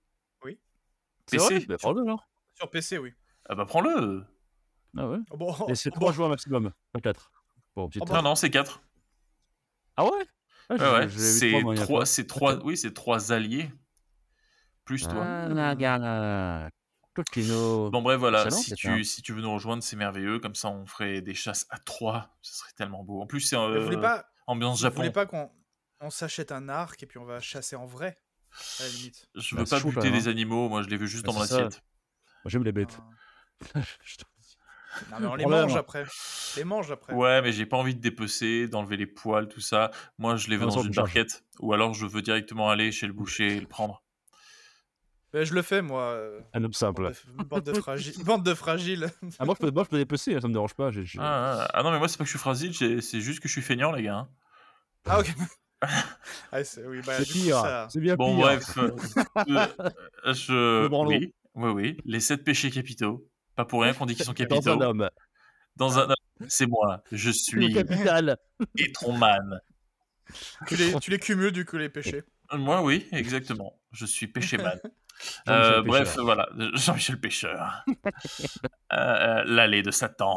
C'est P C? vrai, bah, prends-le alors. Sur P C, oui. Ah bah prends-le. Ah ouais. Oh, bon, Et c'est oh, trois bon. joueurs maximum, pas quatre. Bon, petit Oh, test. Non, non, c'est quatre. Ah ouais. Ah, Ouais, j'ai- ouais. j'avais vu C'est trois, moi, il y a trois, pas. c'est trois, Ok. oui, c'est trois alliés. Plus toi. Ah, la gare, Coquino. Bon bref, voilà, Excellent, si c'est tu, si tu veux nous rejoindre, c'est merveilleux. Comme ça, on ferait des chasses à trois. Ce serait tellement beau. En plus, c'est Mais vous voulez euh, pas, ambiance vous Japon. voulez pas qu'on on s'achète un arc et puis on va chasser en vrai, à la limite. Je Bah, veux c'est pas chaud, quand buter même, des hein. animaux. Moi, je l'ai vu juste Bah, dans mon c'est ça. assiette. Moi, j'aime les bêtes. Ah. Je te- Non, mais on les Prends-le, mange moi. après. Les mange après. Ouais, mais j'ai pas envie de dépecer, d'enlever les poils, tout ça. Moi, je les veux Non, dans ça, on une me charge. barquette. Ou alors, je veux directement aller chez le boucher et le prendre. Ben, je le fais, moi. euh, Un homme simple. Bande de, bande de fragiles. Bande de fragiles. Ah, moi, je peux, moi, je peux dépecer, ça me dérange pas. j'ai- j'ai- Ah, ah, ah non, mais moi, c'est pas que je suis fragile, j'ai- c'est juste que je suis feignant, les gars. hein. Ah, ok. Ah, c'est, oui, bah, C'est du coup, pire, ça- c'est bien Bon, pire. bref. euh, euh, je... Le branlo. Oui, oui, oui. Les sept péchés capitaux. Pas pour rien qu'on dit qu'ils sont Dans capitaux. un homme. Dans un... C'est moi. Je Le suis capital. Hétronman. tu, les, tu les cumules, du coup, les péchés. Moi, oui, exactement. Je suis péchéman. Jean-Michel Euh, bref, Pêcheur. voilà, Jean-Michel Pêcheur. Euh, euh, L'allée de Satan.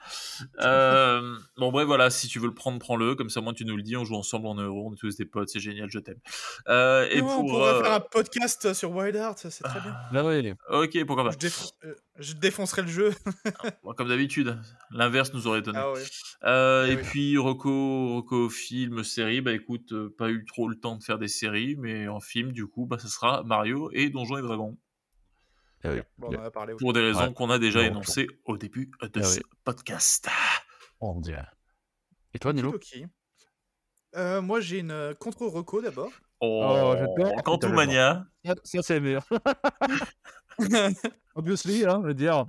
Euh, bon, bref, voilà, si tu veux le prendre, prends-le. Comme ça, moi, tu nous le dis, on joue ensemble en euro, on est tous des potes, c'est génial, je t'aime. Euh, et Non, on pour. pourrait euh, faire un podcast sur Wild Heart, ça, c'est très bien. Bah ouais. Ok, pourquoi pas. Je, défon- euh, je défoncerai le jeu. Bon, comme d'habitude, l'inverse nous aurait étonné. Ah ouais. Euh, Eh et oui. puis, Reco, Reco film, série, bah écoute, euh, pas eu trop le temps de faire des séries, mais en film, du coup, bah, ça sera Mario et Donjons et Dragons. Ah oui. Bon, on en a parlé. oui. Pour des raisons Ouais. qu'on a déjà Non, énoncées au début de Ah ce oui. podcast. Oh mon dieu. Et toi, Nilo? Ok. Euh, moi, j'ai une euh, contre-reco d'abord. Oh, Oh, j'adore. Quantumania. Ça, c'est meilleur. Obviously, hein, je veux dire.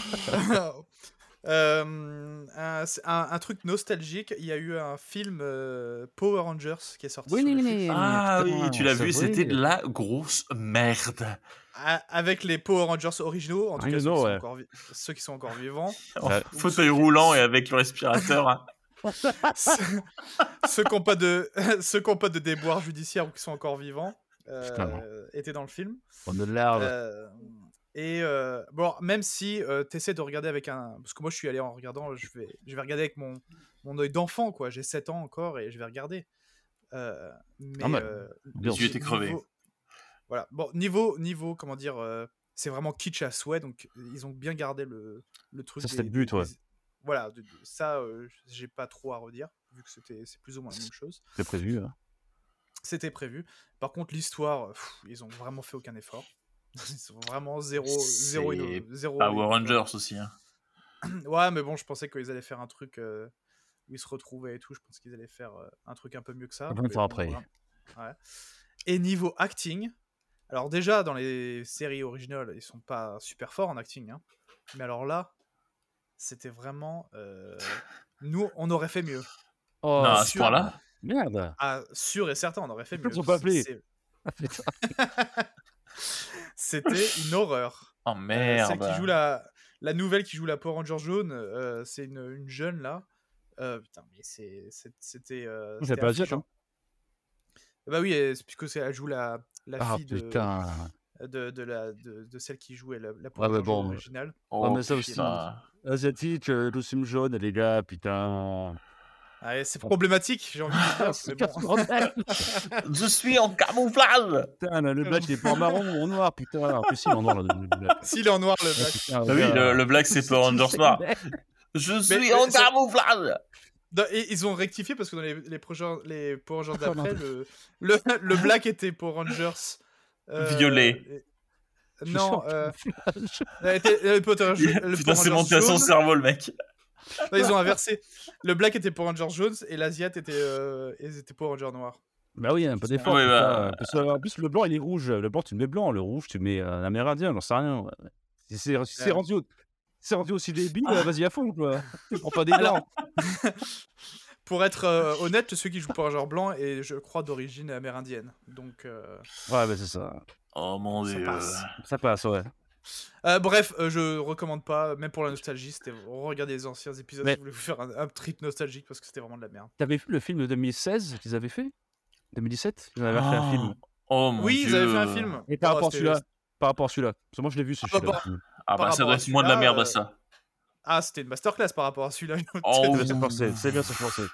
Euh, un, c'est un, un truc nostalgique. Il y a eu un film euh, Power Rangers qui est sorti. Oui, sur oui, Netflix. oui. Ah putain, oui, tu l'as c'est vu, vrai. c'était la grosse merde. A- Avec les Power Rangers originaux, en tout cas ceux qui, Originaux, sont ouais. encore vi- ceux qui sont encore vivants. En Ouais. fauteuil roulant et avec le respirateur. hein. ceux ceux qui n'ont pas de ceux qui ont pas de déboire judiciaire ou qui sont encore vivants euh, Putain. étaient dans le film. On de larve. Euh, et euh, bon, même si euh, tu essaies de regarder avec un, parce que moi je suis allé en regardant, je vais je vais regarder avec mon mon œil d'enfant, quoi. J'ai sept ans encore et je vais regarder. Euh, mais Ah, mais euh, bien Les yeux sûr. étaient crevés. niveau- Voilà. Bon, niveau niveau comment dire, euh, c'est vraiment kitsch à souhait, donc ils ont bien gardé le le truc. Ça, c'était des- le but, des- ouais. des- Voilà, de- de- ça, euh, j'ai pas trop à redire, vu que c'était, c'est plus ou moins la même chose. C'est prévu. Hein. C'était prévu. Par contre, l'histoire, pff, ils ont vraiment fait aucun effort. Ils ont vraiment zéro, zéro, C'est inno- zéro. Power Rangers aussi. hein. Ouais, mais bon, je pensais qu'ils allaient faire un truc euh, où ils se retrouvaient et tout. Je pense qu'ils allaient faire euh, un truc un peu mieux que ça. vingt mais ans bon, après. voilà. Ouais. Et niveau acting, alors déjà dans les séries originales, ils sont pas super forts en acting, hein. Mais alors là, c'était vraiment. euh, Nous, on aurait fait mieux. Oh, non, à ce sûr. point-là. merde. Ah, sûr et certain, on aurait fait Pourquoi mieux. ils ont pas appelé C'est- Ah, putain. C'était une horreur. Oh Euh, merde. celle qui joue la, la nouvelle qui joue la Power Ranger jaune, euh, c'est une, une jeune là. Euh, putain, mais c'est, c'est- c'était. Euh, J'ai c'était pas dit, affligeant. Bah oui, elle- c'est puisque c'est, elle joue la, la Ah fille de, putain. de, de, la, de, de celle qui jouait la, la Ouais, Power mais Ranger bon. originale. Oh, mais ça aussi. putain. Asiatique, euh, costume jaune, les gars, putain. Ah, et c'est problématique, j'ai envie de dire. mais C'est bon. Je suis en camouflage. Putain, le le black, il est pas en marron ou en noir, putain. En plus, il est en noir, le, le black. S'il est en noir, le Ah, black. putain, Bah oui, gars. le, le black, c'est Power Rangers noir. Je suis Mais- en mais ça- camouflage. Non, et ils ont rectifié parce que dans les, les, prochains, les Power Rangers Oh, non. d'après, le, le, le black était Power Rangers. euh, Violet. et- Je suis Non, en euh, camouflage. elle était- le Power Ranger- le Putain, Power c'est Rangers monté à son jaune. cerveau, le mec. Non, ils ont inversé. Le black était Power Rangers jaune et l'Asiat était, euh, ils étaient Power Rangers noirs. Bah oui, un peu d'effort. Ouais, putain. bah, Parce que, en plus, le blanc, il est rouge. Le blanc, tu le mets blanc. Le rouge, tu mets euh, un amérindien. J'en sais rien. Ouais. Si c'est si c'est Ouais. rendu, au- si c'est rendu aussi débile, euh, vas-y à fond, quoi. Tu prends pas des Alors- blancs. Pour être euh, honnête, celui qui joue Power Ranger blanc est, je crois, d'origine amérindienne. Donc, euh, Ouais, bah c'est ça. Oh mon ça dieu. passe. Ça passe, ouais. Euh, bref, euh, je recommande pas, même pour la nostalgie. C'était regardez les anciens épisodes Mais- si vous voulez vous faire un, un trip nostalgique parce que c'était vraiment de la merde. T'avais vu le film de deux mille seize qu'ils avaient fait deux mille dix-sept Ils en avaient fait un film. Oh mon Oui, dieu. ils avaient fait un film. Et par Oh, rapport à c'était- celui-là Par rapport à celui-là. Parce que moi, je l'ai vu, ce Ah, bah, film-là. bah. Ah par bah ça rapport doit à être moins de la celui-là, merde euh, ça. Ah, c'était une masterclass par rapport à celui-là. Oh. C'est bien se forcer. C'est bien se forcer.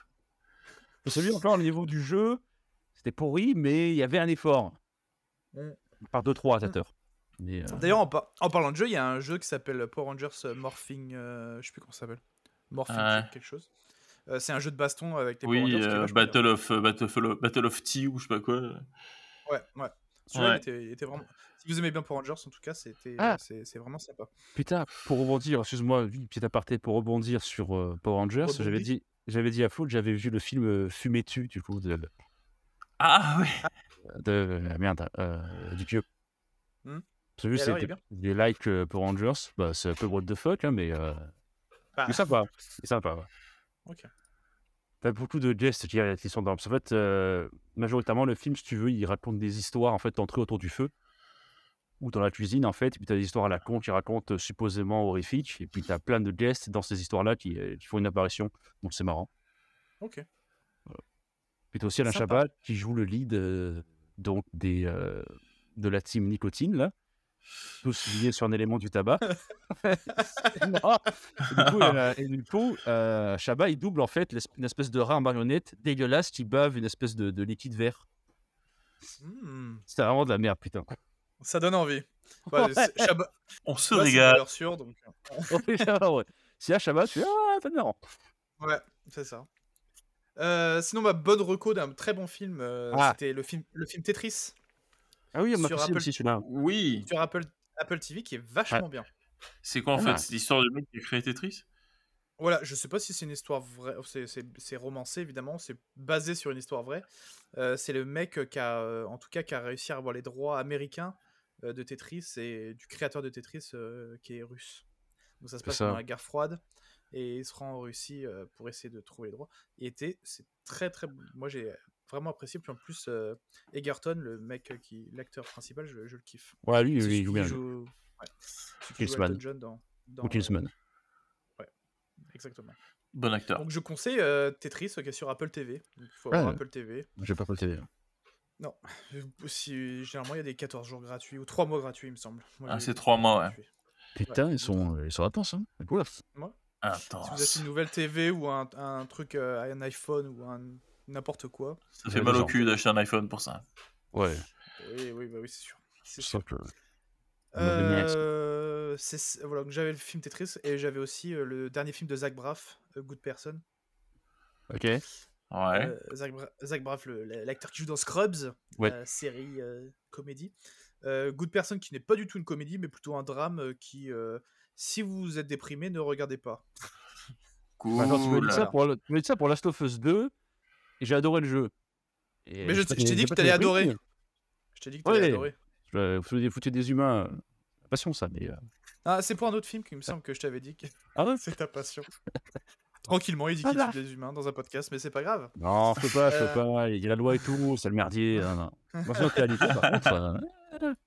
Et celui encore, au niveau du jeu, c'était pourri, mais il y avait un effort. Mm. Par deux trois amateurs. Mais, euh, D'ailleurs, en, par- en parlant de jeu, il y a un jeu qui s'appelle Power Rangers euh, Morphing. euh, je sais plus comment ça s'appelle. Morphing Ouais. quelque chose. Euh, c'est un jeu de baston avec les Power Oui, Rangers. qui est euh, vachement bien. Battle of euh, Battle of Battle of T ou je sais pas quoi. Ouais, ouais. Celui-là, Ouais. il, était, il était vraiment. Si vous aimez bien Power Rangers, en tout cas, c'était, Ah. c'est, c'est vraiment sympa. Putain, pour rebondir, excuse-moi, vu petit aparté, pour rebondir sur euh, Power Rangers, Rebondis. j'avais dit, j'avais dit à Flo que j'avais vu le film euh, Fumé-tu, du coup, de, Ah oui. de euh, merde, euh, du pieux. Hmm. Parce que vu Et alors, il est c'était bien des likes euh, Power Rangers, bah, c'est un peu what the fuck, hein, mais euh, Bah, c'est sympa, c'est sympa. Ouais. ok. T'as beaucoup de gestes qui, qui sont dans. En fait, euh, majoritairement, le film, si tu veux, il raconte des histoires en fait entrées autour du feu ou dans la cuisine en fait. Et puis t'as des histoires à la con qui racontent euh, supposément horrifiques. Et puis t'as plein de gestes dans ces histoires-là qui, euh, qui font une apparition. Donc c'est marrant. Ok. Puis t'as aussi Alain Sympa. Chabat qui joue le lead euh, donc des euh, de la team nicotine là. Tous liés sur un élément du tabac. Non. Et du coup, euh, et du coup euh, Chabat, il double en fait l'esp- une espèce de rat en marionnette dégueulasse qui bave une espèce de, de liquide vert. Hmm. C'était vraiment de la merde, putain. Ça donne envie. Bah, Ouais. c'est- Chabat, On se Chabat, c'est une régale. valeur sûre, donc. euh, Ouais. Si à Chabat, tu fais ah, pas de marrant. Ouais, c'est ça. Euh, sinon, ma bonne reco d'un très bon film, euh, Ah. c'était le film, le film Tetris Ah oui, on m'a Sur fait Apple- aussi celui-là. Oui. sur Apple, Apple T V qui est vachement bien. C'est quoi en Ah. fait C'est l'histoire du mec qui a créé Tetris. Voilà, je sais pas si c'est une histoire vraie, c'est- c'est c'est romancé évidemment, c'est basé sur une histoire vraie. Euh, c'est le mec qui a, euh, en tout cas, qui a réussi à avoir les droits américains euh, de Tetris et du créateur de Tetris euh, qui est russe. Donc ça se C'est passe ça. pendant la guerre froide et il se rend en Russie euh, pour essayer de trouver les droits. Et était, c'est très très, moi j'ai vraiment apprécié. Puis en plus, euh, Egerton, le mec qui, l'acteur principal, je, je le kiffe. Ouais, lui, C'est lui, il celui joue qui bien. joue- ouais, celui qui joue Kingsman. Elton John dans, dans, Ou Kingsman. euh, exactement. Bon acteur. Donc je conseille euh, Tetris euh, qui est sur Apple T V. Il faut Ouais. avoir Apple T V. J'ai pas fait le T V. Non, si, généralement il y a des quatorze jours gratuits ou trois mois gratuits il me semble. Moi, Ah, j'ai- c'est trois mois, ouais. gratuits. Putain, Ouais. ils sont, ils sont intenses, hein. C'est cool. Attends. Si vous achetez une nouvelle T V ou un, un truc, euh, un iPhone ou un n'importe quoi. Ça fait Ouais, mal au genre. cul d'acheter un iPhone pour ça. Ouais. Oui, oui, bah oui, c'est sûr. C'est Je sûr. sens que. on a des mecs. Euh, c'est- voilà, donc j'avais le film Tetris et j'avais aussi euh, le dernier film de Zach Braff, A Good Person. Ok. Ouais. Euh, Zach, Bra- Zach Braff, le- l'acteur qui joue dans Scrubs, Ouais. la série euh, comédie. Euh, Good Person qui n'est pas du tout une comédie, mais plutôt un drame euh, qui, euh, si vous êtes déprimé, ne regardez pas. Cool. Attends, tu m'as dit ça Voilà. pour, le- tu m'as dit ça pour Last of Us deux et j'ai adoré le jeu. Et Mais je j'ai t- pas je t'ai j'ai dit pas que t'allais compris. adorer. Je t'ai dit que t'allais Ouais. adorer. Je foutais foutais des humains. euh, Passion, ça, mais. euh, Ah, c'est pour un autre film qu'il me semble que je t'avais dit que Ah ouais. c'est ta passion. Tranquillement, il dit Ah qu'il bah. tue des humains dans un podcast, mais c'est pas grave. Non, je peux pas, je Euh. peux pas. Il y a la loi et tout, c'est le merdier. Non, non. Moi, c'est notre réalité, par contre. euh,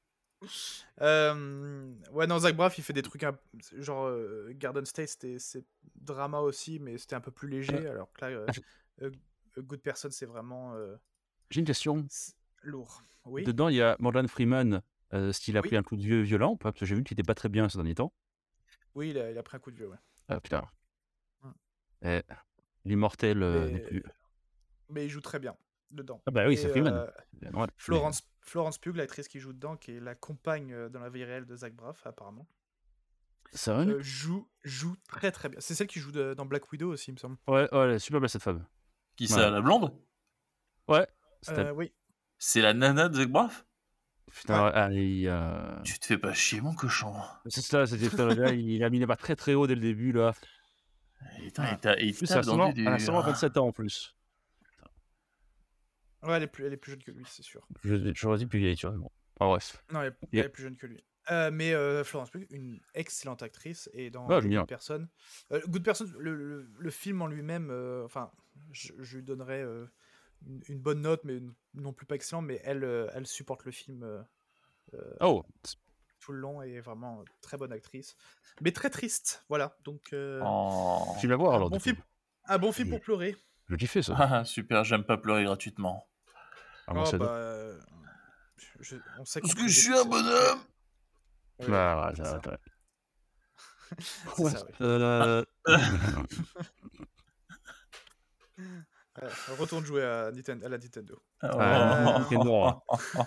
Euh, Ouais, non, Zach Braff, il fait des trucs un... genre euh, Garden State, c'était c'est drama aussi, mais c'était un peu plus léger. Alors que là, euh, euh, Good Person, c'est vraiment euh, J'ai une question. c'est lourd. Oui. Dedans, il y a Morgan Freeman. Euh, Est-ce qu'il a Oui. pris un coup de vieux violent ou pas? Parce que j'ai vu qu'il était pas très bien ces derniers temps. Oui, il a, il a pris un coup de vieux, ouais. Ah putain. Hum. Eh, l'immortel euh, n'est Mais... plus. mais il joue très bien dedans. Ah bah oui, Et, c'est Freeman. euh, C'est normal. Mais- Florence, Florence Pugh, l'actrice qui joue dedans, qui est la compagne euh, dans la vie réelle de Zach Braff, apparemment, Ça va, euh, joue, joue très très bien. C'est celle qui joue de- dans Black Widow aussi, il me semble. Ouais, ouais, elle est super belle cette femme. Qui Ouais. ça, la blonde? Ouais. c'est Euh, elle. oui. C'est la nana de Zach Braff? Putain, ouais, allez, euh, Tu te fais pas chier, mon cochon. c'est ça, c'était là, il a mis les barres très très haut dès le début là. Putain, il t'a- il En plus, tape elle a dans seulement, du elle a dur. seulement vingt-sept ans en plus. Ouais, elle est plus, elle est plus jeune que lui, c'est sûr. Je- J'aurais dit plus vieille, tu vois. Bon. Enfin, bref. Non, elle, est- Yeah. elle est plus jeune que lui. Euh, mais euh, Florence Pugh, une excellente actrice, et dans Ah, The génial. Good Person, euh, Good Person, le, le- le film en lui-même, euh, enfin, je, je lui donnerais euh, une, une bonne note, mais n- non plus pas excellent, mais elle, euh, elle supporte le film euh, euh, Oh, tout le long et est vraiment euh, très bonne actrice, mais très triste, voilà. Donc euh, Oh. tu vas voir un, alors. bon du film, coup. un bon film Oui. pour pleurer. Je kiffais ça. Ah, super, j'aime pas pleurer gratuitement. Ah, moi, Oh, c'est bah, euh, je- on sait Parce qu'on que je fait suis des- un bonhomme. Ouais, Ah, ouais, c'est ça, ça. ça. C'est Ouais, ça, ouais. euh, Ouais, retourne jouer à, Nintendo, à la Nintendo. Oh. Ouais, c'est noir.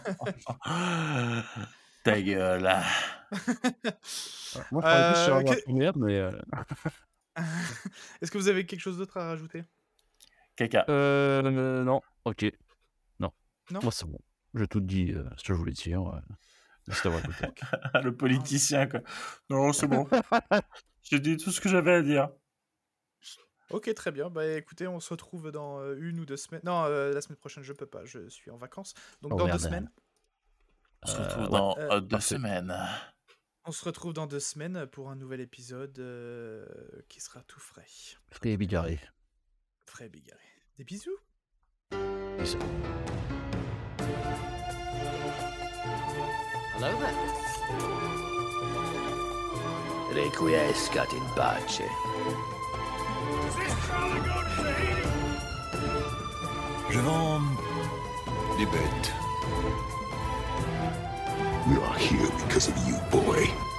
Ta gueule. Moi, je parlais plus sur Euh, la que- première, mais. euh, Est-ce que vous avez quelque chose d'autre à rajouter? Caca. Euh, euh, non, ok. Non. Non Moi, c'est bon. J'ai tout dit euh, ce que je voulais dire. euh, Juste avoir écouté. Le politicien, quoi. Non, c'est bon. J'ai dit tout ce que j'avais à dire. Ok, très bien. Bah écoutez, on se retrouve dans euh, une ou deux semaines. Non, euh, la semaine prochaine, je peux pas. Je suis en vacances. Donc Oh, dans merde. deux semaines. On se Euh, retrouve ouais. dans Euh, euh, deux parfait. semaines. On se retrouve dans deux semaines pour un nouvel épisode euh, qui sera tout frais. Frais et bigarré. Frais et bigarré. Des bisous. Bisous. Hello there. Requiescat in pace. Je vends des bêtes. We are here because of you, boy.